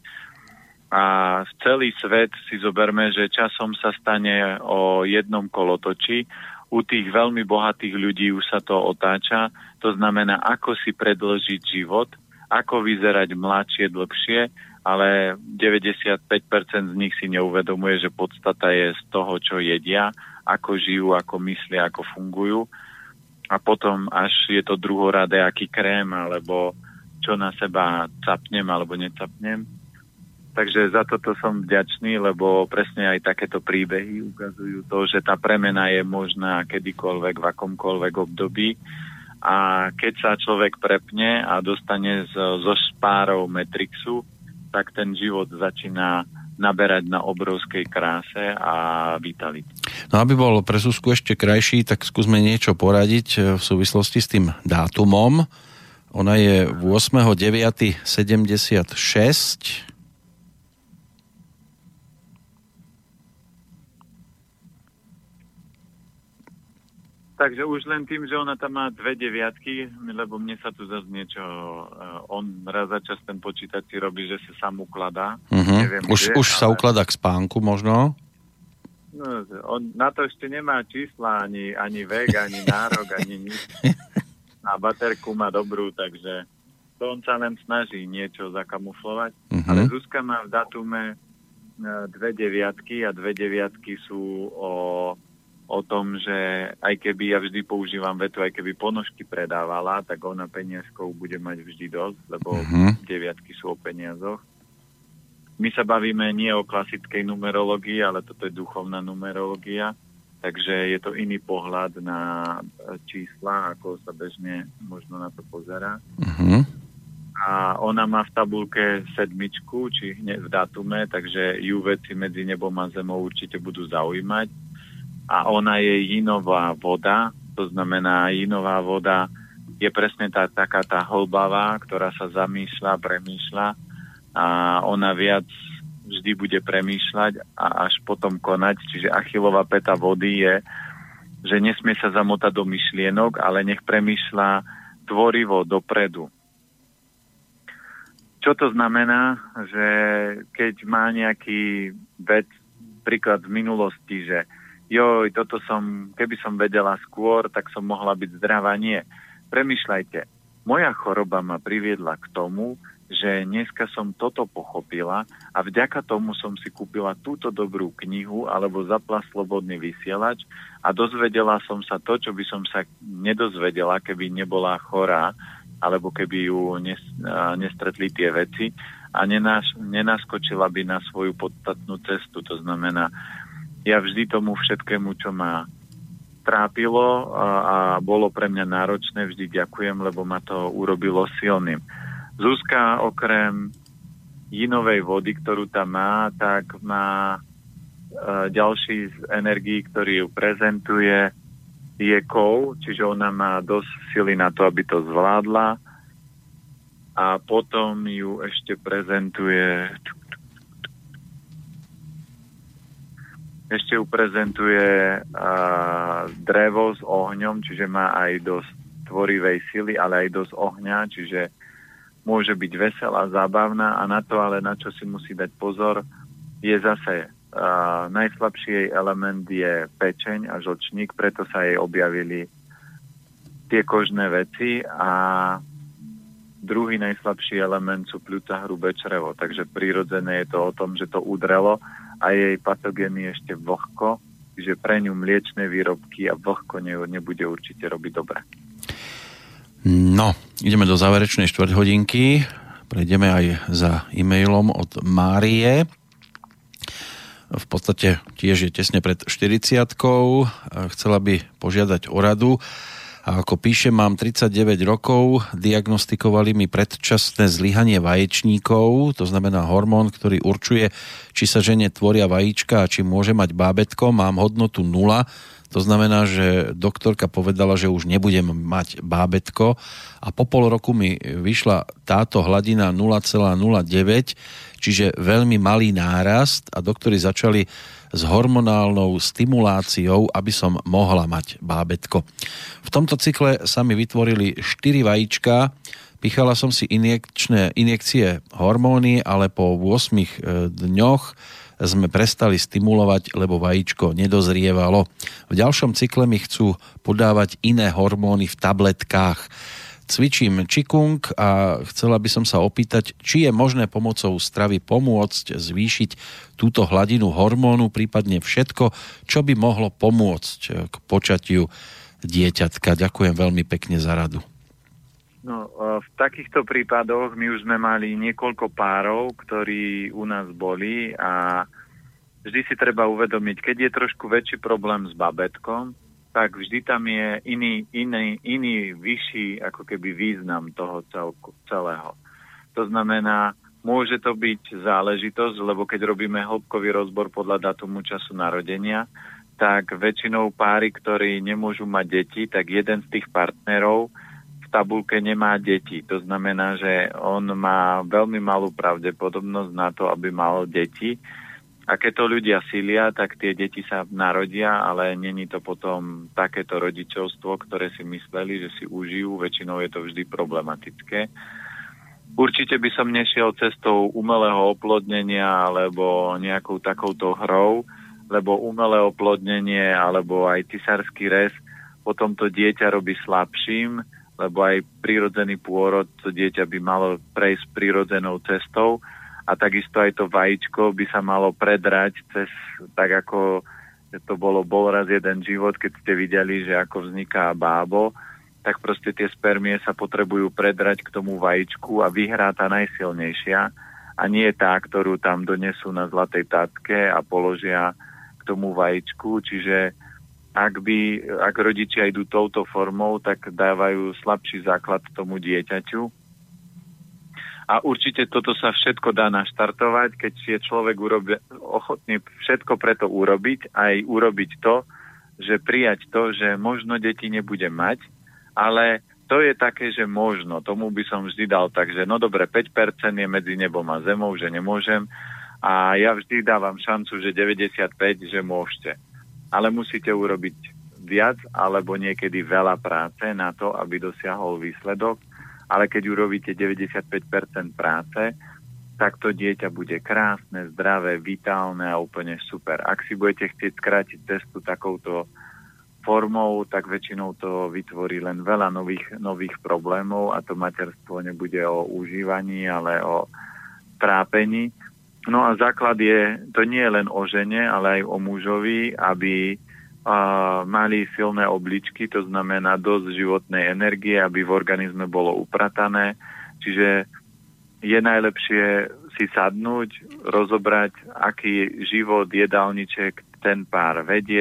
A celý svet si zoberme, že časom sa stane o jednom kolotoči. U tých veľmi bohatých ľudí už sa to otáča. To znamená, ako si predĺžiť život, ako vyzerať mladšie, dlhšie, ale 95% z nich si neuvedomuje, že podstata je z toho, čo jedia, ako žijú, ako myslia, ako fungujú. A potom až je to druhoradé, aký krém, alebo čo na seba capnem, alebo necapnem. Takže za toto som vďačný, lebo presne aj takéto príbehy ukazujú to, že tá premena je možná kedykoľvek, v akomkoľvek období. A keď sa človek prepne a dostane zo špárov Matrixu, tak ten život začína naberať na obrovskej kráse a vitalite. No aby bol pre Zuzku ešte krajší, tak skúsme niečo poradiť v súvislosti s tým dátumom. Ona je 8.9.76. Takže už len tým, že ona tam má 2 deviatky, lebo mne sa tu zase niečo, on raz za čas ten počítač si robí, že sa sám ukladá. Neviem, už sa ukladá k spánku možno? No, on na to ešte nemá čísla, ani vek, ani nárok, ani nič. A baterku má dobrú, takže to on sa len snaží niečo zakamuflovať. Ale Zuzka má v datume 2 deviatky a 2 deviatky sú o tom, že aj keby ja vždy používam vetu, aj keby ponožky predávala, tak ona peniazkov bude mať vždy dosť, lebo deviatky sú o peniazoch. My sa bavíme nie o klasickej numerológii, ale toto je duchovná numerológia, takže je to iný pohľad na čísla, ako sa bežne možno na to pozerá. A ona má v tabulke 7, či hneď v datume, takže ju veci medzi nebom a zemou určite budú zaujímať. A ona je jinová voda, to znamená jinová voda je presne taká tá hlbavá, ktorá sa zamýšľa, premýšľa a ona viac vždy bude premýšľať a až potom konať. Čiže Achillová päta vody je, že nesmie sa zamotať do myšlienok, ale nech premýšľa tvorivo dopredu. Čo to znamená? Že keď má nejaký vec, príklad z minulosti, že keby som vedela skôr, tak som mohla byť zdravá. Nie. Premýšľajte. Moja choroba ma priviedla k tomu, že dneska som toto pochopila a vďaka tomu som si kúpila túto dobrú knihu alebo zapla slobodný vysielač a dozvedela som sa to, čo by som sa nedozvedela, keby nebola chorá alebo keby ju nestretli tie veci a nenaskočila by na svoju podstatnú cestu. To znamená, ja vždy tomu všetkému, čo ma trápilo a bolo pre mňa náročné, vždy ďakujem, lebo ma to urobilo silným. Zuzka okrem jinovej vody, ktorú tam má, tak má ďalší z energií, ktorý ju prezentuje, je kov, čiže ona má dosť sily na to, aby to zvládla. A potom ju ešte prezentuje drevo s ohňom, čiže má aj dosť tvorivej sily, ale aj dosť ohňa, čiže môže byť veselá, zábavná a na to, ale na čo si musí dať pozor, je zase najslabší jej element je pečeň a žlčník, preto sa jej objavili tie kožné veci a druhý najslabší element sú pľúca, hrubé črevo, takže prirodzené je to o tom, že to udrelo a jej patogén je ešte vlhko, že pre ňu mliečne výrobky a vlhko nebude určite robiť dobre. No, ideme do záverečnej štvrťhodinky. Prejdeme aj za e-mailom od Márie. V podstate tiež je tesne pred 40-kou. Chcela by požiadať o radu. A ako píše, mám 39 rokov, diagnostikovali mi predčasné zlyhanie vaječníkov, to znamená hormón, ktorý určuje, či sa žene tvoria vajíčka a či môže mať bábätko, mám hodnotu 0, to znamená, že doktorka povedala, že už nebudem mať bábätko a po pol roku mi vyšla táto hladina 0,09, čiže veľmi malý nárast a doktori začali s hormonálnou stimuláciou, aby som mohla mať bábätko. V tomto cykle sa mi vytvorili 4 vajíčka, pichala som si injekcie hormóny, ale po 8 dňoch sme prestali stimulovať, lebo vajíčko nedozrievalo. V ďalšom cykle mi chcú podávať iné hormóny v tabletkách. Cvičím Qigong a chcela by som sa opýtať, či je možné pomocou stravy pomôcť zvýšiť túto hladinu hormónu, prípadne všetko, čo by mohlo pomôcť k počatiu dieťatka. Ďakujem veľmi pekne za radu. No, v takýchto prípadoch my už sme mali niekoľko párov, ktorí u nás boli a vždy si treba uvedomiť, keď je trošku väčší problém s babätkom, tak vždy tam je iný vyšší ako keby význam toho celého. To znamená, môže to byť záležitosť, lebo keď robíme hĺbkový rozbor podľa datumu času narodenia, tak väčšinou páry, ktorí nemôžu mať deti, tak jeden z tých partnerov v tabulke nemá deti. To znamená, že on má veľmi malú pravdepodobnosť na to, aby mal deti. A keď to ľudia silia, tak tie deti sa narodia, ale není to potom takéto rodičovstvo, ktoré si mysleli, že si užijú. Väčšinou je to vždy problematické. Určite by som nešiel cestou umelého oplodnenia alebo nejakou takouto hrou, lebo umelé oplodnenie alebo aj tisársky rez potom to dieťa robí slabším, lebo aj prírodzený pôrod to dieťa by malo prejsť prírodzenou cestou. A takisto aj to vajíčko by sa malo predrať cez, tak ako to bol raz jeden život, keď ste videli, že ako vzniká bábo, tak proste tie spermie sa potrebujú predrať k tomu vajíčku a vyhrá tá najsilnejšia a nie tá, ktorú tam donesú na zlatej tátke a položia k tomu vajíčku. Čiže ak rodičia idú touto formou, tak dávajú slabší základ tomu dieťaťu. A určite toto sa všetko dá naštartovať, keď je človek ochotný všetko preto urobiť, aj urobiť to, že prijať to, že možno deti nebudem mať, ale to je také, že možno, tomu by som vždy dal tak, že no dobre, 5% je medzi nebom a zemou, že nemôžem a ja vždy dávam šancu, že 95%, že môžete. Ale musíte urobiť viac alebo niekedy veľa práce na to, aby dosiahol výsledok. Ale keď urobíte 95% práce, tak to dieťa bude krásne, zdravé, vitálne a úplne super. Ak si budete chcieť skrátiť cestu takouto formou, tak väčšinou to vytvorí len veľa nových problémov a to materstvo nebude o užívaní, ale o trápení. No a základ to nie je len o žene, ale aj o mužovi, aby mali silné obličky, to znamená dosť životnej energie, aby v organizme bolo upratané. Čiže je najlepšie si sadnúť, rozobrať, aký život jedálniček ten pár vedie,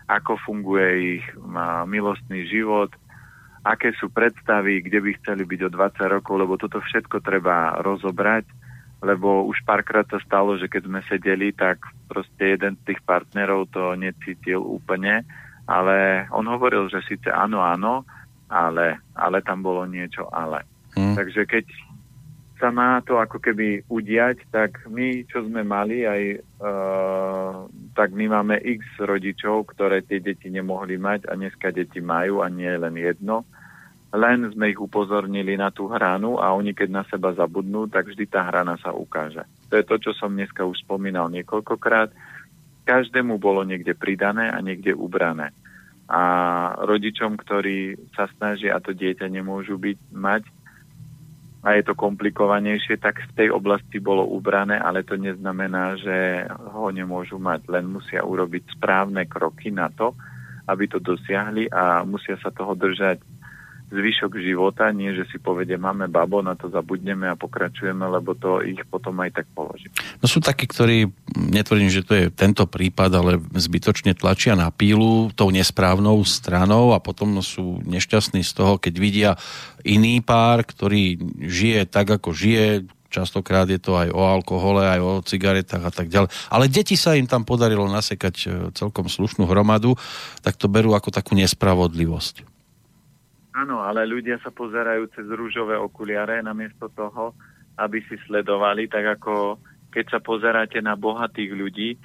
ako funguje ich milostný život, aké sú predstavy, kde by chceli byť o 20 rokov, lebo toto všetko treba rozobrať, lebo už párkrát sa stalo, že keď sme sedeli, tak proste jeden z tých partnerov to necítil úplne, ale on hovoril, že síce áno, ale tam bolo niečo ale. Takže keď sa má to ako keby udiať, tak my, čo sme mali, tak my máme x rodičov, ktoré tie deti nemohli mať a dneska deti majú a nie len jedno. Len sme ich upozornili na tú hranu a oni, keď na seba zabudnú, tak vždy tá hrana sa ukáže. To je to, čo som dneska už spomínal niekoľkokrát. Každému bolo niekde pridané a niekde ubrané. A rodičom, ktorí sa snažia a to dieťa nemôžu mať, a je to komplikovanejšie, tak v tej oblasti bolo ubrané, ale to neznamená, že ho nemôžu mať. Len musia urobiť správne kroky na to, aby to dosiahli a musia sa toho držať zvyšok života, nie že si povedie, máme babo, na to zabudneme a pokračujeme, lebo to ich potom aj tak položí. No sú takí, ktorí, netvrdím, že to je tento prípad, ale zbytočne tlačia na pílu tou nesprávnou stranou a potom sú nešťastní z toho, keď vidia iný pár, ktorý žije tak, ako žije. Častokrát je to aj o alkohole, aj o cigaretách a tak ďalej. Ale deti sa im tam podarilo nasekať celkom slušnú hromadu, tak to berú ako takú nespravodlivosť. Áno, ale ľudia sa pozerajú cez rúžové okuliare namiesto toho, aby si sledovali, tak ako keď sa pozeráte na bohatých ľudí.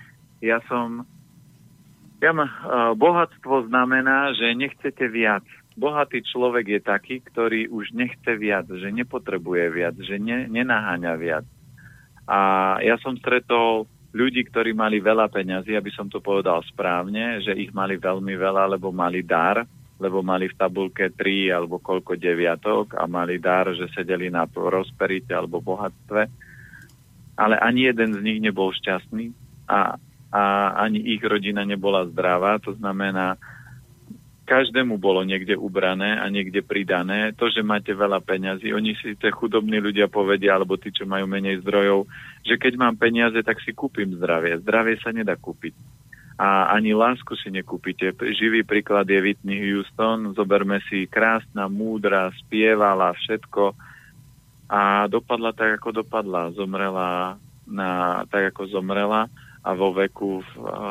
Bohatstvo znamená, že nechcete viac. Bohatý človek je taký, ktorý už nechce viac, že nepotrebuje viac, že nenaháňa viac. A ja som stretol ľudí, ktorí mali veľa peňazí, aby som to povedal správne, že ich mali veľmi veľa, lebo mali dar, lebo mali v tabulke 3 alebo koľko deviatok a mali dar, že sedeli na prosperite alebo bohatstve. Ale ani jeden z nich nebol šťastný a ani ich rodina nebola zdravá. To znamená, každému bolo niekde ubrané a niekde pridané. To, že máte veľa peňazí, oni si tie chudobní ľudia povedia, alebo tí, čo majú menej zdrojov, že keď mám peniaze, tak si kúpim zdravie. Zdravie sa nedá kúpiť. A ani lásku si nekúpite. Živý príklad je Whitney Houston. Zoberme si, krásna, múdra, spievala všetko a dopadla tak, ako dopadla. Zomrela tak, ako zomrela a vo veku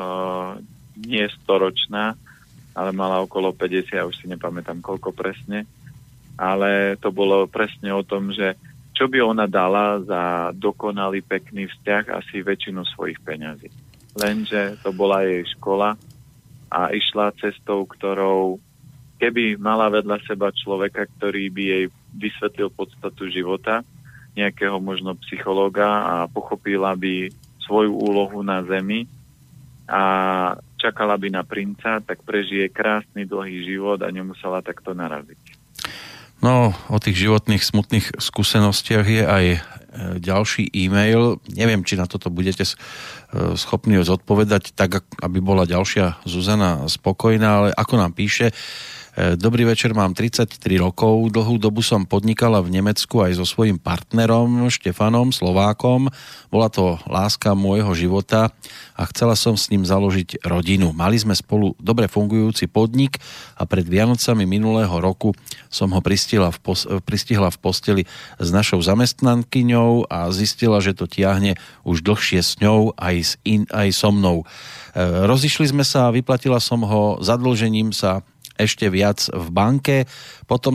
nie 100-ročná, ale mala okolo 50, ja už si nepamätám koľko presne. Ale to bolo presne o tom, že čo by ona dala za dokonalý, pekný vzťah, asi väčšinu svojich peňazí. Lenže to bola jej škola a išla cestou, ktorou keby mala vedľa seba človeka, ktorý by jej vysvetlil podstatu života, nejakého možno psychológa a pochopila by svoju úlohu na zemi a čakala by na princa, tak prežije krásny, dlhý život a nemusela takto naraziť. No, o tých životných smutných skúsenostiach je aj ďalší e-mail. Neviem, či na toto budete schopní zodpovedať tak, aby bola ďalšia Zuzana spokojná, ale ako nám píše: Dobrý večer, mám 33 rokov, dlhú dobu som podnikala v Nemecku aj so svojím partnerom Štefanom, Slovákom. Bola to láska môjho života a chcela som s ním založiť rodinu. Mali sme spolu dobre fungujúci podnik a pred Vianocami minulého roku som ho pristihla v posteli s našou zamestnankyňou a zistila, že to tiahne už dlhšie s ňou aj so mnou. Rozišli sme sa a vyplatila som ho zadlžením sa ešte viac v banke. Potom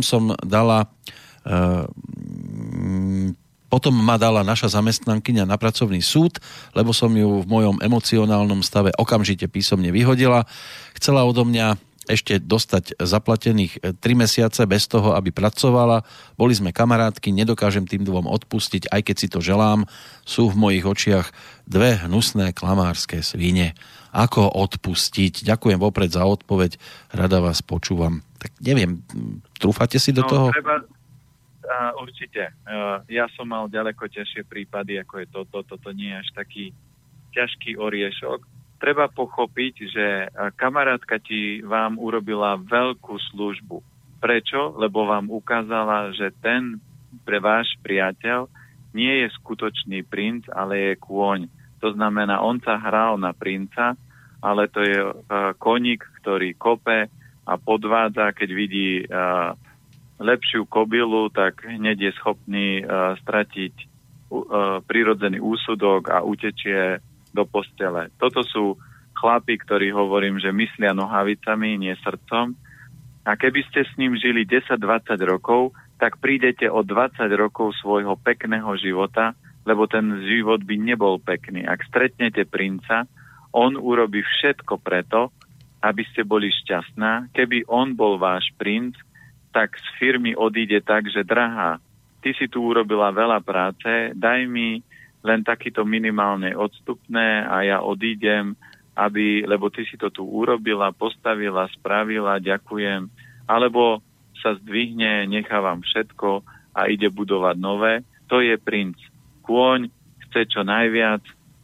ma dala naša zamestnankyňa na pracovný súd, lebo som ju v mojom emocionálnom stave okamžite písomne vyhodila. Chcela odo mňa ešte dostať zaplatených 3 mesiace bez toho, aby pracovala. Boli sme kamarátky, nedokážem tým dvom odpustiť, aj keď si to želám. Sú v mojich očiach dve hnusné klamárske svine. Ako odpustiť? Ďakujem vopred za odpoveď, rada vás počúvam. Tak neviem, trúfate si do toho? Určite. Ja som mal ďaleko ťažšie prípady, ako je toto. Toto nie je až taký ťažký oriešok. Treba pochopiť, že kamarátka vám urobila veľkú službu. Prečo? Lebo vám ukázala, že ten váš priateľ nie je skutočný princ, ale je kôň. To znamená, on sa hral na princa a ale to je koník, ktorý kope a podvádza, keď vidí lepšiu kobylu, tak hneď je schopný stratiť prirodzený úsudok a utečie do postele. Toto sú chlapi, ktorí hovorím, že myslia nohavicami, nie srdcom. A keby ste s ním žili 10-20 rokov, tak prídete o 20 rokov svojho pekného života, lebo ten život by nebol pekný. Ak stretnete princa, on urobí všetko preto, aby ste boli šťastná. Keby on bol váš princ, tak z firmy odíde tak, že drahá, ty si tu urobila veľa práce, daj mi len takýto minimálne odstupné a ja odídem, lebo ty si to tu urobila, postavila, spravila, ďakujem. Alebo sa zdvihne, nechávam všetko a ide budovať nové. To je princ. Kôň chce čo najviac.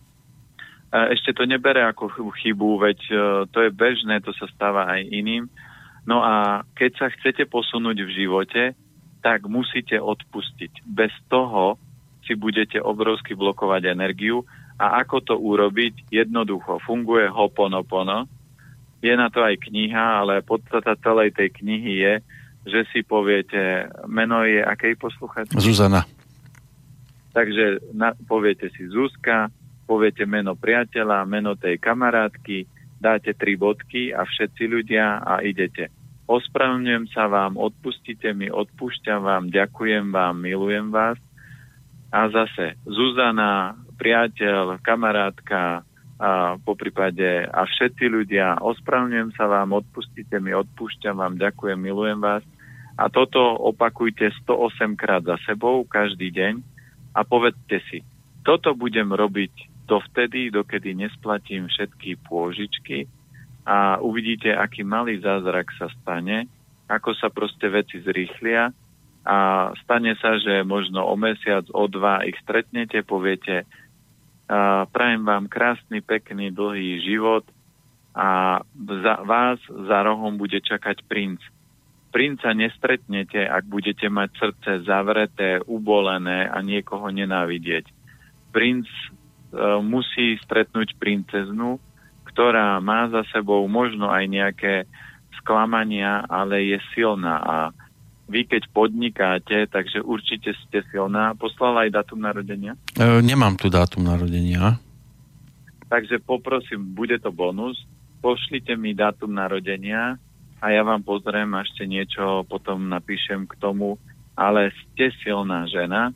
Ešte to nebere ako chybu, veď to je bežné, to sa stáva aj iným. No a keď sa chcete posunúť v živote, tak musíte odpustiť. Bez toho si budete obrovsky blokovať energiu. A ako to urobiť? Jednoducho. Funguje Ho'oponopono. Je na to aj kniha, ale podstata celej tej knihy je, že si poviete, meno je akej posluchačky? Zuzana. Takže poviete si Zuzka, poviete meno priateľa, meno tej kamarátky, dáte 3 bodky a všetci ľudia a idete. Ospravedlňujem sa vám, odpustite mi, odpúšťam vám, ďakujem vám, milujem vás. A zase Zuzana, priateľ, kamarátka, a poprípade a všetci ľudia, ospravedlňujem sa vám, odpustite mi, odpúšťam vám, ďakujem, milujem vás. A toto opakujte 108 krát za sebou každý deň a povedzte si, toto budem robiť dovtedy, dokedy nesplatím všetky pôžičky a uvidíte, aký malý zázrak sa stane, ako sa proste veci zrýchlia a stane sa, že možno o mesiac, o 2 ich stretnete, poviete, prajem vám krásny, pekný, dlhý život a vás za rohom bude čakať princ. Princa nestretnete, ak budete mať srdce zavreté, ubolené a niekoho nenávidieť. Princ musí stretnúť princeznu, ktorá má za sebou možno aj nejaké sklamania, ale je silná a vy keď podnikáte, takže určite ste silná. Poslala aj dátum narodenia? Nemám tu dátum narodenia. Takže poprosím, bude to bonus, pošlite mi dátum narodenia a ja vám pozriem a ešte niečo potom napíšem k tomu, ale ste silná žena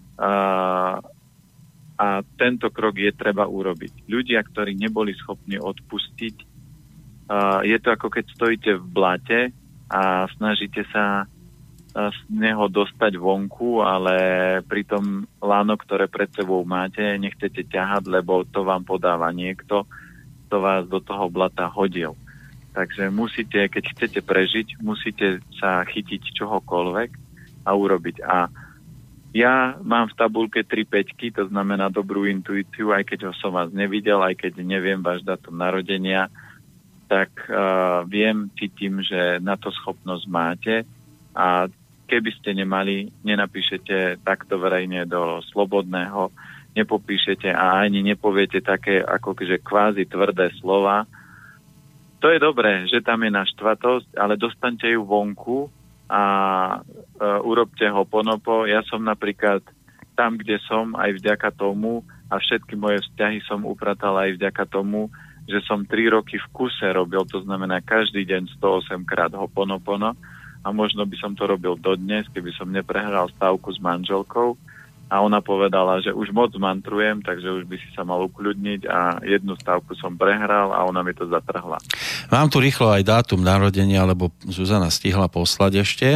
a tento krok je treba urobiť. Ľudia, ktorí neboli schopní odpustiť, je to ako keď stojíte v blate a snažíte sa z neho dostať vonku, ale pritom láno, ktoré pred sebou máte, nechcete ťahať, lebo to vám podáva niekto, kto vás do toho blata hodil. Takže musíte, keď chcete prežiť, musíte sa chytiť čohokoľvek a urobiť. A ja mám v tabulke 3 päťky, to znamená dobrú intuíciu, aj keď som vás nevidel, aj keď neviem váš dátum narodenia, tak viem, cítim, že na to schopnosť máte a keby ste nemali, nenapíšete takto verejne do Slobodného, nepopíšete a ani nepoviete také ako že kvázi tvrdé slova. To je dobré, že tam je naštvatosť, ale dostaňte ju vonku a urobte Ho'oponopo. Ja som napríklad tam, kde som, aj vďaka tomu a všetky moje vzťahy som upratal aj vďaka tomu, že som 3 roky v kuse robil, to znamená každý deň 108 krát Ho'oponopono a možno by som to robil dodnes, keby som neprehral stávku s manželkou a ona povedala, že už moc mantrujem, takže už by si sa mal ukľudniť a jednu stávku som prehral a ona mi to zatrhla. Mám tu rýchlo aj dátum narodenia, lebo Zuzana stihla poslať ešte.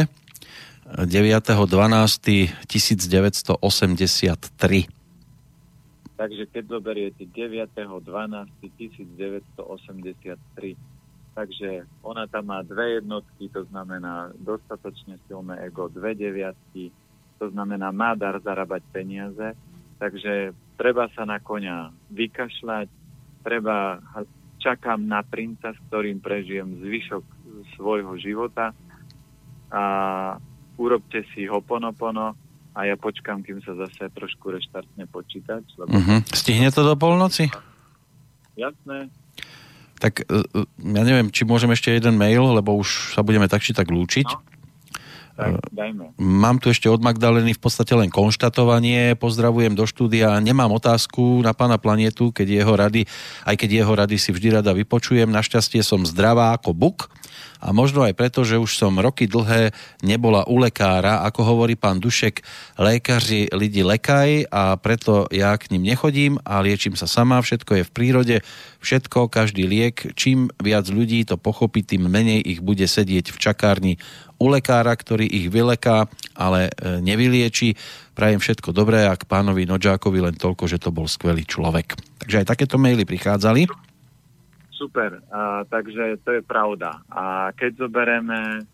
9.12.1983. Takže keď zoberiete 9.12.1983, takže ona tam má 2 jednotky, to znamená dostatočne silné ego, 2 deviatky, to znamená má dar zarábať peniaze, takže treba sa na koňa vykašľať, čakám na princa, s ktorým prežijem zvyšok svojho života a urobte si Ho'oponopono a ja počkám, kým sa zase trošku reštartne počítač. Lebo... Stihne to do polnoci? Jasné. Tak ja neviem, či môžem ešte jeden mail, lebo už sa budeme tak či tak lúčiť. No. Tak, dajme. Mám tu ešte od Magdaleny v podstate len konštatovanie. Pozdravujem do štúdia. Nemám otázku na pána Planetu, aj keď jeho rady si vždy rada vypočujem. Našťastie som zdravá ako buk a možno aj preto, že už som roky dlhé nebola u lekára. Ako hovorí pán Dušek, lékaři lidi lekaj a preto ja k ním nechodím a liečím sa sama. Všetko je v prírode, všetko, každý liek. Čím viac ľudí to pochopí, tým menej ich bude sedieť v čakárni u lekára, ktorý ich vyleká, ale nevylieči. Prajem všetko dobré a k pánovi Nodžákovi len toľko, že to bol skvelý človek. Takže aj takéto maily prichádzali. Super, takže to je pravda. A keď zoberieme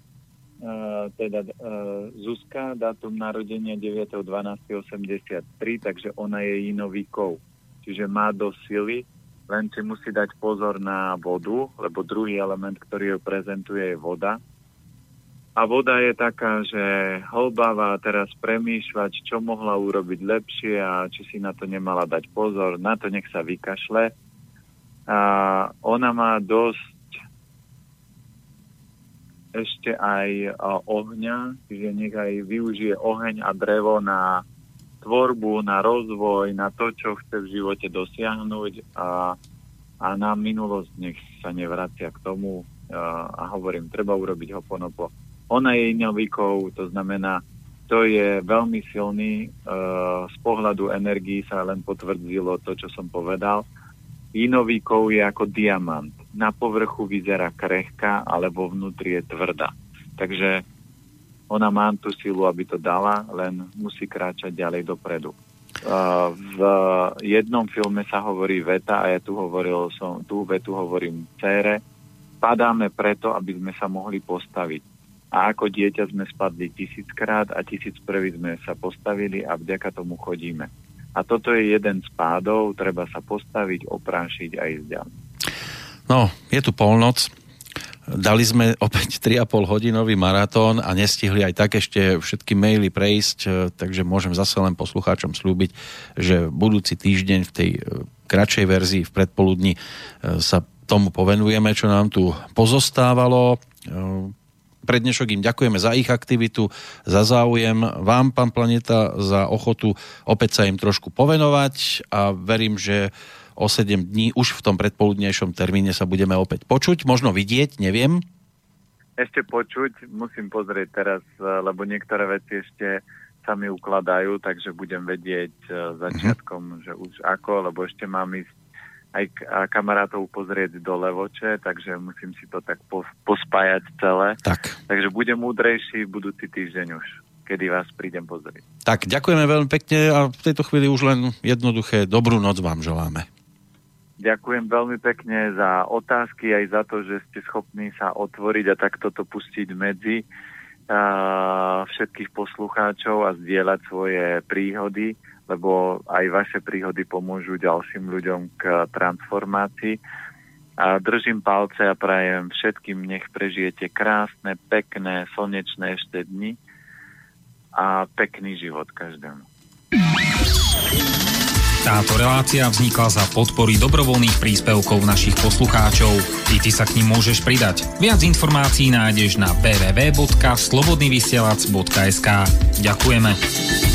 Zuzka, dátum narodenia 9.12.83, takže ona je Inovíkov. Čiže má dosť sily, len si musí dať pozor na vodu, lebo druhý element, ktorý ju prezentuje, je voda. A voda je taká, že hlbavá teraz premýšľať, čo mohla urobiť lepšie a či si na to nemala dať pozor. Na to nech sa vykašle. A ona má dosť ešte aj ohňa, čiže nech aj využije oheň a drevo na tvorbu, na rozvoj, na to, čo chce v živote dosiahnuť a na minulosť nech sa nevracia k tomu a hovorím, treba urobiť Ho'oponopo. Ona je Inovíkov, to znamená, to je veľmi silný, z pohľadu energií sa len potvrdilo to, čo som povedal. Inovíkov je ako diamant. Na povrchu vyzerá krehká, ale vo vnútri je tvrdá. Takže ona má tú silu, aby to dala, len musí kráčať ďalej dopredu. V jednom filme sa hovorí veta a ja tú vetu hovorím dcére. Padáme preto, aby sme sa mohli postaviť. A ako dieťa sme spadli 1000-krát a 1001 sme sa postavili a vďaka tomu chodíme. A toto je jeden z pádov, treba sa postaviť, oprášiť a ísť ďalej. No, je tu polnoc. Dali sme opäť 3,5 hodinový maratón a nestihli aj tak ešte všetky maily prejsť, takže môžem zase len poslucháčom slúbiť, že budúci týždeň v tej kratšej verzii v predpoludni sa tomu povenujeme, čo nám tu pozostávalo. Pre dnešok im ďakujeme za ich aktivitu, za záujem. Vám, pán Planeta, za ochotu opäť sa im trošku povenovať a verím, že o 7 dní už v tom predpoludnejšom termíne sa budeme opäť počuť, možno vidieť, neviem. Ešte počuť, musím pozrieť teraz, lebo niektoré veci ešte sa mi ukladajú, takže budem vedieť začiatkom, že už ako, lebo ešte mám ísť aj kamarátov pozrieť do Levoče, takže musím si to tak pospájať celé. Tak. Takže budem múdrejší budúci týždeň už, kedy vás prídem pozrieť. Tak, ďakujeme veľmi pekne a v tejto chvíli už len jednoduché dobrú noc vám želáme. Ďakujem veľmi pekne za otázky, aj za to, že ste schopní sa otvoriť a takto to pustiť medzi všetkých poslucháčov a zdieľať svoje príhody, lebo aj vaše príhody pomôžu ďalším ľuďom k transformácii. A držím palce a prajem všetkým, nech prežijete krásne, pekné, slnečné ešte dni a pekný život každému. Táto relácia vznikla za podpory dobrovoľných príspevkov našich poslucháčov. I ty sa k nim môžeš pridať. Viac informácií nájdeš na www.slobodnyvysielac.sk. Ďakujeme.